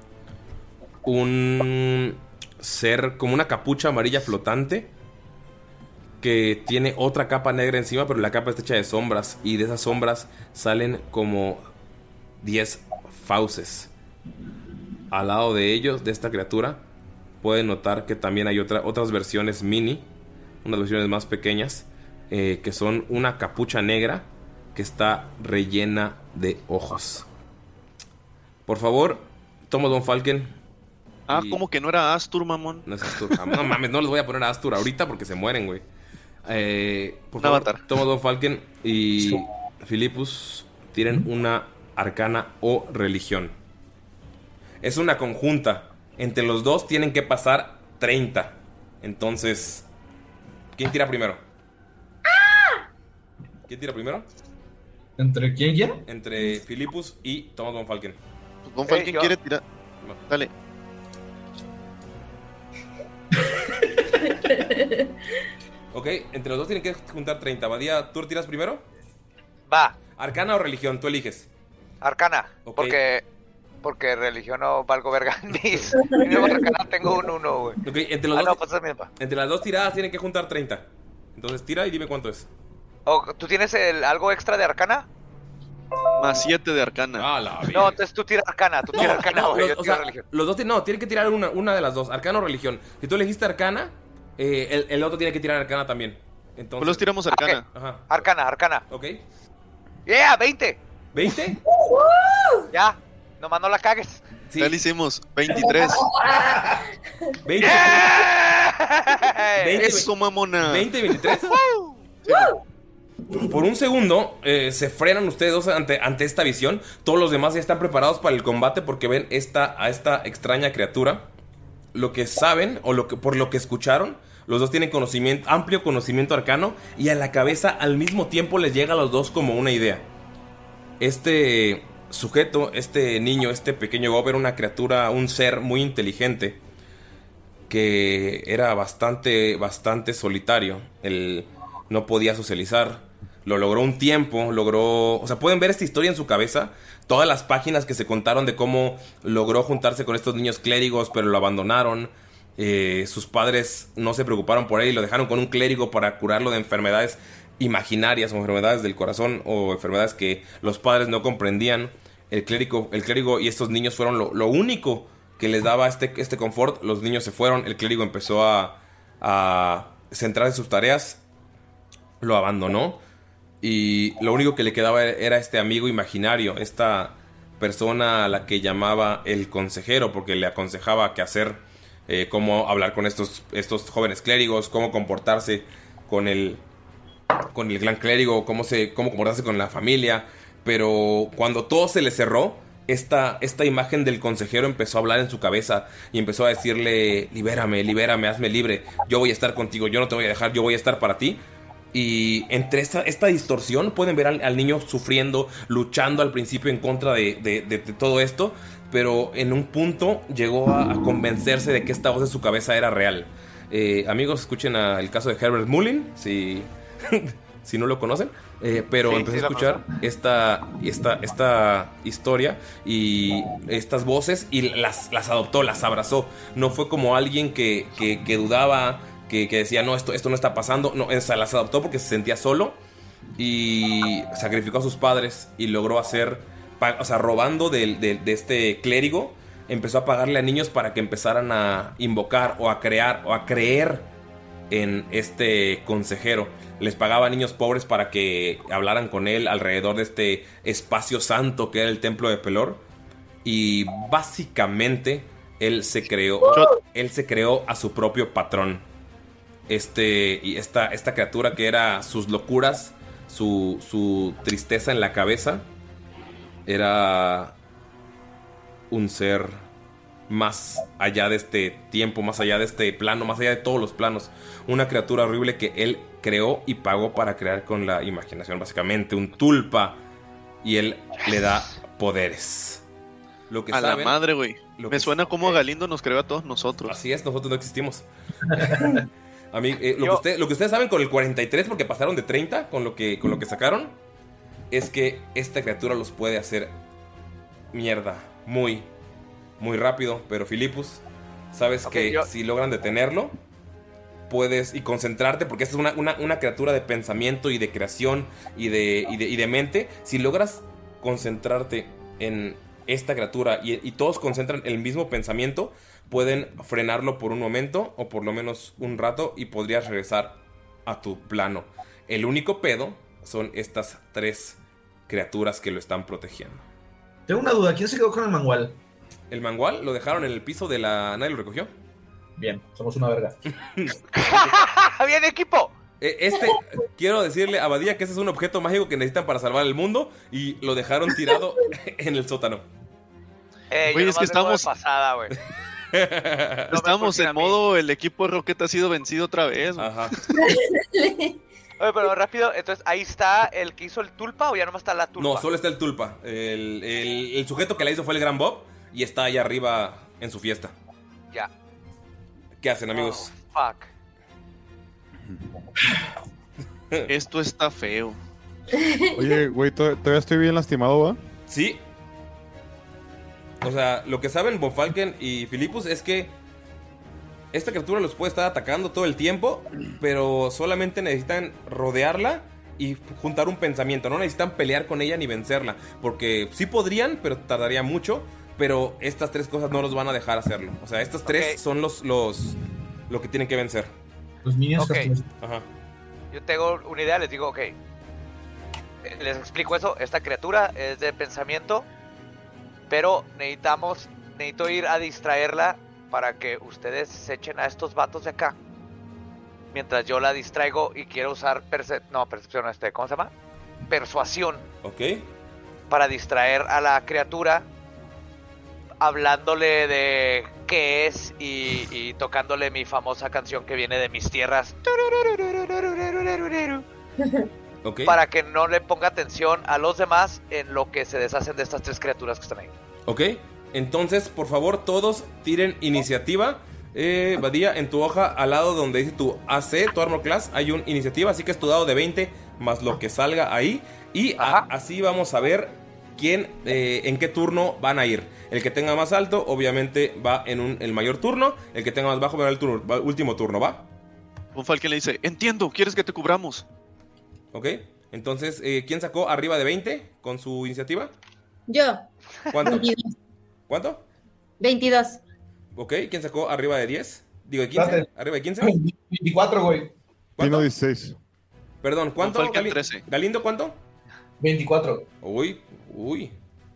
un ser, como una capucha amarilla flotante que tiene otra capa negra encima, pero la capa está hecha de sombras, y de esas sombras salen como diez fauces. Al lado de ellos, de esta criatura, pueden notar que también hay otra, otras versiones mini, unas versiones más pequeñas, eh, que son una capucha negra que está rellena de ojos. Por favor, Thomas Von Falken. Ah, y... ¿cómo que no era Astur, mamón? No es Astur. No mames, no les voy a poner a Astur ahorita porque se mueren, güey. Eh, por favor, Avatar. Thomas Von Falken y sí. Philippus tienen una arcana o religión. Es una conjunta. Entre los dos tienen que pasar treinta. Entonces, ¿quién tira primero? ¿Quién tira primero? ¿Entre quién ya? Entre Philippus y Thomas Von Falken. Von Falken hey, quiere tirar. No. Dale. Ok, entre los dos tienen que juntar treinta. Badía, ¿tú tiras primero? Va. ¿Arcana o religión? Tú eliges. Arcana. Okay. Porque porque religión no valgo verga. Mis nuevos arcana tengo un uno, güey. Ok, entre los ah, dos. No, pues, entre las dos tiradas tienen que juntar treinta. Entonces tira y dime cuánto es. Oh, ¿tú tienes el, algo extra de arcana? Más siete de arcana. Ah, la vida. No, entonces tú tiras arcana, tú tiras no, arcana, no, güey. Los, o sea, religión. Los dos, no, tienen que tirar una, una de las dos, arcana o religión. Si tú elegiste arcana, eh, el, el otro tiene que tirar arcana también. Entonces, pues los tiramos arcana. Okay. Ajá. Arcana, arcana. Ok. Yeah, veinte. ¿veinte? Ya, nomás no la cagues. Sí. Ya lo hicimos, veintitrés. veinte. Yeah. veinte. Eso, mamona. veinte y veintitrés. Sí. Por un segundo eh, se frenan ustedes dos ante, ante esta visión. Todos los demás ya están preparados para el combate porque ven esta, a esta extraña criatura. Lo que saben o lo que, por lo que escucharon Los dos tienen conocimiento, amplio conocimiento arcano, y a la cabeza al mismo tiempo les llega a los dos como una idea. Este sujeto, este niño, este pequeño Bob era una criatura, un ser muy inteligente, que era bastante, bastante solitario. Él no podía socializar. Lo logró un tiempo, logró... O sea, pueden ver esta historia en su cabeza. Todas las páginas que se contaron de cómo logró juntarse con estos niños clérigos, pero lo abandonaron. Eh, sus padres no se preocuparon por él y lo dejaron con un clérigo para curarlo de enfermedades imaginarias o enfermedades del corazón o enfermedades que los padres no comprendían. El clérigo, el clérigo y estos niños fueron lo, lo único que les daba este, este confort. Los niños se fueron, el clérigo empezó a, a centrarse en sus tareas, lo abandonó y lo único que le quedaba era este amigo imaginario, esta persona a la que llamaba el consejero, porque le aconsejaba qué hacer, eh, cómo hablar con estos, estos jóvenes clérigos, cómo comportarse con el, con el gran clérigo, cómo, se, cómo comportarse con la familia. Pero cuando todo se le cerró, esta, esta imagen del consejero empezó a hablar en su cabeza y empezó a decirle: libérame, libérame, hazme libre, yo voy a estar contigo, yo no te voy a dejar, yo voy a estar para ti. Y entre esta, esta distorsión pueden ver al, al niño sufriendo, luchando al principio en contra de, de, de, de todo esto, pero en un punto llegó a, a convencerse de que esta voz en su cabeza era real. Eh, amigos, escuchen a el caso de Herbert Mullin, si, si no lo conocen. Eh, pero sí, empecé sí, a escuchar esta, esta, esta historia y estas voces y las, las adoptó, las abrazó. No fue como alguien que, que, que dudaba, que, que decía, no, esto, esto no está pasando. No, o sea, las adoptó porque se sentía solo y sacrificó a sus padres y logró hacer, o sea, robando de, de, de este clérigo, empezó a pagarle a niños para que empezaran a invocar o a crear o a creer en este consejero. Les pagaba a niños pobres para que hablaran con él alrededor de este espacio santo que era el templo de Pelor. Y básicamente él se creó, él se creó a su propio patrón. Este y esta, esta criatura que era sus locuras, su, su tristeza en la cabeza, era un ser más allá de este tiempo, más allá de este plano, más allá de todos los planos. Una criatura horrible que él creó y pagó para crear con la imaginación, básicamente un tulpa, y él le da poderes. Lo que a saben, la madre, güey. Me que suena como Galindo nos creó a todos nosotros. Así es, nosotros no existimos. A mí, eh, lo, que usted, lo que ustedes saben con el cuarenta y tres, porque pasaron de treinta con lo que, con lo que sacaron, es que esta criatura los puede hacer mierda muy, muy rápido. Pero Filipus, sabes okay, que yo... si logran detenerlo, puedes y concentrarte, porque esta es una, una, una criatura de pensamiento y de creación y de, y de, y de mente. Si logras concentrarte en esta criatura y, y todos concentran el mismo pensamiento, pueden frenarlo por un momento o por lo menos un rato y podrías regresar a tu plano. El único pedo son estas tres criaturas que lo están protegiendo. Tengo una duda, ¿quién se quedó con el mangual? El mangual lo dejaron en el piso de la... ¿Nadie lo recogió? Bien, somos una verga. ¡Bien, equipo! Este, quiero decirle a Badía que ese es un objeto mágico que necesitan para salvar el mundo y lo dejaron tirado en el sótano. Eh, Güey, es que estamos... pasada, güey. No estamos en modo, el equipo Rocket ha sido vencido otra vez. Ajá. Oye, pero rápido, entonces ahí está el que hizo el tulpa o ya nomás está la tulpa. No, solo está el tulpa. El, el, el sujeto que la hizo fue el gran Bob y está allá arriba en su fiesta. Ya. ¿Qué hacen, amigos? Oh, fuck. Esto está feo. Oye, güey, ¿todavía estoy bien lastimado, va? Sí. O sea, lo que saben Von Falken y Filipus es que esta criatura los puede estar atacando todo el tiempo, pero solamente necesitan rodearla y juntar un pensamiento. No necesitan pelear con ella ni vencerla, porque sí podrían, pero tardaría mucho. Pero estas tres cosas no los van a dejar hacerlo. O sea, estas tres okay. son los, los lo que tienen que vencer. Los niños. Okay. Ajá. Yo tengo una idea, les digo, ok. Les explico eso. Esta criatura es de pensamiento, pero necesitamos, necesito ir a distraerla para que ustedes se echen a estos vatos de acá. Mientras yo la distraigo y quiero usar perce no, percepción, este, ¿cómo se llama? Persuasión. Ok. Para distraer a la criatura hablándole de qué es y, y tocándole mi famosa canción que viene de mis tierras. Okay. Para que no le ponga atención a los demás en lo que se deshacen de estas tres criaturas que están ahí. Ok, entonces por favor todos tiren iniciativa. eh, Badía, en tu hoja al lado donde dice tu A C, tu Armor Class, hay un iniciativa, así que es tu dado de veinte más lo que salga ahí. Y a, así vamos a ver quién, eh, en qué turno van a ir. El que tenga más alto obviamente va en un, el mayor turno. El que tenga más bajo va en el turno, va, último turno, ¿va? Von Falken le dice, entiendo, ¿quieres que te cubramos? Ok, entonces, eh, ¿quién sacó arriba de veinte con su iniciativa? Yo. ¿Cuánto? veintidós. ¿Cuánto? veintidós. Ok, ¿quién sacó arriba de diez? Digo, ¿de quince? Espérate. ¿Arriba de quince? veinticuatro, güey. Pino dieciséis. Perdón, ¿cuánto? Von Falken, Gali- trece. ¿Galindo cuánto? veinticuatro. Uy, uy.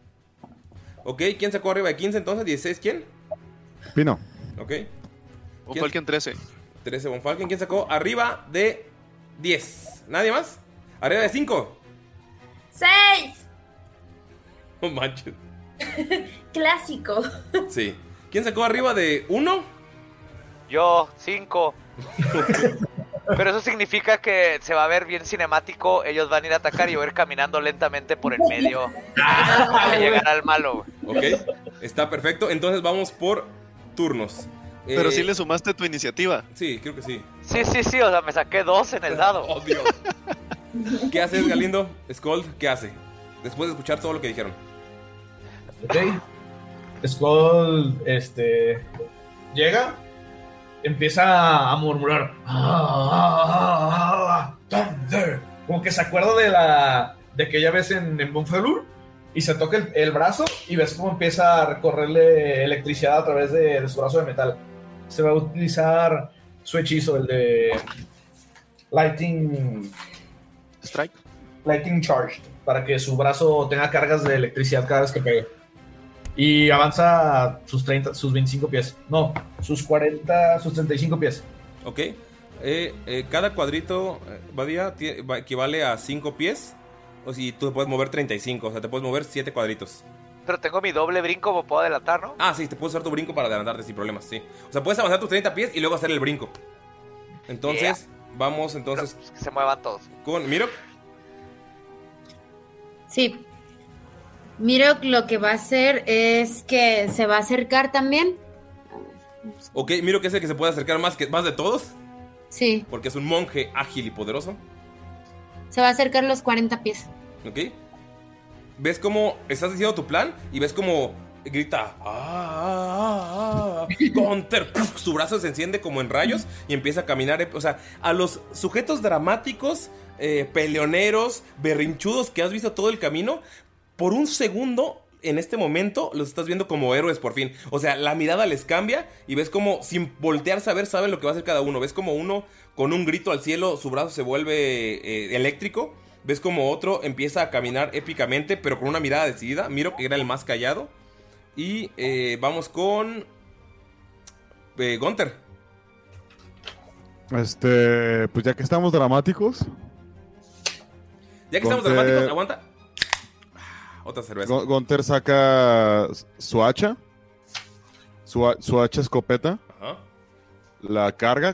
Ok, ¿quién sacó arriba de quince entonces? ¿dieciséis quién? Pino. Ok. Von ¿Quién? Falken trece. trece Von Falken. ¿Quién sacó arriba de diez? ¿Nadie más? ¿Arriba de cinco? ¡Seis! No manches. Clásico. Sí. ¿Quién sacó arriba de uno? Yo, cinco. Pero eso significa que se va a ver bien cinemático. Ellos van a ir a atacar y yo voy a ir caminando lentamente por el medio para llegar al malo. Ok, está perfecto. Entonces vamos por turnos. Pero Eh, sí le sumaste tu iniciativa. Sí, creo que sí. Sí, sí, sí, o sea, me saqué dos en el dado. Oh, Dios. ¿Qué haces, Galindo? Skold, ¿qué hace? Después de escuchar todo lo que dijeron. Ok. Skull, este. Llega. Empieza a murmurar. Ah, ah, ah, ah, thunder. Como que se acuerda de la. De que ya ves en, en Bonfalur. Y se toca el, el brazo. Y ves cómo empieza a recorrerle electricidad a través de, de su brazo de metal. Se va a utilizar su hechizo, el de. Lighting. Strike. Lighting Charge. Para que su brazo tenga cargas de electricidad cada vez que pegue. Y avanza sus treinta, sus veinticinco pies. No, sus cuarenta, sus treinta y cinco pies. Ok. Eh, eh, cada cuadrito, eh, Badía, tie- va- equivale a cinco pies. O si tú te puedes mover treinta y cinco, o sea, te puedes mover siete cuadritos. Pero tengo mi doble brinco, ¿me puedo adelantar, no? Ah, sí, te puedes usar tu brinco para adelantarte sin problemas, sí. O sea, puedes avanzar tus treinta pies y luego hacer el brinco. Entonces, vamos entonces Pero, pues, que se muevan todos. con Mirok. Sí. Miro lo que va a hacer es que se va a acercar también. Ok, Mirok es el que se puede acercar más, que, más de todos. Sí, Porque es un monje ágil y poderoso. se va a acercar los cuarenta pies. ¿Ok? Ves cómo estás diciendo tu plan y ves cómo grita ¡Ah! ah, ah, ah". Gunter, ¡puf! Su brazo se enciende como en rayos y empieza a caminar. eh, O sea, a los sujetos dramáticos, eh, peleoneros, berrinchudos que has visto todo el camino, por un segundo, en este momento, los estás viendo como héroes por fin. O sea, la mirada les cambia y ves como, sin voltearse a ver, saben lo que va a hacer cada uno. Ves como uno, con un grito al cielo, su brazo se vuelve eh, eléctrico. Ves como otro empieza a caminar épicamente, pero con una mirada decidida. Miro que era el más callado. Y eh, vamos con eh, Gunter. Este, pues ya que estamos dramáticos. Ya que estamos Gunter- dramáticos, aguanta. Ah, Otra cerveza. Gu- Gunter saca su hacha. Su, ha- su hacha escopeta. Ajá. La carga.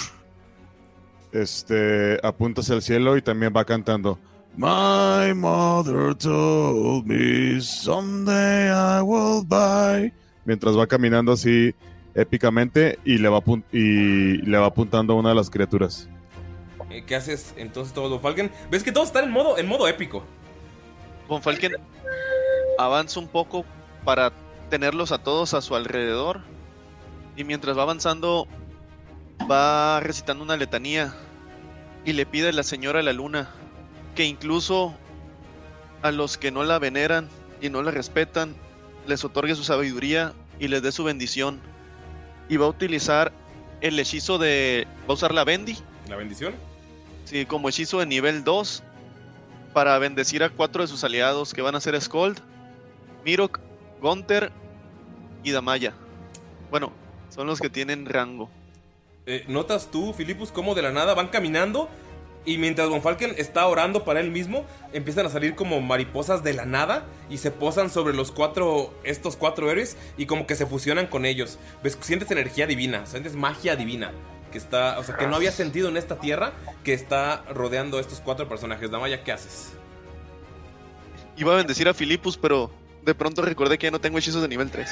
Este, apunta hacia el cielo y también va cantando. My mother told me someday I will buy. Mientras va caminando así épicamente y le va, apun- y le va apuntando a una de las criaturas. Eh, ¿Qué haces entonces todo, Falken? ¿Ves que todos están en modo, en modo épico? Von Falken avanza un poco para tenerlos a todos a su alrededor. Y mientras va avanzando, va recitando una letanía. Y le pide a la señora la luna que incluso a los que no la veneran y no la respetan, les otorgue su sabiduría y les dé su bendición. Y va a utilizar el hechizo de... Va a usar la bendi. ¿La bendición? Sí, como hechizo de nivel dos para bendecir a cuatro de sus aliados que van a ser Skold, Mirok, Gunter y Damaya. Bueno, son los que tienen rango. Eh, ¿Notas tú, Filipus, cómo de la nada van caminando Y mientras Von Falken está orando para él mismo, empiezan a salir como mariposas de la nada y se posan sobre los cuatro, estos cuatro héroes y como que se fusionan con ellos. ¿Ves? Sientes energía divina, sientes magia divina que está, o sea, que no había sentido en esta tierra, que está rodeando a estos cuatro personajes. Damaya, ¿qué haces? Iba a bendecir a Filipus, pero de pronto recordé que ya no tengo hechizos de nivel tres.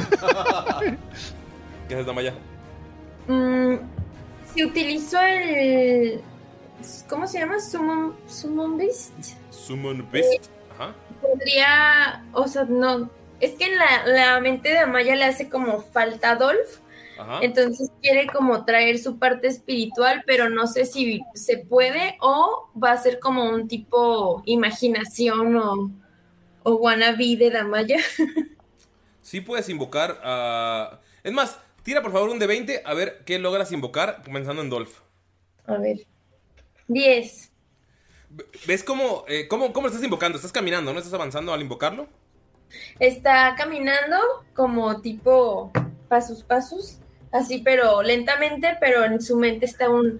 ¿Qué haces, Damaya? Mm, si utilizo el... ¿Cómo se llama? Summon, Summon Beast. Summon Beast. Ajá. Podría... O sea, no... Es que en la, la mente de Amaya le hace como falta a Dolph. Ajá. Entonces quiere como traer su parte espiritual, pero no sé si se puede o va a ser como un tipo imaginación o, o wannabe de Damaya. Sí puedes invocar a... Es más, tira por favor un de veinte a ver qué logras invocar pensando en Dolph. A ver. diez. ¿Ves cómo, eh, cómo, cómo estás invocando? ¿Estás caminando, no? ¿Estás avanzando al invocarlo? Está caminando como tipo pasos, pasos. Así, pero lentamente, pero en su mente está un...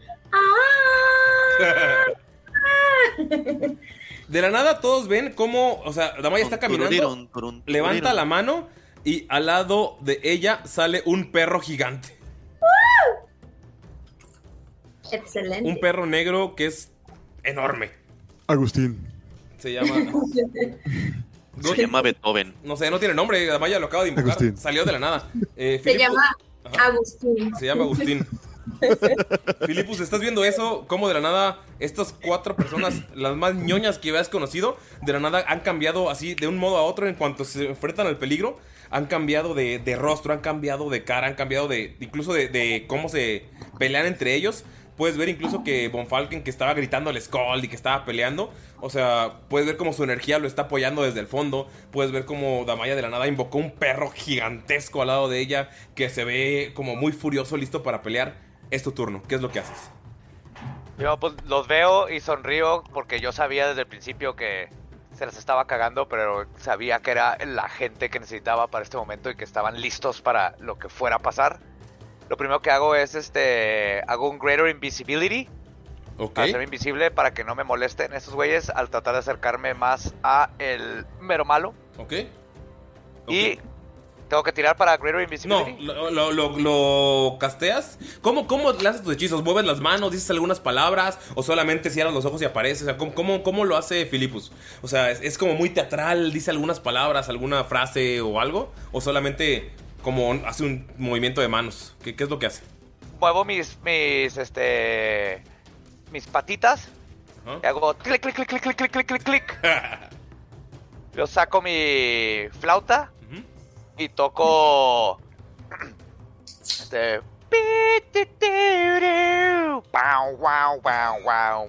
De la nada todos ven cómo, o sea, Damaya está caminando, levanta la mano y al lado de ella sale un perro gigante. Excelente. Un perro negro que es enorme. Agustín. Se llama... Se llama Beethoven. No sé, no tiene nombre, Damaya lo acaba de invocar. Agustín. Salió de la nada. Eh, Se Filipus- llama Ajá. Agustín. Se llama Agustín. Filipus, ¿estás viendo eso? Cómo de la nada estas cuatro personas, las más ñoñas que habías conocido, de la nada han cambiado así de un modo a otro en cuanto se enfrentan al peligro. Han cambiado de, de rostro, han cambiado de cara, han cambiado de incluso de, de cómo se pelean entre ellos. Puedes ver incluso que Von Falken, que estaba gritando al Skull y que estaba peleando, o sea, puedes ver cómo su energía lo está apoyando desde el fondo. Puedes ver cómo Damaya de la nada invocó un perro gigantesco al lado de ella, que se ve como muy furioso, listo para pelear. Es tu turno, ¿qué es lo que haces? Yo pues los veo y sonrío porque yo sabía desde el principio que se las estaba cagando, pero sabía que era la gente que necesitaba para este momento y que estaban listos para lo que fuera a pasar. Lo primero que hago es, este, hago un Greater Invisibility. Ok. Para ser invisible, para que no me molesten estos güeyes al tratar de acercarme más a el mero malo. Ok. Y tengo que tirar para Greater No, Invisibility. lo, lo, lo, lo casteas. ¿Cómo, ¿Cómo lanzas tus hechizos? ¿Mueves las manos? ¿Dices algunas palabras? ¿O solamente cierras los ojos y aparece? O sea, ¿cómo, cómo, cómo lo hace Filipus? O sea, ¿es, es como muy teatral? ¿Dice algunas palabras, alguna frase o algo? ¿O solamente como hace un movimiento de manos? ¿Qué, qué es lo que hace? Muevo mis, mis, este, mis patitas. Ajá. Y hago clic, clic, clic, clic, clic, clic, clic, clic, clic. Yo saco mi flauta. Ujú. Y toco... Este... Pow, wow, wow, wow.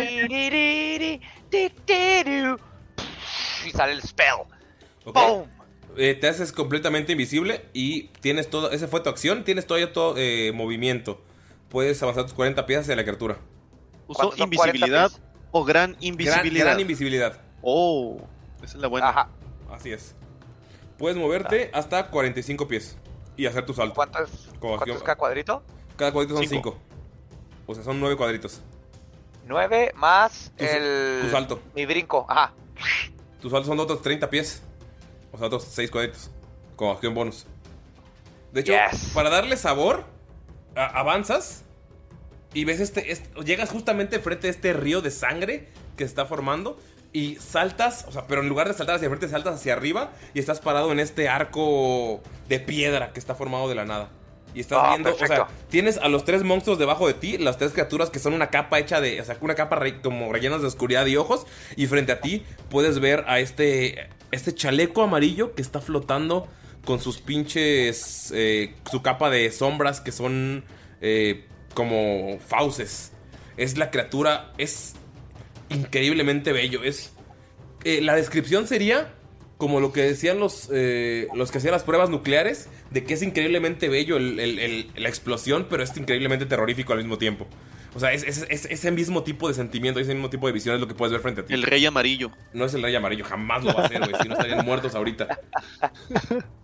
Y sale el spell. Ok. ¡Boom! Eh, te haces completamente invisible y tienes todo. Esa fue tu acción. Tienes todavía todo eh, movimiento. Puedes avanzar tus cuarenta pies hacia la criatura. ¿Usó invisibilidad o gran invisibilidad? Gran, gran invisibilidad. Oh, esa es la buena. Ajá. Así es. Puedes moverte hasta cuarenta y cinco pies y hacer tu salto. ¿Cuánto es, Como ¿cuánto acción- es cada cuadrito? Cada cuadrito son Cinco. cinco. O sea, son nueve cuadritos. Nueve más Tu- el... tu salto. Mi brinco, ajá. Tus saltos son de otros treinta pies. O sea, otros seis cuadritos. Como acción bonus. De hecho, Yes. para darle sabor, a- avanzas y ves este, este- llegas justamente frente a este río de sangre que se está formando y saltas, o sea, pero en lugar de saltar hacia frente, saltas hacia arriba y estás parado en este arco de piedra que está formado de la nada. Y estás Ah, viendo, perfecto. o sea, tienes a los tres monstruos debajo de ti, las tres criaturas que son una capa hecha de, o sea, una capa re- como rellenas de oscuridad y ojos, y frente a ti puedes ver a este, este chaleco amarillo que está flotando con sus pinches, eh, su capa de sombras que son eh, como fauces. Es la criatura, es increíblemente bello, es... eh, la descripción sería como lo que decían los, eh, los que hacían las pruebas nucleares, de que es increíblemente bello el- el- el- la explosión, pero es increíblemente terrorífico al mismo tiempo. O sea, es, es- es ese mismo tipo de sentimiento, ese mismo tipo de visión es lo que puedes ver frente a ti. El rey amarillo. No es el rey amarillo, jamás lo va a hacer, güey. Si no estarían muertos ahorita.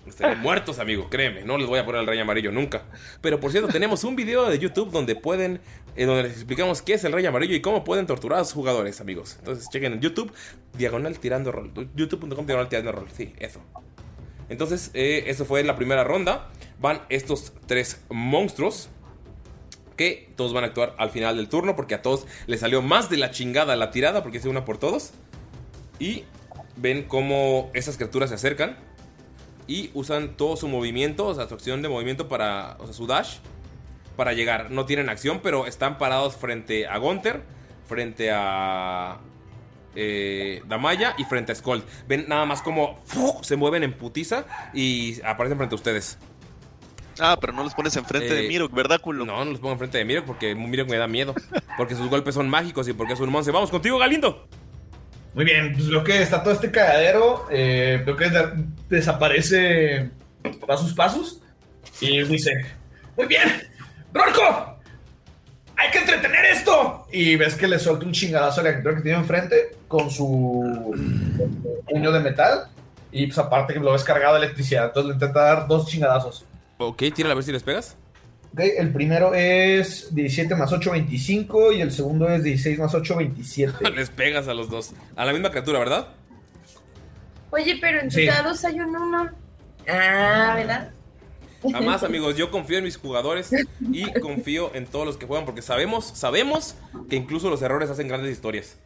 Estarían muertos, amigo, créeme. No les voy a poner el rey amarillo nunca. Pero por cierto, tenemos un video de YouTube donde pueden, eh, donde les explicamos qué es el rey amarillo y cómo pueden torturar a sus jugadores, amigos. Entonces chequen en YouTube, diagonal tirando rol. YouTube punto com diagonal tirando rol. Sí, eso. Entonces, eh, eso fue la primera ronda. Van estos tres monstruos, que todos van a actuar al final del turno, porque a todos les salió más de la chingada la tirada, porque es una por todos. Y ven cómo esas criaturas se acercan y usan todo su movimiento, o sea, su acción de movimiento para, o sea, su dash, para llegar. No tienen acción, pero están parados frente a Gunther, frente a eh, Damaya y frente a Skold. Ven nada más como ¡fuf! Se mueven en putiza y aparecen frente a ustedes. Ah, pero no los pones enfrente Eh, de Mirok, ¿verdad, culo? No, no los pongo enfrente de Mirok porque Mirok me da miedo. Porque sus golpes son mágicos y porque es un monstruo. Vamos contigo, Galindo. Muy bien, pues veo que está todo este cagadero. Eh, veo que de- desaparece pasos pasos. Y dice: Muy bien, Rorco, hay que entretener esto. Y ves que le suelta un chingadazo a la criatura que tiene enfrente con su puño de metal. Y pues aparte que lo ves cargado de electricidad. Entonces le intenta dar dos chingadazos. Ok, tírala a ver si les pegas. Ok, el primero es diecisiete más ocho, veinticinco. Y el segundo es dieciséis más ocho, veintisiete. Les pegas a los dos. A la misma criatura, ¿verdad? Oye, pero en tus Sí. dados hay un uno. Ah, ¿verdad? Jamás, amigos, yo confío en mis jugadores y confío en todos los que juegan porque sabemos, sabemos que incluso los errores hacen grandes historias.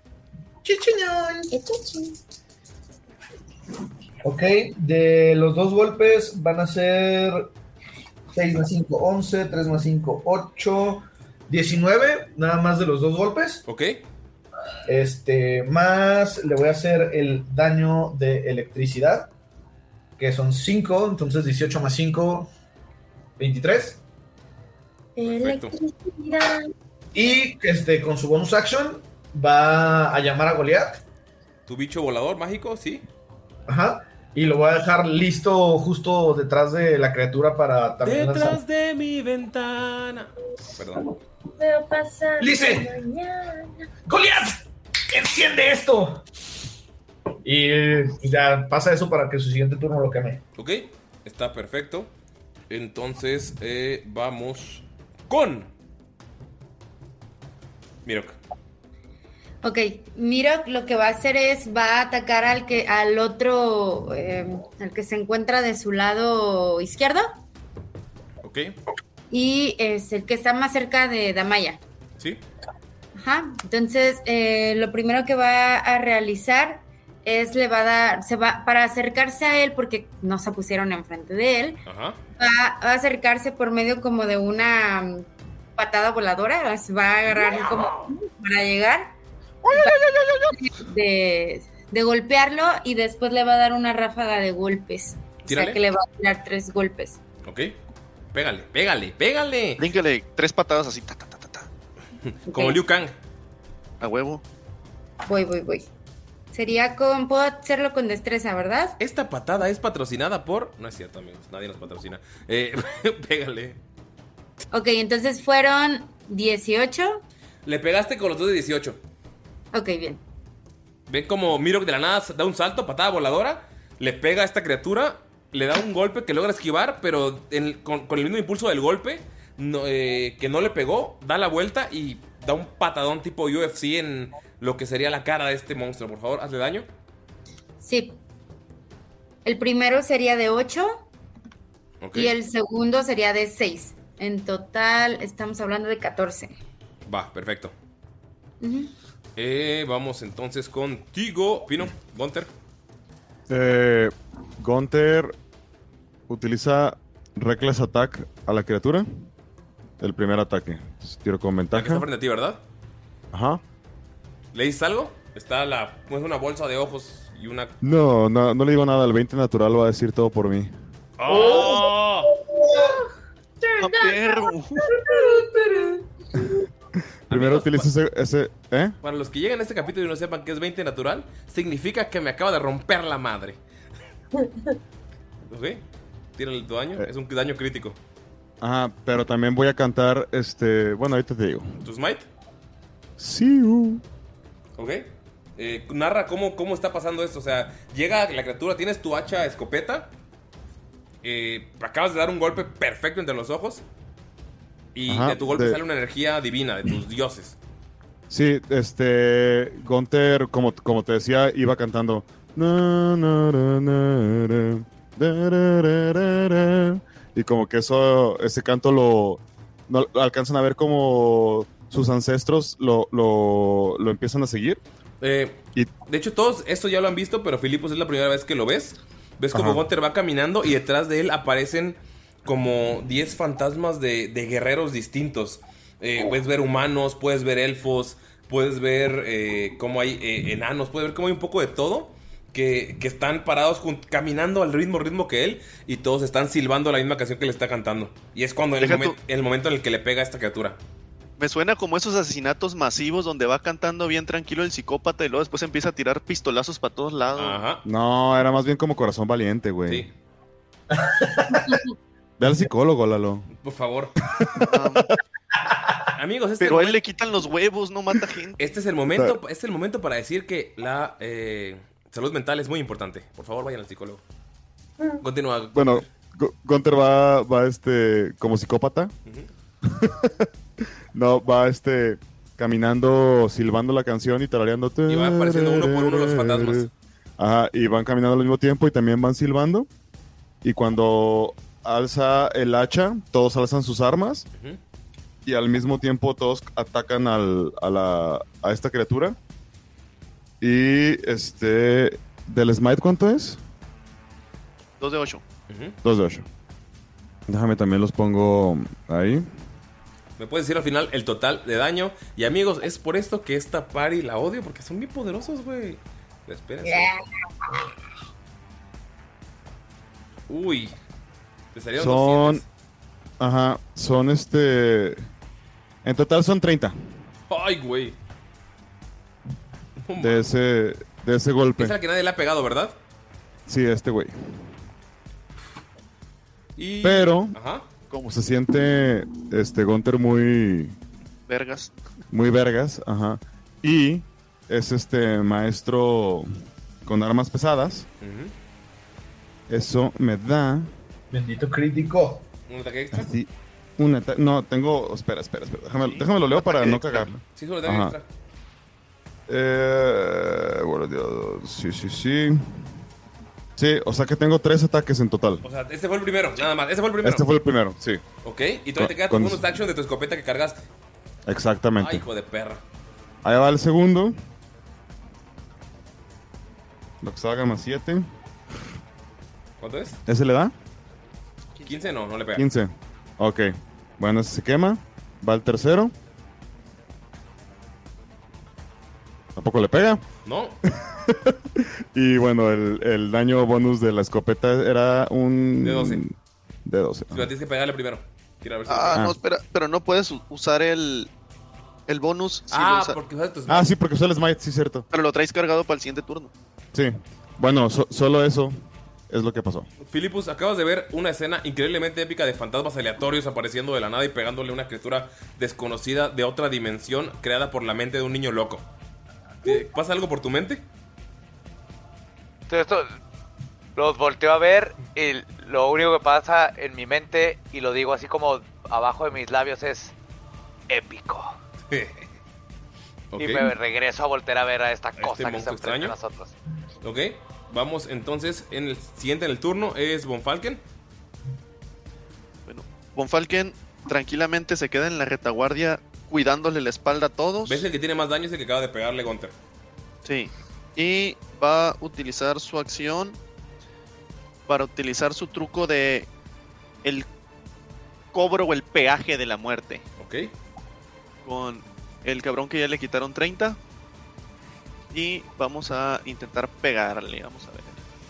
Ok, de los dos golpes van a ser seis más cinco, once, tres más cinco, ocho, diecinueve, nada más de los dos golpes. Ok. Este, más le voy a hacer el daño de electricidad, que son cinco, entonces dieciocho más cinco, veintitrés. Electricidad. Y este, con su bonus action va a llamar a Goliath. Tu bicho volador mágico, sí. Ajá. Y lo voy a dejar listo justo detrás de la criatura para también lanzar. Detrás de mi ventana. Perdón. Veo pasar Lice. la mañana. ¡Goliath! ¡Enciende esto! Y pues, ya pasa eso para que su siguiente turno lo queme. Ok, está perfecto. Entonces, eh, vamos con Mirok. Ok, Mirok lo que va a hacer es, va a atacar al que, al otro, eh, al que se encuentra de su lado izquierdo. Ok, Y es el que está más cerca de Damaya. sí. Ajá, entonces eh, lo primero que va a realizar es le va a dar, se va, para acercarse a él, porque no se pusieron enfrente de él, Ajá. va a acercarse por medio como de una mm, patada voladora, se va a agarrar como para llegar, de, de golpearlo y después le va a dar una ráfaga de golpes. O Tírale. sea que le va a tirar tres golpes. Ok. Pégale, pégale, pégale. Bríncale tres patadas así, ta, ta, ta, ta, ta. Como Ok. Liu Kang. A huevo. Voy, voy, voy. Sería con, puedo hacerlo con destreza, ¿verdad? Esta patada es patrocinada por... No es cierto, amigos. Nadie nos patrocina. Eh, pégale. Ok, entonces fueron dieciocho. Le pegaste con los dos de dieciocho. Ok, bien. Ven como Mirok de la nada da un salto, patada voladora. Le pega a esta criatura. Le da un golpe que logra esquivar. Pero en- con, con el mismo impulso del golpe no, eh, que no le pegó, da la vuelta y da un patadón tipo U F C en lo que sería la cara de este monstruo. Por favor, hazle daño. Sí. El primero sería de ocho Ok. y el segundo sería de seis. En total estamos hablando de catorce. Va, perfecto. Ujú. Eh, vamos entonces contigo, Pino, Gunther. Eh, Gunther utiliza Reckless Attack a la criatura. El primer ataque. Entonces, tiro con La que está ventaja. frente a ti, ¿verdad? Ajá. ¿Le dices algo? Está la, pues una bolsa de ojos y una... No, no, no le digo nada. El veinte natural va a decir todo por mí. ¡Oh! ¡Ah, perro! Primero Amigos, utiliza ese, ese. ¿Eh? Para los que llegan a este capítulo y no sepan que es veinte natural, significa que me acaba de romper la madre. ¿Ok? Tírale tu daño. Es un daño crítico. Ajá, pero también voy a cantar este. Bueno, ahorita te digo. ¿Tu smite? Sí. uh. ¿Ok? Eh, narra cómo, cómo está pasando esto. O sea, llega la criatura, tienes tu hacha escopeta eh, acabas de dar un golpe perfecto entre los ojos. Y Ajá, de tu golpe de- sale una energía divina de tus dioses. Sí, este. Gunther, como, como te decía, iba cantando. Na, na, na, na, na, da, ra, ra, ra, ra. Y como que eso, ese canto lo. No, alcanzan a ver como sus ancestros lo, lo, lo empiezan a seguir. Eh, de hecho, todos esto ya lo han visto, pero Filipos es la primera vez que lo ves. Ves como Ajá. Gunther va caminando y detrás de él aparecen como diez fantasmas de, de guerreros distintos. Eh, puedes ver humanos, puedes ver elfos, puedes ver eh, cómo hay eh, enanos, puedes ver cómo hay un poco de todo. Que, que están parados jun- caminando al mismo ritmo que él y todos están silbando la misma canción que le está cantando. Y es cuando el, Deja momen- tú- el momento en el que le pega a esta criatura. Me suena como esos asesinatos masivos donde va cantando bien tranquilo el psicópata y luego después empieza a tirar pistolazos para todos lados. Ajá. No, era más bien como corazón valiente, güey. Sí. Ve al psicólogo, Lalo. Por favor. Amigos, este Pero a él momento- le quitan los huevos, no mata gente. Este es el momento, este es el momento para decir que la eh, salud mental es muy importante. Por favor, vayan al psicólogo. Continúa. Bueno, Gu- Gunther va, va este, como psicópata. No, va este, caminando, silbando la canción y tarareando. Y van apareciendo uno por uno los fantasmas. Ajá, y van caminando al mismo tiempo y también van silbando. Y cuando alza el hacha, todos alzan sus armas. Ujú. Y al mismo tiempo todos atacan al, a, la, a esta criatura. Y este, ¿del smite cuánto es? Dos de ocho. Ujú. dos de ocho. Déjame también los pongo ahí. Me puedes decir al final el total de daño. Y amigos, es por esto que esta party la odio, porque son bien poderosos, güey. Espérense. Uy. Te salieron Son. doscientos. Ajá, son este. En total son treinta Ay, güey. No de ese, de ese golpe. Es la que nadie le ha pegado, ¿verdad? Sí, este güey. Y... Pero, Ajá. como se siente este Gunther muy. Vergas. Muy vergas, ajá. Y es este maestro con armas pesadas. Ujú. Eso me da. Bendito crítico. ¿Un ataque extra? Así, un ata- no, tengo. Espera, espera, espera. Déjame, déjame lo leo para no cagarlo. Sí, es un ataque Ajá. extra. Eh, bueno, Dios, sí, sí, sí. Sí, o sea que tengo tres ataques en total. O sea, este fue el primero, nada más. Este fue el primero. Este fue el primero, sí. Ok, y todavía te queda tu Con- bonus action de tu escopeta que cargaste. Exactamente. Ay, hijo de perra. Ahí va el segundo. Lo que salga más siete. ¿Cuánto es? ¿Ese le da? quince no, no le pega. quince. Ok. Bueno, ese se quema. Va el tercero. ¿Tampoco le pega? No. Y bueno, el, el daño bonus de la escopeta era un... De doce. De doce. Si la tienes que pegarle primero. Quiero ver si Ah, le no, pega. espera, pero no puedes u- usar el, el bonus. si Ah, lo usa- porque usaste tus... Ah, sí, porque usó el smite, sí, cierto. Pero lo traes cargado para el siguiente turno. Sí. Bueno, so- solo eso es lo que pasó. Filipus, acabas de ver una escena increíblemente épica de fantasmas aleatorios apareciendo de la nada y pegándole a una criatura desconocida de otra dimensión creada por la mente de un niño loco. ¿Te ¿Pasa algo por tu mente? Todo esto los volteo a ver y lo único que pasa en mi mente, y lo digo así como abajo de mis labios, es épico. Ok. Y me regreso a voltear a ver a esta este cosa que está monstruo enfrente de extraño. nosotros. Ok, vamos entonces en el siguiente en el turno es Von Falken. Bueno, Von Falken tranquilamente se queda en la retaguardia cuidándole la espalda a todos. ¿Ves el que tiene más daño? Es el que acaba de pegarle Gunther. Sí. Y va a utilizar su acción para utilizar su truco de el cobro o el peaje de la muerte. Ok. Con el cabrón que ya le quitaron treinta. Y vamos a intentar pegarle. Vamos a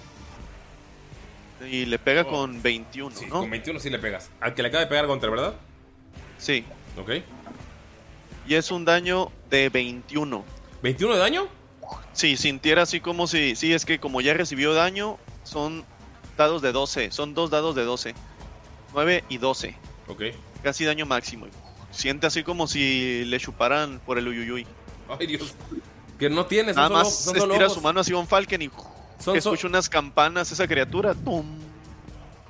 ver. Y le pega Oh. con veintiuno, Sí, ¿no? con veintiuno sí le pegas. Al que le acaba de pegar Gunther, ¿verdad? Sí. Ok. Y es un daño de veintiuno. ¿veintiuno de daño? Sí, sintiera así como si... Sí, es que como ya recibió daño, son dados de doce. Son dos dados de doce. nueve y doce. Ok. Casi daño máximo. Siente así como si le chuparan por el uyuyuy. Ay, Dios. Que no tienes. Son Nada solo, más son solo estira ojos. su mano así Von Falken y Son escucha unas campanas esa criatura. ¡Tum!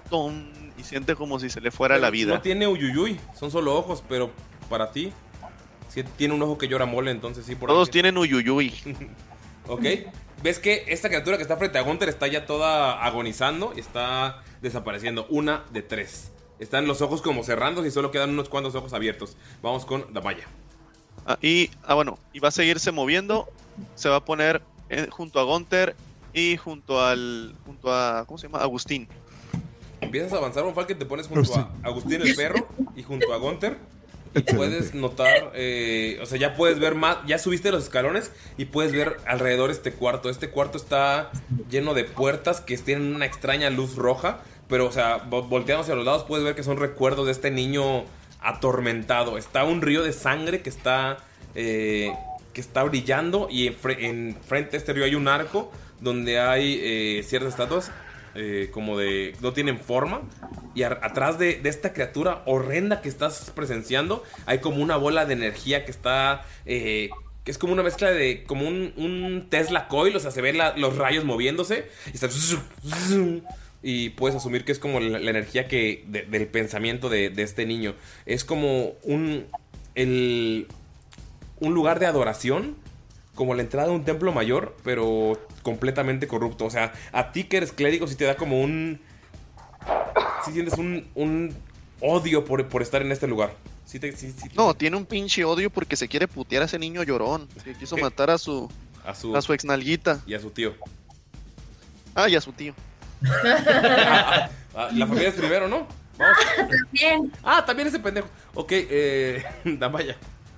tom, y siente como si se le fuera la vida. No tiene uyuyuy, son solo ojos, pero para ti sí tiene un ojo que llora mole, entonces sí. Por Todos ahí. tienen uyuyuy. Ok, ves que esta criatura que está frente a Gunther está ya toda agonizando y está desapareciendo. Una de tres. Están los ojos como cerrándose y solo quedan unos cuantos ojos abiertos. Vamos con Damaya. Ah, y, ah, bueno, y va a seguirse moviendo. Se va a poner eh, junto a Gunther y junto al. junto a. ¿Cómo se llama? Agustín. Empiezas a avanzar, Von Falken, te pones junto a Agustín el perro y junto a Gunther. Y puedes notar, eh, o sea, ya puedes ver más, ya subiste los escalones y puedes ver alrededor este cuarto. Este cuarto está lleno de puertas que tienen una extraña luz roja, pero, o sea, volteando hacia los lados puedes ver que son recuerdos de este niño atormentado. Está un río de sangre que está, eh, que está brillando y enfrente de este río hay un arco donde hay eh, ciertas estatuas. Eh, como de... no tienen forma. Y a, atrás de, de esta criatura horrenda que estás presenciando hay como una bola de energía que está... Eh, que es como una mezcla de... como un, un Tesla coil. O sea, se ven la, los rayos moviéndose y, está, y puedes asumir que es como la, la energía que de, del pensamiento de, de este niño. Es como un... el, un lugar de adoración, como la entrada de un templo mayor, pero completamente corrupto. O sea, a ti que eres clérigo sí te da como un... sí sientes un, un odio por, por estar en este lugar. Sí te, sí, sí. No, tiene un pinche odio porque se quiere putear a ese niño llorón. Que quiso matar a su... A su, a su exnalguita. Y a su tío. Ah, y a su tío. ah, ah, la familia es primero, ¿no? Vamos. También. Ah, también ese pendejo. Ok, eh... Damaya.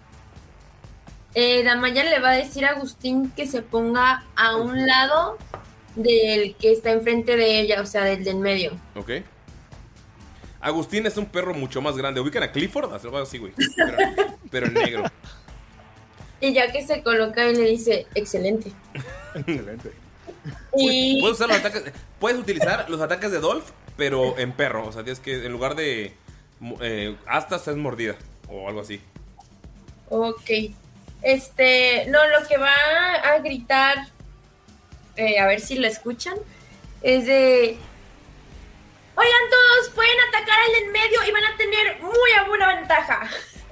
Eh, Damaya le va a decir a Agustín que se ponga a un lado del que está enfrente de ella, o sea, del del medio. Ok. Agustín es un perro mucho más grande. ¿Ubican a Clifford? Algo así, güey. Pero, pero en negro. Y ya que se coloca y le dice, excelente. Excelente. Y... Puedes, usar los ataques, puedes utilizar los ataques de Dolph, pero en perro. O sea, tienes que, en lugar de eh, astas, es mordida. O algo así. Ok. Este, no, lo que va a gritar, eh, a ver si lo escuchan, es de... Oigan todos, pueden atacar al en medio y van a tener muy buena ventaja.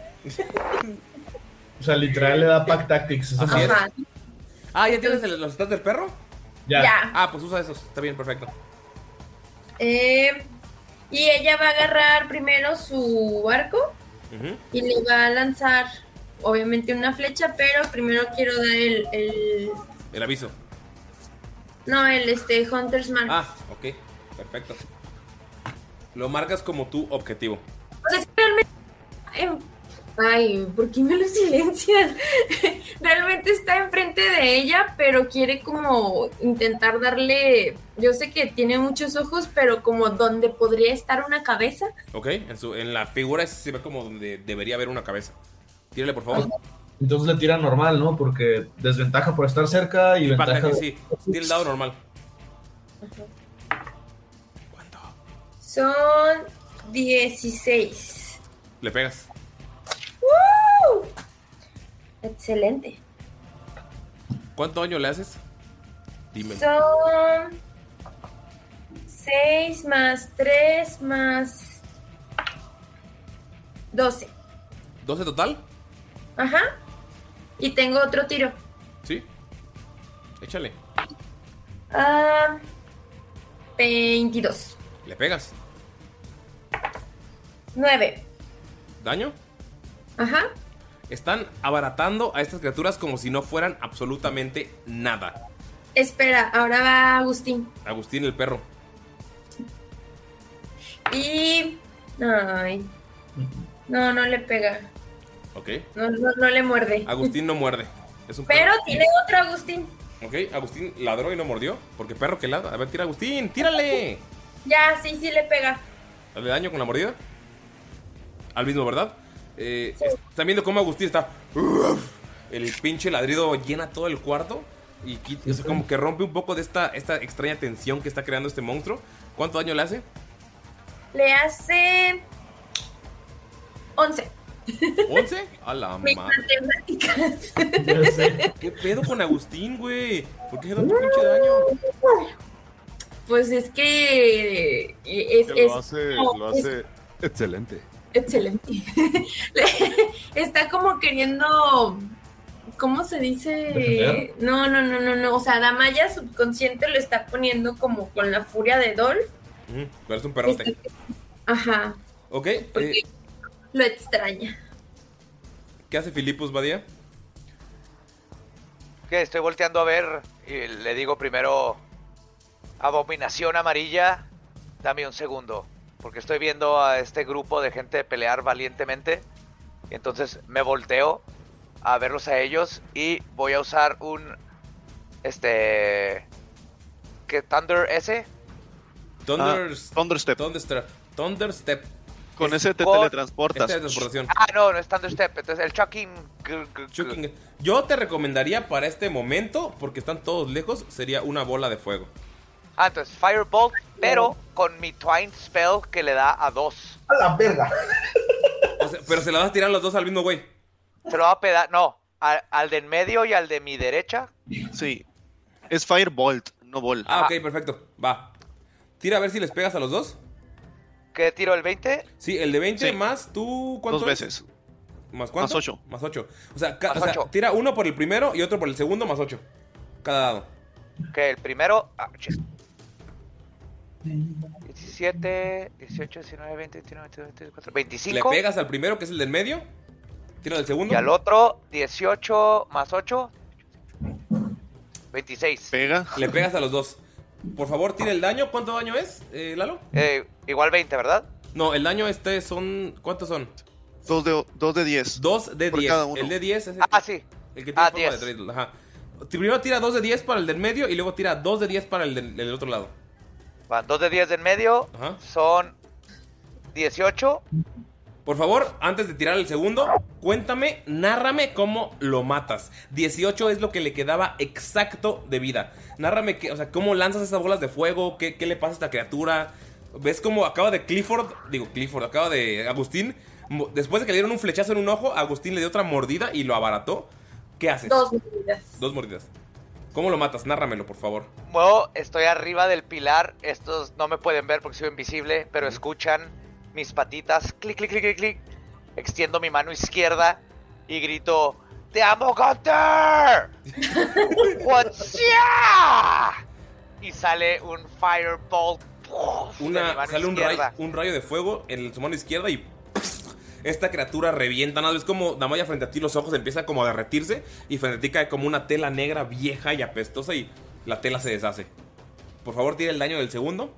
O sea, literal le da Pack Tactics. Eso Así es. Ajá. Ah, ¿ya tienes el- los stats del perro? Ya. Ya. Ah, pues usa esos. Está bien, perfecto. Eh, y ella va a agarrar primero su arco Ujú. y le va a lanzar, obviamente, una flecha, pero primero quiero dar el... el El aviso. no, el este Hunter's Mark. Ah, ok. Perfecto. Lo marcas como tu objetivo. O sea, es que realmente... eh, ay, ¿por qué me lo silencias? Realmente está enfrente de ella, pero quiere como intentar darle... Yo sé que tiene muchos ojos, pero como donde podría estar una cabeza. Ok, en, su, en la figura se ve como donde debería haber una cabeza. Tírale, por favor. Entonces le tira normal, ¿no? Porque desventaja por estar cerca y Para ventaja... que sí, tira el dado normal. Son dieciséis. Le pegas. ¡Woo! Excelente. ¿Cuánto daño le haces? Dime. Son seis más tres más doce. ¿doce total? Ajá. Y tengo otro tiro. Sí. Échale. Ah, veintidós. Le pegas. nueve. ¿Daño? Ajá. Están abaratando a estas criaturas como si no fueran absolutamente nada. Espera, ahora va Agustín. Agustín el perro. Y... Ay. No, no le pega. Ok. No, no, no le muerde. Agustín no muerde. Es un perro. Pero tiene otro Agustín. Ok, Agustín ladró y no mordió. Porque perro que ladra. A ver, tira Agustín, tírale. Ya, sí, sí le pega. ¿Dale daño con la mordida? Al mismo, ¿verdad? Eh, Están viendo cómo Agustín está... El pinche ladrido llena todo el cuarto. Y quita- o sea, como que rompe un poco de esta, esta extraña tensión que está creando este monstruo. ¿Cuánto daño le hace? Le hace... once. ¿once? A la Mis madre. matemáticas. ¿Qué pedo con Agustín, güey? ¿Por qué hace tanto pinche daño? pues es que es, Que lo es- hace, no, lo es- hace excelente. excelente. Está como queriendo, ¿cómo se dice? ¿Defender? No, no, no, no, no. O sea, Damaya subconsciente lo está poniendo como con la furia de Dolph. Mm, pero es un perrote. Ajá. Ok, eh, Lo extraña. ¿qué hace Filipus Badía? Que estoy volteando a ver y le digo primero, abominación amarilla, dame un segundo, porque estoy viendo a este grupo de gente pelear valientemente, y entonces me volteo a verlos a ellos y voy a usar un, este, ¿qué? Thunder S. Thunder, Thunderstep. Thunderstep. Thunderstep. Con ese te con- teletransportas. Es teletransportación. Ah, no, no es Thunderstep, entonces el Chucking. Chucking. Yo te recomendaría para este momento, porque están todos lejos, sería una bola de fuego. Ah, entonces Firebolt, pero con mi Twine Spell que le da a dos. A la verga. O sea, pero se la vas a tirar los dos al mismo güey. Se lo va a pedar, no, al, al de en medio y al de mi derecha. Sí. Es Firebolt, no Ball. Ah, ok, perfecto. Va. Tira a ver si les pegas a los dos. ¿Qué tiro el veinte? Sí, el de veinte Sí. más tú, ¿cuánto Dos es? veces. ¿Más cuánto? Más ocho. Más ocho. O sea, ca- Más o sea, ocho. tira uno por el primero y otro por el segundo más ocho. Cada dado. Que el primero. Ah, shit. diecisiete, dieciocho, diecinueve, veinte, veintiuno, veintidós, veinticuatro, Le veinticinco. pegas al primero, que es el del medio. Tira del segundo. Y al otro, dieciocho más ocho. veintiséis. Pega. Le pegas a los dos. Por favor, tira el daño. ¿Cuánto daño es, eh, Lalo? Eh, igual veinte, ¿verdad? No, el daño este son... ¿Cuántos son? Dos de, dos de diez. Dos de Por diez. cada uno. El de diez es el, Ah, sí. el que tiene Ah, forma de diez. triángulo. Ajá. Primero tira dos de diez para el del medio y luego tira dos de diez para el del, del otro lado. Van dos de diez del medio. Ajá. Son dieciocho. Por favor, antes de tirar el segundo, cuéntame, nárrame cómo lo matas. dieciocho es lo que le quedaba exacto de vida. Nárrame, que, o sea, cómo lanzas esas bolas de fuego, qué, qué le pasa a esta criatura. ¿Ves cómo acaba de Clifford? Digo, Clifford, acaba de Agustín. mo- Después de que le dieron un flechazo en un ojo, Agustín le dio otra mordida y lo abarató. ¿Qué haces? Dos medidas. Dos mordidas. ¿Cómo lo matas? Nárramelo, por favor. Yo estoy arriba del pilar. Estos no me pueden ver porque soy invisible, pero escuchan mis patitas. Clic, clic, clic, clic, clic. Extiendo mi mano izquierda y grito: ¡Te amo, Gunter! ¡What's ya! Y sale un Firebolt. ¡puf! de mi Una, mano sale un rayo, izquierda. un rayo de fuego en su mano izquierda y ¡puf! Esta criatura revienta. Nada, es como Damaya frente a ti, los ojos empiezan como a derretirse y frente a ti cae como una tela negra vieja y apestosa y la tela se deshace. Por favor, tira el daño del segundo.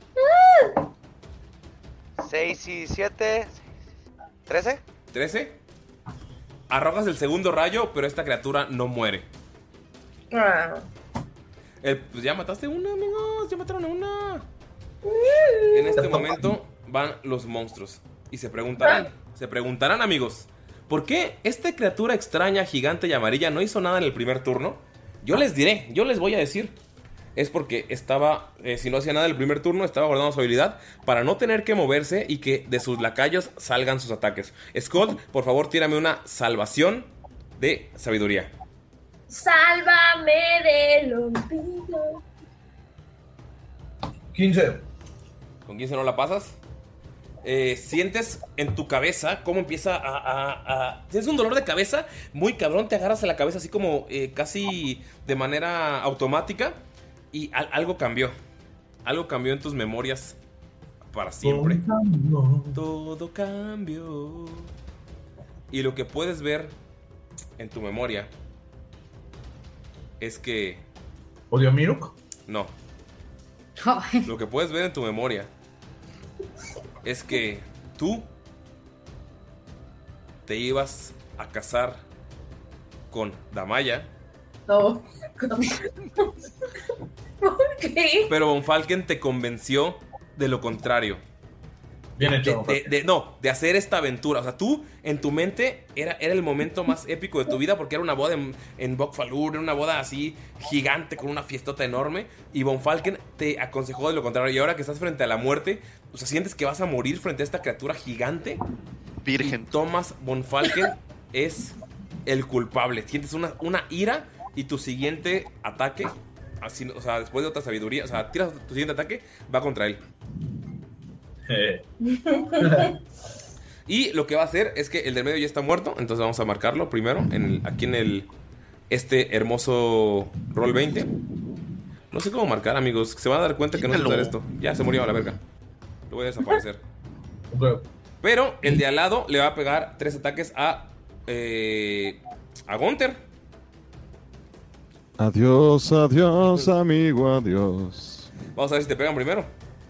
seis y siete. ¿trece? trece. Arrojas el segundo rayo, pero esta criatura no muere. Ah. El- pues ya mataste una, amigos. Ya mataron a una. En este momento van los monstruos. Y se preguntarán, se preguntarán, amigos, ¿por qué esta criatura extraña, gigante y amarilla no hizo nada en el primer turno? Yo les diré, yo les voy a decir. Es porque estaba, eh, si no hacía nada en el primer turno, estaba guardando su habilidad para no tener que moverse y que de sus lacayos salgan sus ataques. Scott, por favor, tírame una salvación de sabiduría. Sálvame del olvido. quince. ¿Con quince no la pasas? Eh, sientes en tu cabeza cómo empieza a, a, a... Tienes un dolor de cabeza muy cabrón, te agarras a la cabeza así como eh, casi de manera automática y al- algo cambió. Algo cambió en tus memorias para siempre. Todo cambió. Y lo que puedes ver en tu memoria es que... ¿Odio Miruk? No. Lo que puedes ver en tu memoria es que tú te ibas a casar con Damaya, No. ¿Por qué? pero Von Falken te convenció de lo contrario. Bien hecho, De, Von de- Falken. de- no, de hacer esta aventura. O sea, tú, en tu mente, era, era el momento más épico de tu vida porque era una boda en, en Bokfalur, era una boda así gigante con una fiestota enorme. Y Von Falken te aconsejó de lo contrario. Y ahora que estás frente a la muerte, o sea, sientes que vas a morir frente a esta criatura gigante. Virgen. Y Thomas Von Falken es el culpable. Sientes una, una ira y tu siguiente ataque así, o sea, después de otra sabiduría, o sea, tiras tu siguiente ataque, va contra él. Eh. Y lo que va a hacer es que el del medio ya está muerto, entonces vamos a marcarlo primero en el, aquí en el este hermoso roll veinte. No sé cómo marcar, amigos. Se van a dar cuenta que no sé usar esto. Ya se murió a la verga. Lo voy a desaparecer. Pero el de al lado le va a pegar tres ataques a eh, a Gunther. Adiós, adiós, amigo, adiós. Vamos a ver si te pegan primero.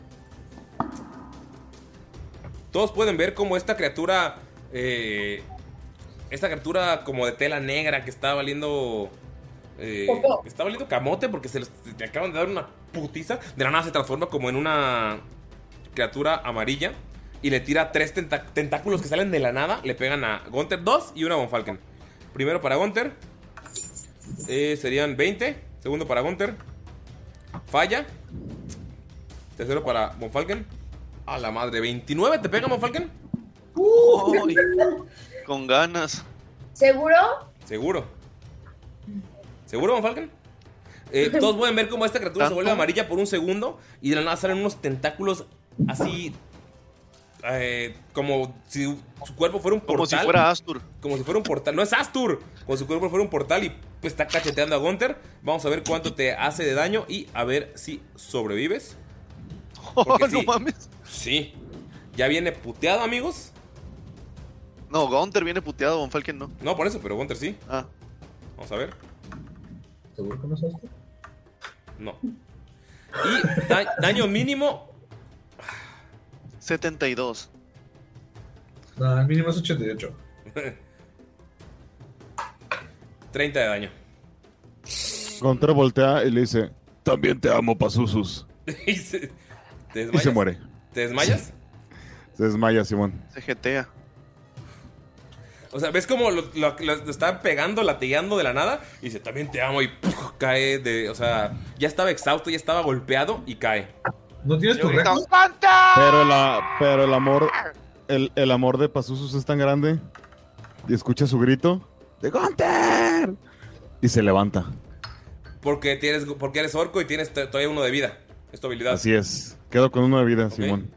Todos pueden ver cómo esta criatura eh, esta criatura como de tela negra que está valiendo eh, que está valiendo camote porque se les te acaban de dar una putiza. De la nada se transforma como en una criatura amarilla y le tira tres tenta- tentáculos que salen de la nada. Le pegan a Gunther dos y una a Von Falken. Primero para Gunther eh, serían veinte. Segundo para Gunther. Falla. Tercero para Von Falken. A la madre, veintinueve. ¿Te pega, Von Falken? Uy, con ganas. ¿Seguro? Seguro. ¿Seguro, Von Falken? Eh, todos pueden ver cómo esta criatura se vuelve amarilla por un segundo y de la nada salen unos tentáculos así eh, como si su cuerpo fuera un portal. Como si fuera Astur. Como si fuera un portal. No es Astur. Como si su cuerpo fuera un portal y pues, está cacheteando a Gunther. Vamos a ver cuánto te hace de daño y a ver si sobrevives. Porque Oh, sí, no mames. Sí. Ya viene puteado, amigos. No, Gunther viene puteado, Von Falken no. No, por eso, pero Gunther sí. Ah. Vamos a ver. ¿Seguro que no es esto? No. Y da- daño mínimo setenta y dos. No, el mínimo es ochenta y ocho. treinta de daño. Gunther voltea y le dice: También te amo, Pazuzus. y, se, ¿te y desmayas? se muere. ¿Te desmayas? Se desmaya, Simón. Se jetea. O sea, ¿ves cómo lo, lo, lo está pegando, latigando de la nada? Y dice, también te amo y ¡puf! Cae de... O sea, ya estaba exhausto, ya estaba golpeado y cae. ¿No tienes tu récord? Pero, la, pero el amor el, el amor de Pazuzus es tan grande y escucha su grito de Gunther y se levanta. Porque, tienes, porque eres orco y tienes t- todavía uno de vida. Es tu habilidad. Así es. Quedo con uno de vida, Okay. Simón.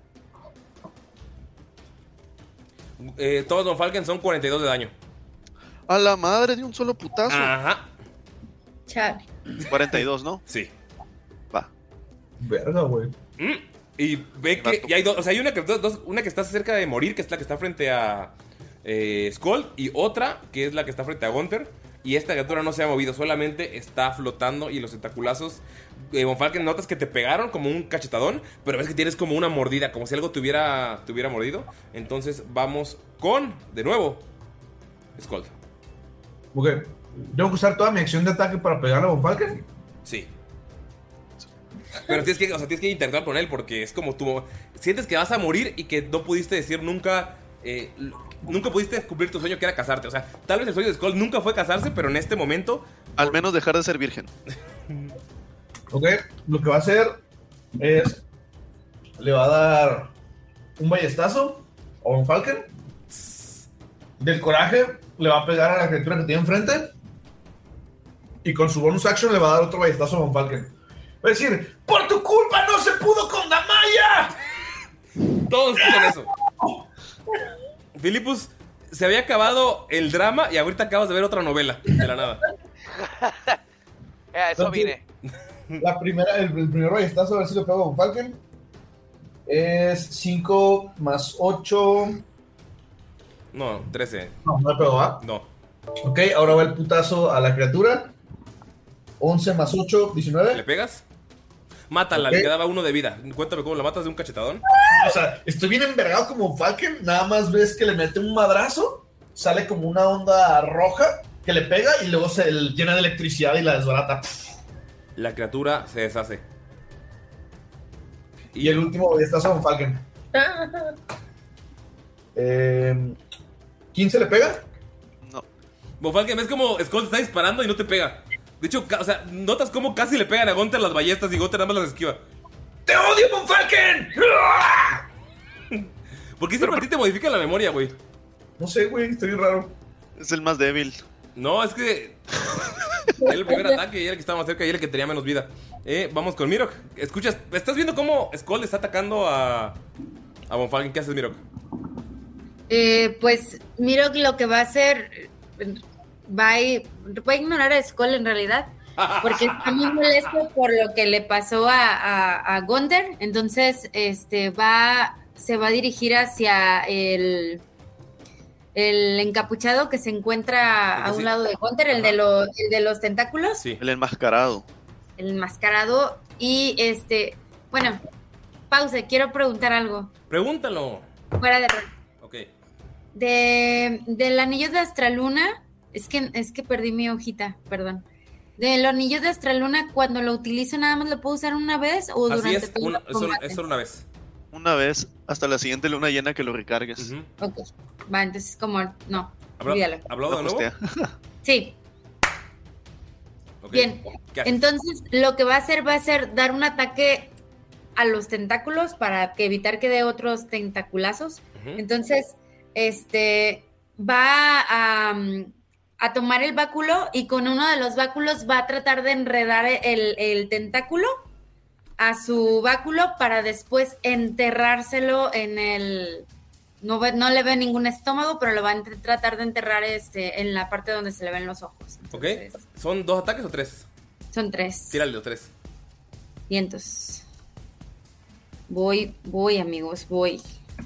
Eh, todos Von Falken son cuarenta y dos de daño. A la madre de un solo putazo. Ajá. Chale. cuarenta y dos, ¿no? Sí. Va. Verga, güey. Mm, Y ve que ya hay dos. O sea, hay una que, dos, una que está cerca de morir, que es la que está frente a eh, Skull. Y otra que es la que está frente a Gunther. Y esta criatura no se ha movido, solamente está flotando. Y los tentaculazos eh, Von Falken, notas que te pegaron como un cachetadón, pero ves que tienes como una mordida, como si algo te hubiera, te hubiera mordido. Entonces vamos con, de nuevo, Skull. Ok. ¿Tengo que usar toda mi acción de ataque para pegarle a Von Falken? Sí. Pero tienes que, o sea, tienes que interactuar con él porque es como tú sientes que vas a morir y que no pudiste decir nunca eh, nunca pudiste cumplir tu sueño que era casarte. O sea, tal vez el sueño de Skull nunca fue casarse, pero en este momento al menos dejar de ser virgen. Ok, lo que va a hacer es le va a dar un ballestazo a Von Falken. Del coraje le va a pegar a la criatura que tiene enfrente. Y con su bonus action le va a dar otro ballestazo a Von Falken. Va a decir, ¡por tu culpa no se pudo con Damaya! todos escuchan eso. Filipus, se había acabado el drama y ahorita acabas de ver otra novela de la nada. A eso vine. La primera, el, el primer ballestazo, a ver si lo pego con Falken. Es cinco más ocho. No, trece. No, no le pegó, ¿ah? No. Ok, ahora va el putazo a la criatura. once más ocho, diecinueve. ¿Le pegas? Mátala, Ok. le quedaba uno de vida. Cuéntame cómo la matas de un cachetadón. O sea, estoy bien envergado como Falken. Nada más ves que le mete un madrazo. Sale como una onda roja que le pega y luego se llena de electricidad y la desbarata. La criatura se deshace. Y el último ballestazo con Falken. Eh, ¿quince le pega? Bofalken, ves como Skull te está disparando y no te pega. De hecho, ca- o sea, notas cómo casi le pegan a Gunther las ballestas y Gunther nada más las esquiva. ¡Te odio, Von Falken! ¿Por qué siempre a ti te modifica la memoria, güey? No sé, güey, estoy bien raro. Es el más débil. No, es que... Era el primer ataque y era el que estaba más cerca y era el que tenía menos vida. Eh, vamos con Mirok. Escuchas, ¿estás viendo cómo Skull está atacando a, a Von Falken? ¿Qué haces, Mirok? Eh, pues Mirok lo que va a hacer, va a, ir- va a ignorar a Skull en realidad, porque está muy molesto por lo que le pasó a, a, a Gunther. Entonces, este va, se va a dirigir hacia el, el encapuchado que se encuentra a un lado de Gunther, el de los, el de los tentáculos, Sí. El enmascarado. el enmascarado. Y este, bueno, pause, quiero preguntar algo. Pregúntalo. Fuera de rol. Ok. De, del anillo de Astraluna, es que, es que perdí mi hojita, perdón. Del anillo de Astraluna, cuando lo utilizo, ¿nada más lo puedo usar una vez o Así durante es, todo una- el es, solo, combate? es solo una vez. Una vez hasta la siguiente luna llena que lo recargues. Ok, va, entonces como, no, ¿Habla- olvídalo. ¿Hablado de nuevo? Sí, Ok. bien. ¿Qué haces? Entonces, lo que va a hacer va a ser dar un ataque a los tentáculos para que evitar que dé otros tentaculazos. Ujú. Entonces, este va a, mm, a tomar el báculo y con uno de los báculos va a tratar de enredar el, el tentáculo a su báculo para después enterrárselo en el... No, ve- no le ve ningún estómago, pero lo va a ent- tratar de enterrar este, en la parte donde se le ven los ojos. Ok. ¿Son dos ataques o tres? Son tres. Tírale los tres. Y entonces... Voy, voy, amigos, voy.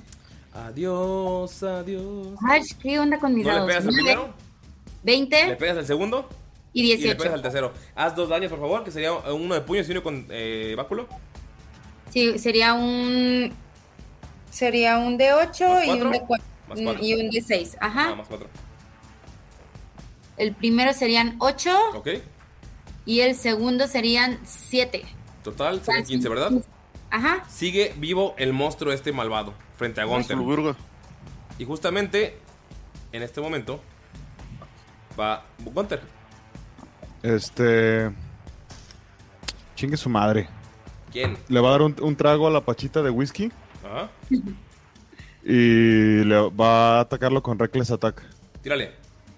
Adiós, adiós. Ay, ¿qué onda con mis ¿No le dados? pegas al Nueve, primero? veinte ¿Le pegas al segundo? y Y le dieciocho. pegas al tercero. Haz dos daños, por favor, que sería uno de puños y uno con eh, báculo. Sí, sería un... Sería un de ocho ¿Más y cuatro? un de cuatro. Más cuatro. Y un de seis, Ah, ajá. más cuatro. El primero serían ocho Ok. y el segundo serían siete. Total, serían quince, ¿verdad? Ajá. Sigue vivo el monstruo este malvado frente a Gunther. Y justamente en este momento va Gunther. Este. Chingue su madre. ¿Quién? Le va a dar un, un trago a la pachita de whisky Ajá. y le va a atacarlo con Reckless Attack. Tírale.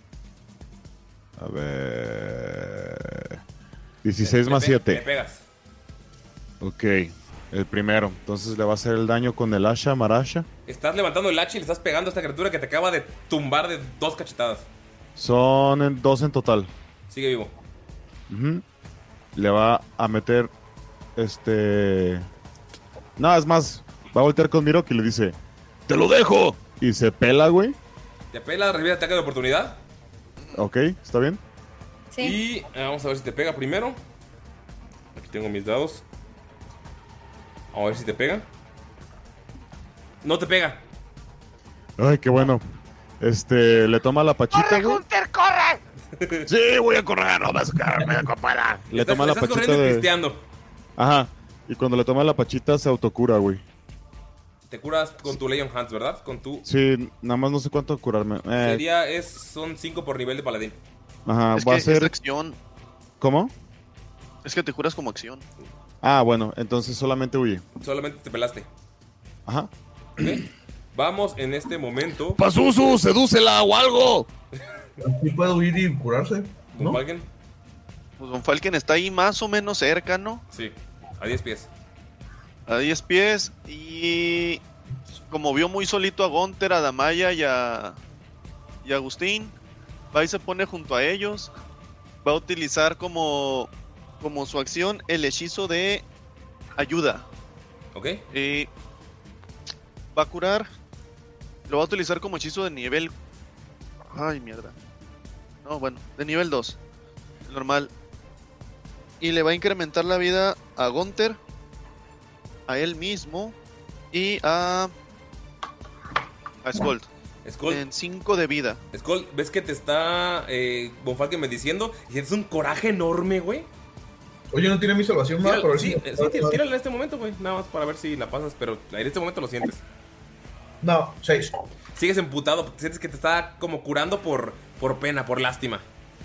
A ver. dieciséis Le más pe- Le siete. pegas. Ok, el primero. Entonces le va a hacer el daño con el Asha Marasha. Estás levantando el hacha y le estás pegando a esta criatura que te acaba de tumbar de dos cachetadas. Son en- dos en total. Sigue vivo. Ujú. Le va a meter. Este. Nada, es más. Va a voltear con Mirok y le dice: ¡Te lo dejo! Y se pela, güey. Te pela, recibe ataque de oportunidad. Ok, ¿está bien? Sí. Y eh, vamos a ver si te pega primero. Aquí tengo mis dados. A ver si te pega. No te pega. Ay, qué bueno. Este, le toma la pachita, güey. corre! Sí, voy a correr, no vas a quedarme, compadre. Le Estás- toma la estás pachita corriendo y de... pisteando. Ajá. Y cuando le toma la pachita se autocura, güey. Te curas con tu Leon Hands, ¿verdad? Con tu... Sí, nada más no sé cuánto curarme. Eh, Sería, es, son cinco por nivel de paladín. Ajá, Es va que a ser... es acción. ¿Cómo? Es que te curas como acción. Ah, bueno, entonces solamente huye. Solamente te pelaste. Ajá. ¿Ok? Vamos en este momento. Pazuzu, sedúcela o algo. ¿Y puede huir y curarse? ¿Con Falken? Pues Von Falken está ahí más o menos cerca, ¿no? Sí, a diez pies. A diez pies. Y como vio muy solito a Gunther, a Damaya y a, y a Agustín, va y se pone junto a ellos. Va a utilizar como, como su acción el hechizo de ayuda. ¿Ok? Y va a curar. Lo va a utilizar como hechizo de nivel... Ay, mierda. No, bueno, de nivel dos. Normal. Y le va a incrementar la vida a Gunther, a él mismo y a... A Skold. Skold. En cinco de vida. Skull, ¿ves que te está eh, Von Falken bendiciendo? Y sientes un coraje enorme, güey. Oye, ¿no tiene mi salvación más? Tírala, sí, eh, sí, tí- tírala en este momento, güey. Nada más para ver si la pasas, pero en este momento lo sientes. No, seis. Sigues emputado, porque sientes que te está como curando por, por pena, por lástima.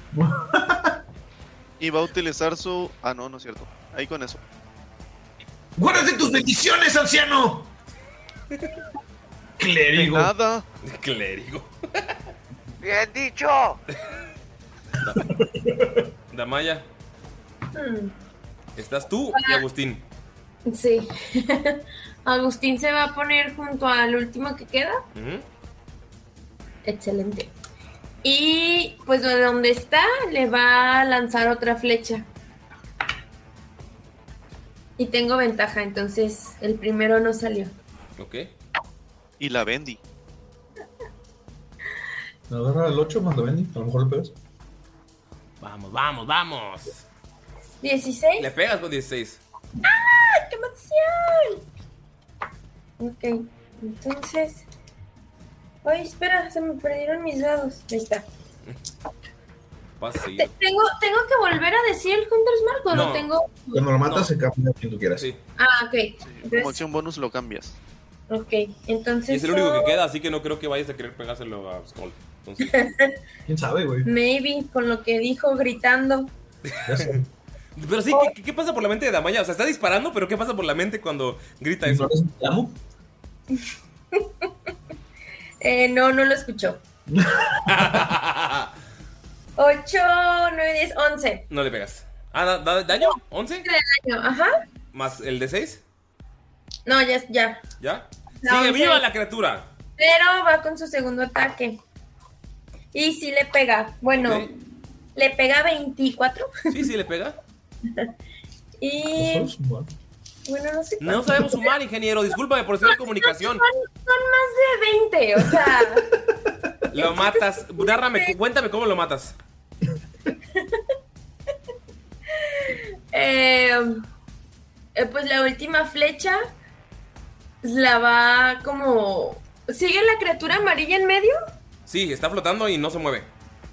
Y va a utilizar su... Ah, no, no es cierto. Ahí con eso. ¡Guárdate tus bendiciones, anciano! Clérigo. De nada. Clérigo. ¡Bien dicho! Damaya, Hmm, estás tú y Agustín. sí. Agustín se va a poner junto al último que queda. Ujú. Excelente. Y pues de donde está le va a lanzar otra flecha. Y tengo ventaja, entonces el primero no salió. Ok. Y la Bendy. Agarra el ocho, manda Bendy. A lo mejor le pegas. Vamos, vamos, vamos. ¿dieciséis? Le pegas con dieciséis. ¡Ah! ¡Qué emoción! Ok, entonces. Ay, espera, se me perdieron mis dados. Ahí está. Vas a seguir. Te- tengo, tengo que volver a decir el Hunter's Mark o No. lo tengo. Cuando lo matas, se cambia quien tú quieras. Sí. Ah, ok. Como Entonces, acción bonus lo cambias. ok, entonces. Y es el único son- que queda, así que no creo que vayas a querer pegárselo a Skull. Entonces, ¿Quién sabe, güey? Maybe, con lo que dijo gritando. Ya sé. pero sí, ¿qué, qué pasa por la mente de Damaya? O sea, está disparando, pero ¿qué pasa por la mente cuando grita eso? ¿Entonces te amo? Eh, no, no lo escuchó. ocho, nueve, diez, once. No le pegas. Ah, ¿da, da- daño? ¿once? De daño, ajá. ¿Más el de seis? No, ya, ya. ¿Ya? No, ¡Sigue once. viva la criatura! Pero va con su segundo ataque. Y sí le pega. Bueno, Ok. le pega veinticuatro. Sí, sí le pega. Y. ¿No sabes sumar? Bueno, no sé. No cuánto. sabemos sumar, ingeniero. Discúlpame por ser de comunicación. Son, son más de veinte, o sea. Lo matas. Nárrame, cuéntame cómo lo matas. eh, eh, pues la última flecha la va como. ¿Sigue la criatura amarilla en medio? Sí, está flotando y no se mueve.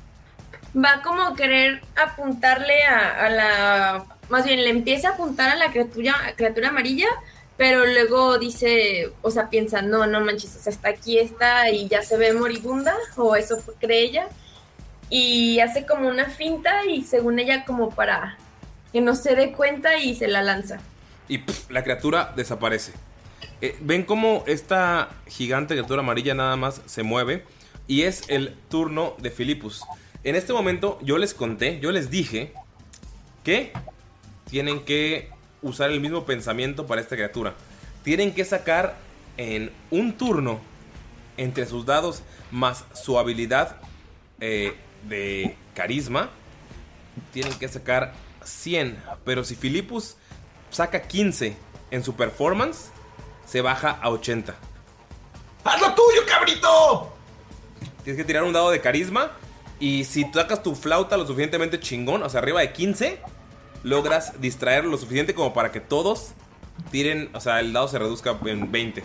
Va como a querer apuntarle a, a la... Más bien, le empieza a apuntar a la criatura, criatura amarilla, pero luego dice, o sea, piensa, no, no manches, o sea, está aquí, está y ya se ve moribunda, o eso fue- cree ella, y hace como una finta y según ella como para que no se dé cuenta y se la lanza. Y pff, la criatura desaparece. Eh, Ven cómo esta gigante criatura amarilla nada más se mueve. Y es el turno de Filipus. En este momento yo les conté, yo les dije que tienen que usar el mismo pensamiento para esta criatura. Tienen que sacar en un turno entre sus dados más su habilidad eh, de carisma. Tienen que sacar cien. Pero si Filipus saca quince en su performance, se baja a ochenta. ¡Haz lo tuyo, cabrito! Tienes que tirar un dado de carisma. Y si sacas tu flauta lo suficientemente chingón, o sea, arriba de quince, logras distraer lo suficiente como para que todos tiren, o sea, el dado se reduzca en veinte.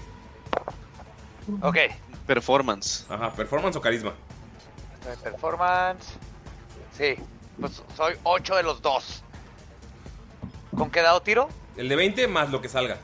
Ok. Performance. Ajá, performance o carisma. Performance. Sí. Pues soy ocho de los dos. ¿Con qué dado tiro? El de veinte más lo que salga.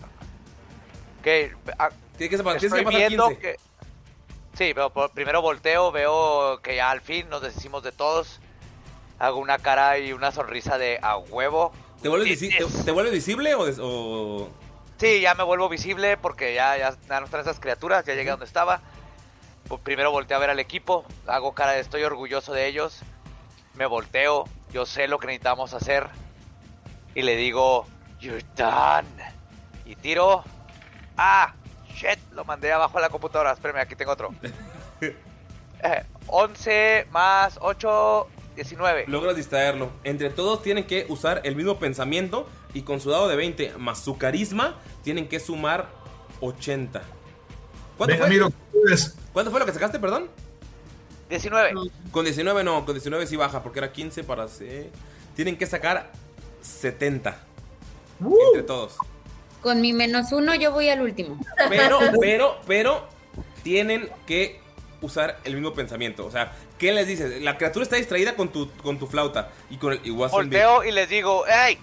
Que ah, Tienes que, tienes estoy que pasar viendo quince. que. Sí, pero por- primero volteo, veo que ya al fin nos deshicimos de todos. Hago una cara y una sonrisa de a huevo. ¿Te vuelves, Sí, visi- te, te vuelves visible o, des- o...? Sí, ya me vuelvo visible porque ya, ya, ya no están esas criaturas, ya llegué a donde estaba. Pues primero volteo a ver al equipo, hago cara de estoy orgulloso de ellos. Me volteo, yo sé lo que necesitamos hacer. Y le digo, you're done. Y tiro. ¡Ah! Shit, lo mandé abajo a la computadora. Espérame, aquí tengo otro. Eh, once más ocho, diecinueve. Logras distraerlo. Entre todos tienen que usar el mismo pensamiento. Y con su dado de veinte más su carisma, tienen que sumar ochenta. ¿Cuánto Venga, fue? miro, pues. ¿Cuánto fue lo que sacaste, perdón? diecinueve. Con diecinueve no, con diecinueve sí baja, porque era quince para C. Tienen que sacar setenta. Uh. Entre todos. Con mi menos uno yo voy al último. Pero, pero, pero, tienen que usar el mismo pensamiento. O sea, ¿qué les dices? La criatura está distraída con tu, con tu flauta. Y con el. Y Watson Volteo y les digo, ¡hey!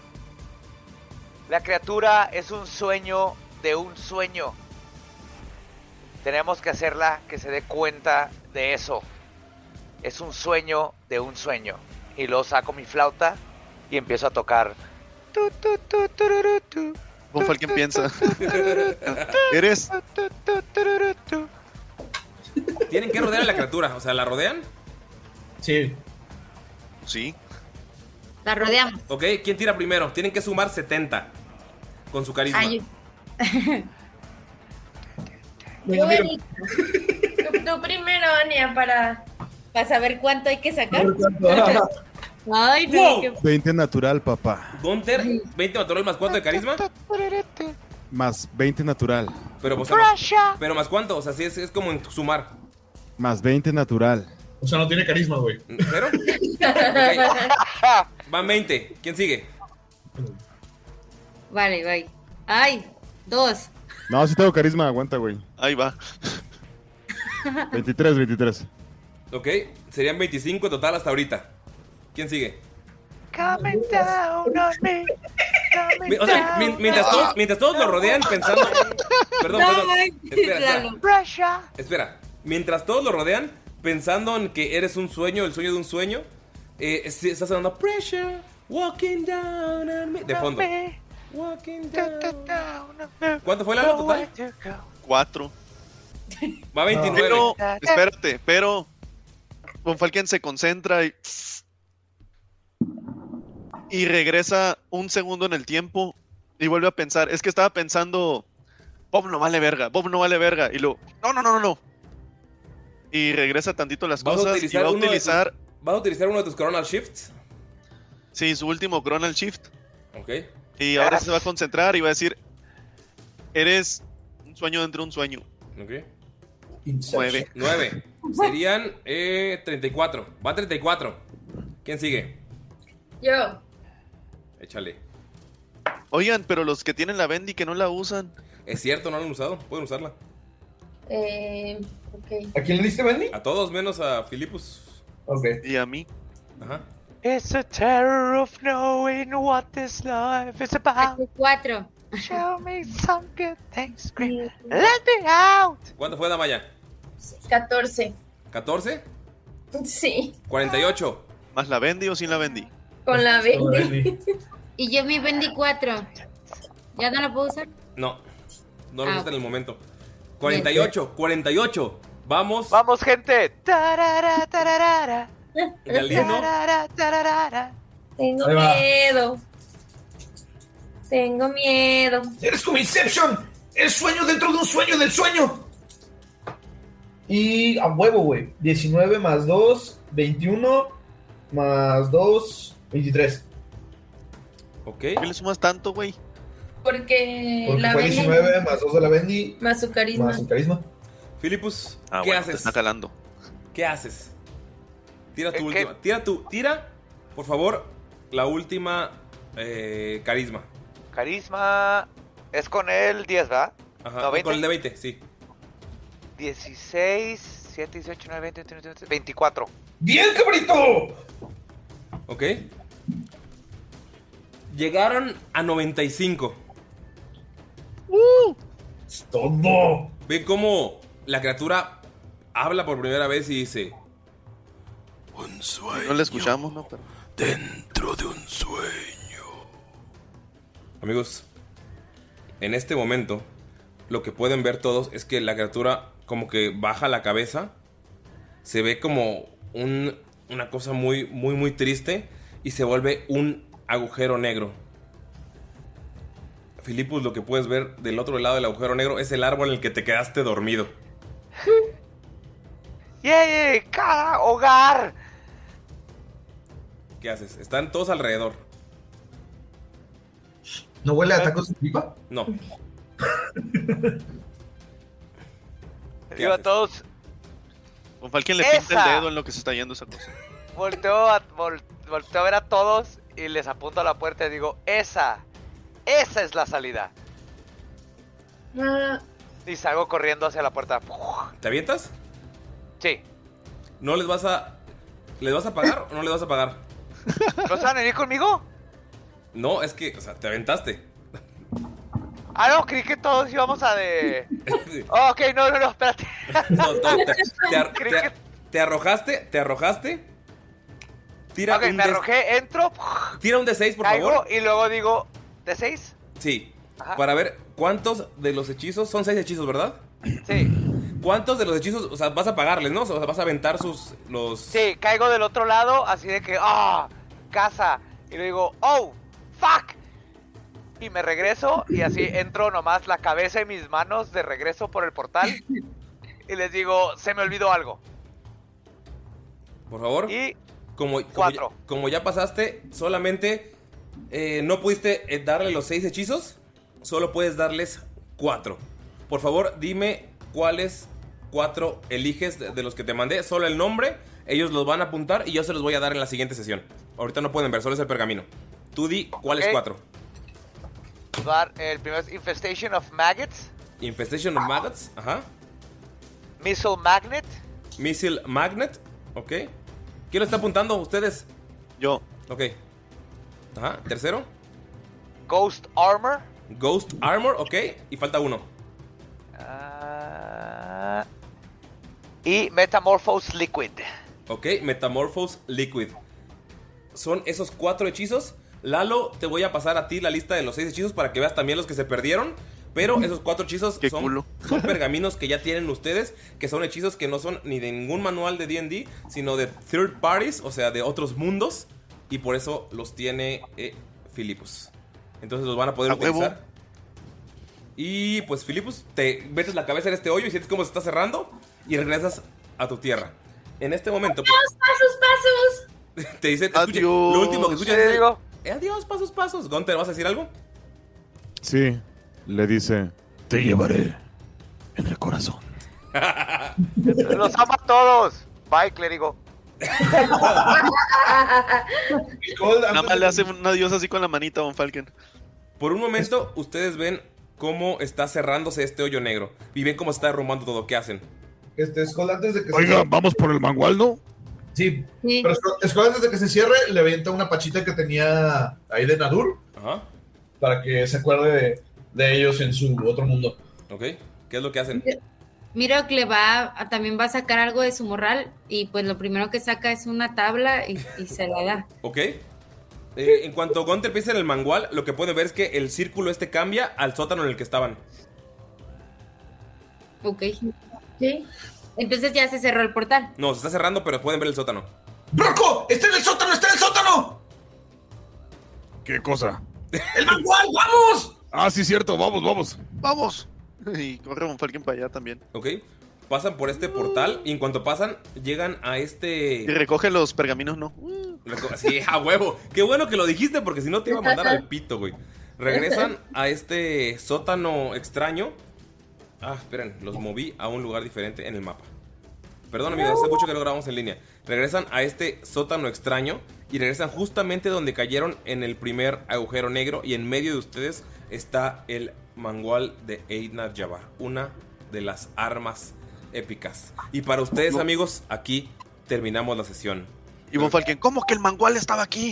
La criatura es un sueño de un sueño. Tenemos que hacerla que se dé cuenta de eso. Es un sueño de un sueño. Y luego saco mi flauta y empiezo a tocar. Tu, tu, tu, tururu, tu. Von Falken piensa. Eres. Tienen que rodear a la criatura. O sea, ¿la rodean? Sí. Sí. La rodeamos. Ok, ¿quién tira primero? Tienen que sumar setenta con su carisma. Ay. Yo, Benny. Tú, tú primero, Ania, para... Para saber cuánto hay que sacar. Ay, no. Qué... veinte natural, papá. Gunter, veinte natural más cuánto de carisma. Más veinte natural. Pero, o sea, más, pero más cuánto, o sea, sí es, es como en sumar. Más veinte natural. O sea, no tiene carisma, güey. ¿Cero? Okay. Van veinte. ¿Quién sigue? Vale, bye. Ay, dos. No, sí tengo carisma, aguanta, güey. Ahí va. veintitrés, veintitrés. Ok, serían veinticinco en total hasta ahorita. ¿Quién sigue? Coming down on me. Mi, o sea, mi, mientras, todos, mientras todos lo rodean pensando. Perdón, No, perdón. man, Espera, espera. Pressure. Espera. Mientras todos lo rodean pensando en que eres un sueño, el sueño de un sueño, eh, estás sonando pressure, walking down on me. De fondo. Walking down. ¿Cuánto fue la total? Cuatro. Va veintinueve. Pero, espérate, pero Von Falken se concentra y y regresa un segundo en el tiempo y vuelve a pensar, es que estaba pensando, Bob no vale verga, Bob no vale verga, y luego, no, no, no, no, no. Y regresa tantito las ¿Vas cosas a utilizar y va a uno de utilizar... tus- ¿Vas a utilizar uno de tus Coronal Shifts? Sí, su último Coronal Shift. Ok. Y ahora se va a concentrar y va a decir, eres un sueño dentro de un sueño. Ok. Nueve. Nueve. Serían eh, treinta y cuatro. Va treinta y cuatro. ¿Quién sigue? Yo. Échale. Oigan, pero los que tienen la Bendy que no la usan. Es cierto, no la han usado. Pueden usarla. Eh, ok. ¿A quién le diste, Bendy? A todos menos a Filipus. Ok. Y a mí. Ajá. It's the terror of knowing what this life is about. Cuatro. Show me some good things, scream. Let me out. ¿Cuánto fue, Damaya? catorce. ¿catorce? Sí. cuarenta y ocho. ¿Más la Bendy o sin la Bendy? Con la Bendy. Y yo mi Bendy cuatro. ¿Ya no la puedo usar? No. No lo Ah, usaste en el momento. cuarenta y ocho. cuarenta y ocho. Vamos. Vamos, gente. Tarara, tararara. Galindo. Tarara, tararara. Tengo Ahí va. miedo. Tengo miedo. ¡Eres como Inception! ¡El sueño dentro de un sueño del sueño! Y a huevo, güey. diecinueve más dos, veintiuno. Más dos, veintitrés. Ok. ¿Qué le sumas tanto, güey? Porque, Porque la fue Bendy diecinueve más dos de la Bendy. más su carisma. Más su carisma. Filipus, Ah, ¿qué bueno, te haces? está calando. ¿Qué haces? Tira tu ¿Qué- última. Tira tu. Tira, por favor, la última eh, carisma. Carisma. Es con el diez, ¿verdad? Ajá. No, Con el veinte. de veinte, sí. dieciséis, siete, dieciocho, nueve, veinte, veintiuno, veintidós, veinticuatro. ¡Bien, cabrito! Ok. Llegaron a noventa y cinco. ¡Es todo! Ven cómo la criatura habla por primera vez y dice: Un sueño. No la escuchamos, ¿no? Pero... Dentro de un sueño. Amigos, en este momento, lo que pueden ver todos es que la criatura como que baja la cabeza. Se ve como un, una cosa muy, muy, muy triste. Y se vuelve un agujero negro. Filipus, lo que puedes ver del otro lado del agujero negro es el árbol en el que te quedaste dormido. ¡Yay! ¡Cada hogar! ¿Qué haces? Están todos alrededor. ¿No huele a tacos de pipa? No. Digo a todos, Von Falken le pinta ¡Esa! el dedo en lo que se está yendo esa cosa. volteo a, vol- volteo a ver a todos y les apunto a la puerta y digo, esa, esa es la salida. Ah, Y salgo corriendo hacia la puerta. ¿Te avientas? Sí. ¿No les vas a... ¿Les vas a pagar o no les vas a pagar? ¿No se van a venir conmigo? No, es que, o sea, te aventaste. Ah, no, creí que todos íbamos a de... Oh, ok, no, no, no, espérate. No, no, te, te ar- Creí te- que- te arrojaste, te arrojaste. Tira Ok, un me des- arrojé, entro, Tira un D seis, por caigo favor. y luego digo, ¿de seis? Sí. Ajá. Para ver cuántos de los hechizos... Son seis hechizos, ¿verdad? Sí. ¿Cuántos de los hechizos... O sea, vas a pagarles, ¿no? O sea, vas a aventar sus... Los... Sí, caigo del otro lado, así de que, ah, casa, Y le digo, oh, fuck. Y me regreso y así entro nomás la cabeza y mis manos de regreso por el portal. Y les digo, se me olvidó algo. Por favor. Y como, cuatro. Como ya, como ya pasaste, solamente eh, no pudiste eh, darle los seis hechizos. Solo puedes darles cuatro. Por favor, dime cuáles cuatro eliges de, de los que te mandé. Solo el nombre. Ellos los van a apuntar y yo se los voy a dar en la siguiente sesión. Ahorita no pueden ver, solo es el pergamino. Tú di cuáles Ok. cuatro. Dar el primero es Infestation of Maggots. Infestation of Maggots, ajá. Missile Magnet. Missile Magnet, ok. ¿Quién lo está apuntando? ¿Ustedes? Yo. Ok. Ajá, tercero. Ghost Armor. Ghost Armor, ok. Y falta uno. Ah, y Metamorphose Liquid. Ok, Metamorphose Liquid. Son esos cuatro hechizos. Lalo, te voy a pasar a ti la lista de los seis hechizos para que veas también los que se perdieron. Pero esos cuatro hechizos son, son pergaminos que ya tienen ustedes, que son hechizos que no son ni de ningún manual de D and D, sino de third parties, o sea, de otros mundos. Y por eso los tiene eh, Filipus. Entonces los van a poder ¿A huevo? utilizar. Y pues Filipus, te metes la cabeza en este hoyo y sientes cómo se está cerrando y regresas a tu tierra. En este momento, pues, Pasos, pasos. te dice, escucha, Adiós. lo último que escuchas Sí, es, digo. eh, adiós, pasos, pasos. Gunter, ¿vas a decir algo? Sí, le dice, Te llevaré en el corazón. Los amo a todos. Bye, clérigo. Nada más le hace un adiós así con la manita a Von Falken. Por un momento, ustedes ven cómo está cerrándose este hoyo negro. Y ven cómo está derrumbando todo. ¿Qué hacen? Este, Skull, antes de que Oiga, se... vamos por el mangual, ¿no? Sí, Sí. pero Skull, Skull, antes de que se cierre, le avienta una pachita que tenía ahí de Nadur Ajá, para que se acuerde de, de ellos en su otro mundo. ok. ¿Qué es lo que hacen? Miro que le va a- también va a sacar algo de su morral y pues lo primero que saca es una tabla y, y se la da. Ok. Eh, en cuanto Gunter piensa en el mangual, lo que pueden ver es que el círculo este cambia al sótano en el que estaban. Ok. Sí. Entonces ya se cerró el portal. No, se está cerrando, pero pueden ver el sótano. ¡Bronco! ¡Está en el sótano! ¡Está en el sótano! ¿Qué cosa? ¡El mangual! ¡Vamos! Ah, sí, cierto, vamos, vamos. ¡Vamos! Y corre Von Falken para allá también. Ok. Pasan por este portal y en cuanto pasan, llegan a este... Y recoge los pergaminos, ¿no? Reco- Sí, a huevo. Qué bueno que lo dijiste porque si no te iba a mandar al pito, güey. Regresan a este sótano extraño. Ah, esperen, los moví a un lugar diferente en el mapa. Perdón, amigos, hace mucho que no grabamos en línea. Regresan a este sótano extraño y regresan justamente donde cayeron en el primer agujero negro. Y en medio de ustedes está el mangual de Eidna Jabbar, una de las armas épicas. Y para ustedes, amigos, aquí terminamos la sesión. Y Von Falken, ¿cómo que el mangual estaba aquí?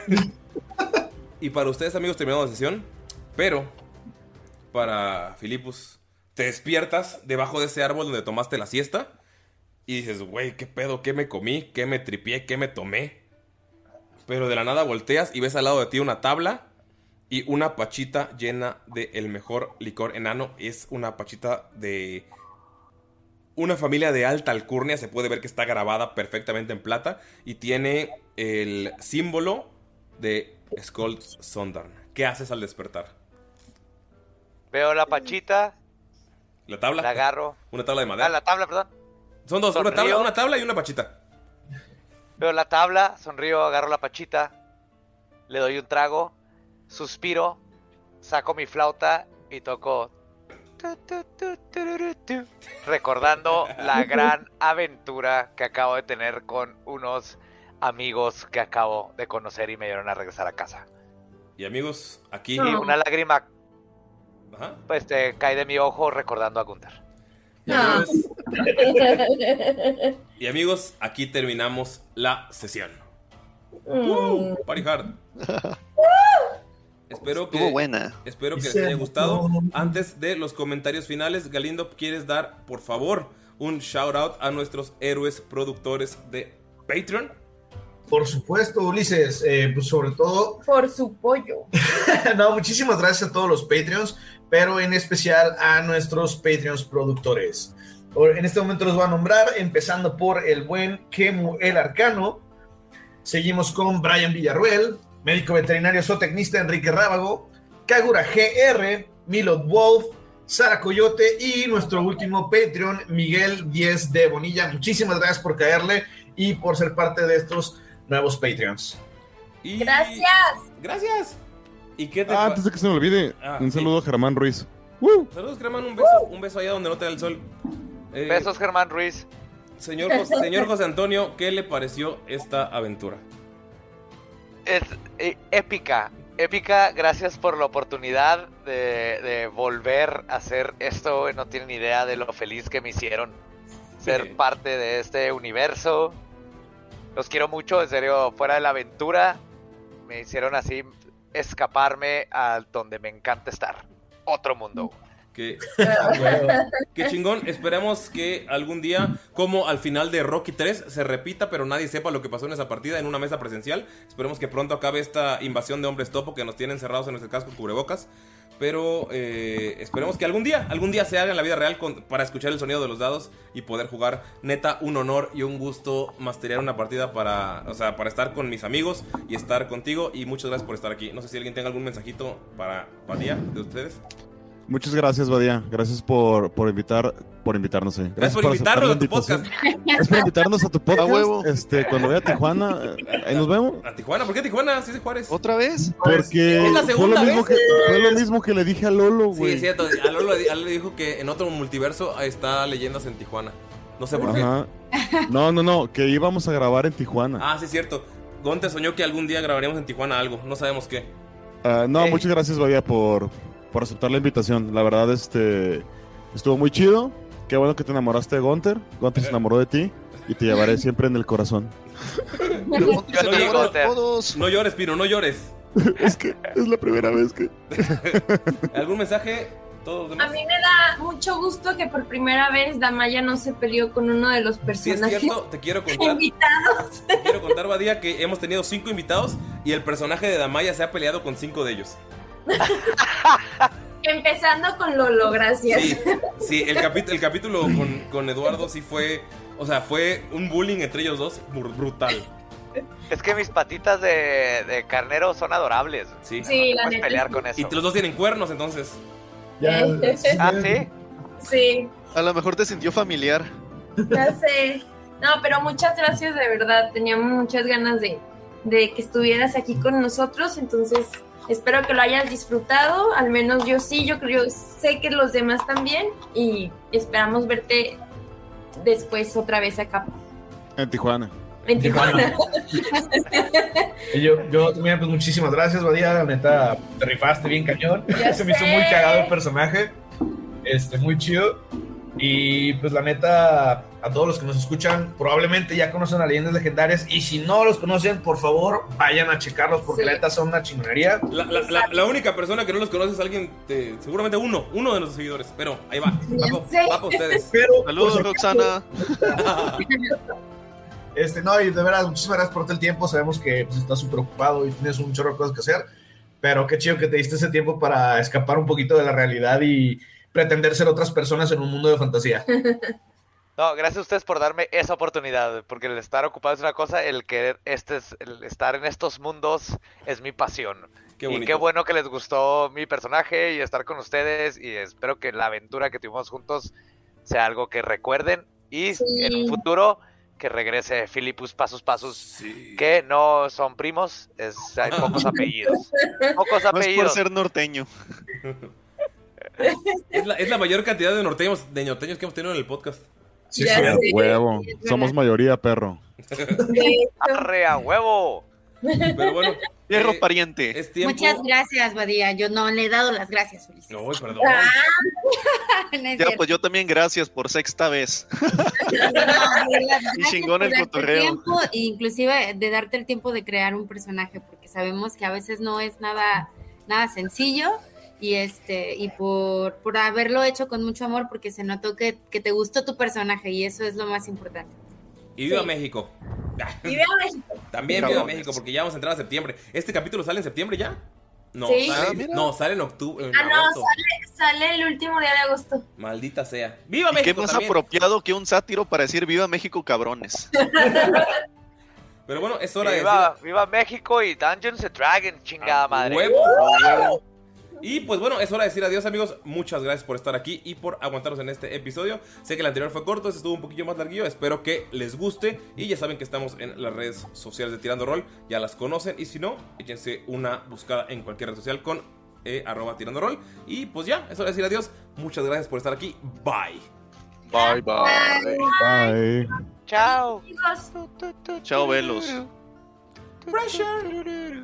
Y para ustedes, amigos, terminamos la sesión. Pero para Filipus, te despiertas debajo de ese árbol donde tomaste la siesta y dices, güey, ¿qué pedo? ¿Qué me comí? ¿Qué me tripié? ¿Qué me tomé? Pero de la nada volteas y ves al lado de ti una tabla y una pachita llena de el mejor licor enano. Es una pachita de una familia de alta alcurnia. Se puede ver que está grabada perfectamente en plata y tiene el símbolo de Skuld Sondarn. ¿Qué haces al despertar? Veo la pachita. La tabla. La agarro. Una tabla de Ah, madera. la tabla, perdón. Son dos, una Sonrío. tabla, una tabla y una pachita. Veo la tabla, sonrío, agarro la pachita, le doy un trago, suspiro, saco mi flauta y toco tu, tu, tu, tururu, tu, recordando la gran aventura que acabo de tener con unos amigos que acabo de conocer y me dieron a regresar a casa. Y amigos, aquí... Y una lágrima Ajá. pues te cae de mi ojo recordando a Gunther. Y amigos, y amigos, aquí terminamos la sesión. Uh, party hard. Espero que, Estuvo buena. espero que les haya gustado. Antes de los comentarios finales, Galindo, ¿quieres dar, por favor, un shout out a nuestros héroes productores de Patreon? Por supuesto, Ulises, eh, pues sobre todo... Por su pollo. No, muchísimas gracias a todos los Patreons, pero en especial a nuestros Patreons productores. En este momento los voy a nombrar, empezando por el buen Kemu el Arcano. Seguimos con Brian Villarruel, médico veterinario zootecnista Enrique Rábago, Kagura G R, Milot Wolf, Sara Coyote y nuestro último Patreon, Miguel diez de Bonilla. Muchísimas gracias por caerle y por ser parte de estos nuevos Patreons. Y... Gracias. Gracias. ¿Y qué te Ah, pa- antes de que se me olvide, Ah, un sí. saludo a Germán Ruiz. Saludos, Germán, un beso, un beso allá donde no te da el sol. Eh, Besos, Germán Ruiz. Señor José, señor José Antonio, ¿qué le pareció esta aventura? Es eh, épica, épica, gracias por la oportunidad de, de volver a hacer esto. No tienen idea de lo feliz que me hicieron ser Sí. parte de este universo. Los quiero mucho, en serio, fuera de la aventura, me hicieron así escaparme a donde me encanta estar. Otro mundo. Qué, qué chingón. Esperemos que algún día, como al final de Rocky tres, se repita, pero nadie sepa lo que pasó en esa partida en una mesa presencial. Esperemos que pronto acabe esta invasión de hombres topo que nos tienen encerrados en nuestro casco cubrebocas. Pero eh, esperemos que algún día, algún día se haga en la vida real con, para escuchar el sonido de los dados y poder jugar. Neta, un honor y un gusto masterear una partida para, o sea, para estar con mis amigos y estar contigo. Y muchas gracias por estar aquí. No sé si alguien tenga algún mensajito para Badía de ustedes. Muchas gracias, Badía. Gracias por, por invitar, por invitarnos. Eh. Gracias por aceptar invitarnos la a tu invitación. podcast. Gracias por invitarnos a tu podcast. A huevo. Este, cuando vaya a Tijuana, eh, ahí nos vemos. ¿A Tijuana? ¿Por qué Tijuana? Sí, es de Juárez. ¿Otra vez? Porque Es la fue, segunda lo mismo vez. que, fue lo mismo que le dije a Lolo, Sí, güey. es cierto. A Lolo, a Lolo le dijo que en otro multiverso está Leyendas en Tijuana. No sé por qué. Ajá. No, no, no, que íbamos a grabar en Tijuana. Ah, sí, es cierto. Gonte soñó que algún día grabaríamos en Tijuana algo. No sabemos qué. Ah, no, Ey. muchas gracias, Badía, por, por aceptar la invitación. La verdad, este estuvo muy chido. Qué bueno que te enamoraste de Gunter. Gunter se enamoró de ti y te llevaré siempre en el corazón. Yo No, te no, digo, no, te- No llores, Pino, no llores. Es que es la primera vez que... ¿Algún mensaje? ¿Todos los A demás? mí me da mucho gusto que por primera vez Damaya no se peleó con uno de los Sí, es personajes cierto. Te quiero contar. invitados. Te quiero contar, Badía, que hemos tenido cinco invitados y el personaje de Damaya se ha peleado con cinco de ellos. Empezando con Lolo, gracias. Sí, sí, el, capítulo el capítulo con, con Eduardo sí fue, o sea, fue un bullying entre ellos dos br- brutal. Es que mis patitas de, de carnero son adorables. Sí, Sí, No la puedes neta. pelear sí. con eso. y los dos tienen cuernos, entonces. Ya, Ah, ¿sí? Sí, A lo mejor te sintió familiar. ya sé. No, pero muchas gracias de verdad. Teníamos muchas ganas de, de que estuvieras aquí con nosotros. Entonces, espero que lo hayas disfrutado. Al menos yo sí, yo creo, yo sé que los demás también. Y esperamos verte después otra vez acá En Tijuana. en Tijuana. Y yo, yo también, pues muchísimas gracias, Badía. La neta, te rifaste bien cañón. Ya Se me hizo sé. muy cagado el personaje. Este, muy chido. Y pues la neta, a todos los que nos escuchan, probablemente ya conocen a Leyendas Legendarias. Y si no los conocen, por favor, vayan a checarlos porque Sí. la neta son una chingonería. La, la, la, la única persona que no los conoce es alguien, de, seguramente uno, uno de nuestros seguidores. Pero ahí va, va, pa- sé. va para ustedes. Pero, Saludos, pues, Roxana. Este, no, y de verdad, muchísimas gracias por todo el tiempo. Sabemos que pues, estás súper ocupado y tienes un chorro de cosas que hacer. Pero qué chido que te diste ese tiempo para escapar un poquito de la realidad y pretender ser otras personas en un mundo de fantasía. No, gracias a ustedes por darme esa oportunidad, porque el estar ocupado es una cosa, el querer este es, el estar en estos mundos es mi pasión. Qué y bonito. qué bueno que les gustó mi personaje y estar con ustedes, y espero que la aventura que tuvimos juntos sea algo que recuerden y Sí. en un futuro que regrese Philippus Pasus Pasus, Sí. que no son primos, es, hay pocos apellidos. Pocos No es por apellidos. ser norteño. Es la, es la mayor cantidad de norteños, de norteños que hemos tenido en el podcast. Sí, Ya sí. A sé. huevo. es verdad. Somos mayoría, perro. De hecho, ¡Arre a huevo! Pero bueno, Fierro eh, pariente. es tiempo. Muchas gracias, Badía. Yo no le he dado las gracias, Ulises. No, perdón. Ah, No es Ya, cierto. pues yo también gracias por sexta vez. No, de verdad, Y chingón el gracias por darte cotorreo. tiempo, e inclusive de darte el tiempo de crear un personaje, porque sabemos que a veces no es nada, nada sencillo. Y este, y por, por haberlo hecho con mucho amor, porque se notó que, que te gustó tu personaje, y eso es lo más importante. Y viva Sí. México. y ve a México. También Cabrones. viva México, porque ya vamos a entrar a septiembre. ¿Este capítulo sale en septiembre ya? No, Sí. sale, Ah, mira. no, sale en octubre. En Ah, no, agosto. sale, sale el último día de agosto. Maldita sea. ¡Viva ¿Y qué México! más también! apropiado que un sátiro para decir viva México, cabrones? Pero bueno, es hora de viva, decir... viva México y Dungeons and Dragons, chingada madre. ¡Huevo! ¡Huevo! Y pues bueno, es hora de decir adiós, amigos. Muchas gracias por estar aquí y por aguantarnos en este episodio. Sé que el anterior fue corto, este estuvo un poquillo más larguillo. Espero que les guste. Y ya saben que estamos en las redes sociales de Tirando Rol. Ya las conocen. Y si no, échense una buscada en cualquier red social con eh, arroba Tirando Rol. Y pues ya, es hora de decir adiós. Muchas gracias por estar aquí. Bye. Bye, bye. Bye. Chao. Chao, Velos. Pressure.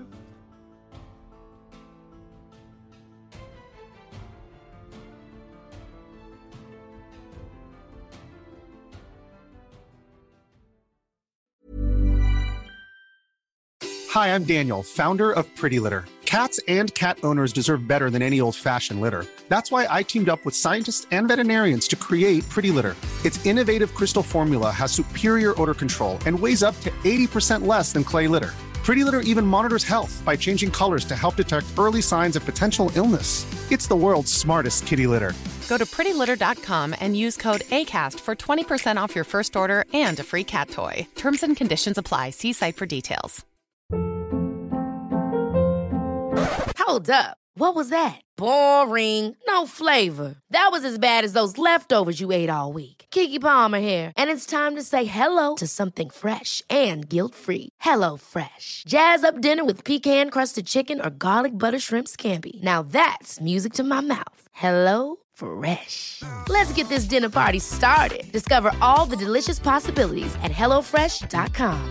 Hi, I'm Daniel, founder of Pretty Litter. Cats and cat owners deserve better than any old-fashioned litter. That's why I teamed up with scientists and veterinarians to create Pretty Litter. Its innovative crystal formula has superior odor control and weighs up to eighty percent less than clay litter. Pretty Litter even monitors health by changing colors to help detect early signs of potential illness. It's the world's smartest kitty litter. Go to pretty litter dot com and use code ACAST for twenty percent off your first order and a free cat toy. Terms and conditions apply. See site for details. Hold up. What was that? Boring. No flavor. That was as bad as those leftovers you ate all week. Keke Palmer here, and it's time to say hello to something fresh and guilt-free. Hello Fresh. Jazz up dinner with pecan-crusted chicken or garlic butter shrimp scampi. Now that's music to my mouth. Hello Fresh. Let's get this dinner party started. Discover all the delicious possibilities at hello fresh dot com.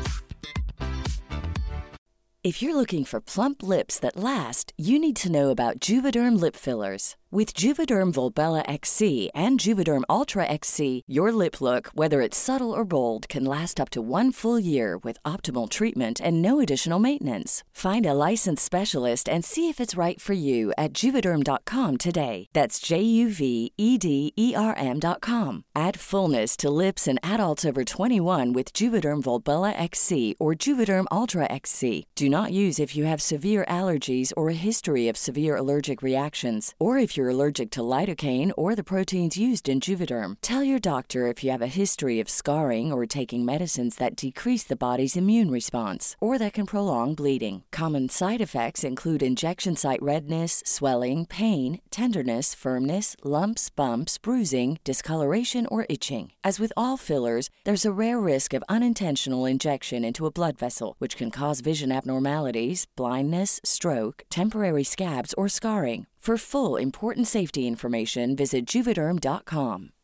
If you're looking for plump lips that last, you need to know about Juvederm lip fillers. With Juvederm Volbella X C and Juvederm Ultra X C, your lip look, whether it's subtle or bold, can last up to one full year with optimal treatment and no additional maintenance. Find a licensed specialist and see if it's right for you at Juvederm dot com today. That's J U V E D E R M dot com. Add fullness to lips in adults over twenty-one with Juvederm Volbella X C or Juvederm Ultra X C. Do not use if you have severe allergies or a history of severe allergic reactions, or if you're allergic to lidocaine or the proteins used in Juvederm. Tell your doctor if you have a history of scarring or taking medicines that decrease the body's immune response or that can prolong bleeding. Common side effects include injection site redness, swelling, pain, tenderness, firmness, lumps, bumps, bruising, discoloration, or itching. As with all fillers, there's a rare risk of unintentional injection into a blood vessel, which can cause vision abnormalities, blindness, stroke, temporary scabs, or scarring. For full, important safety information, visit Juvederm dot com.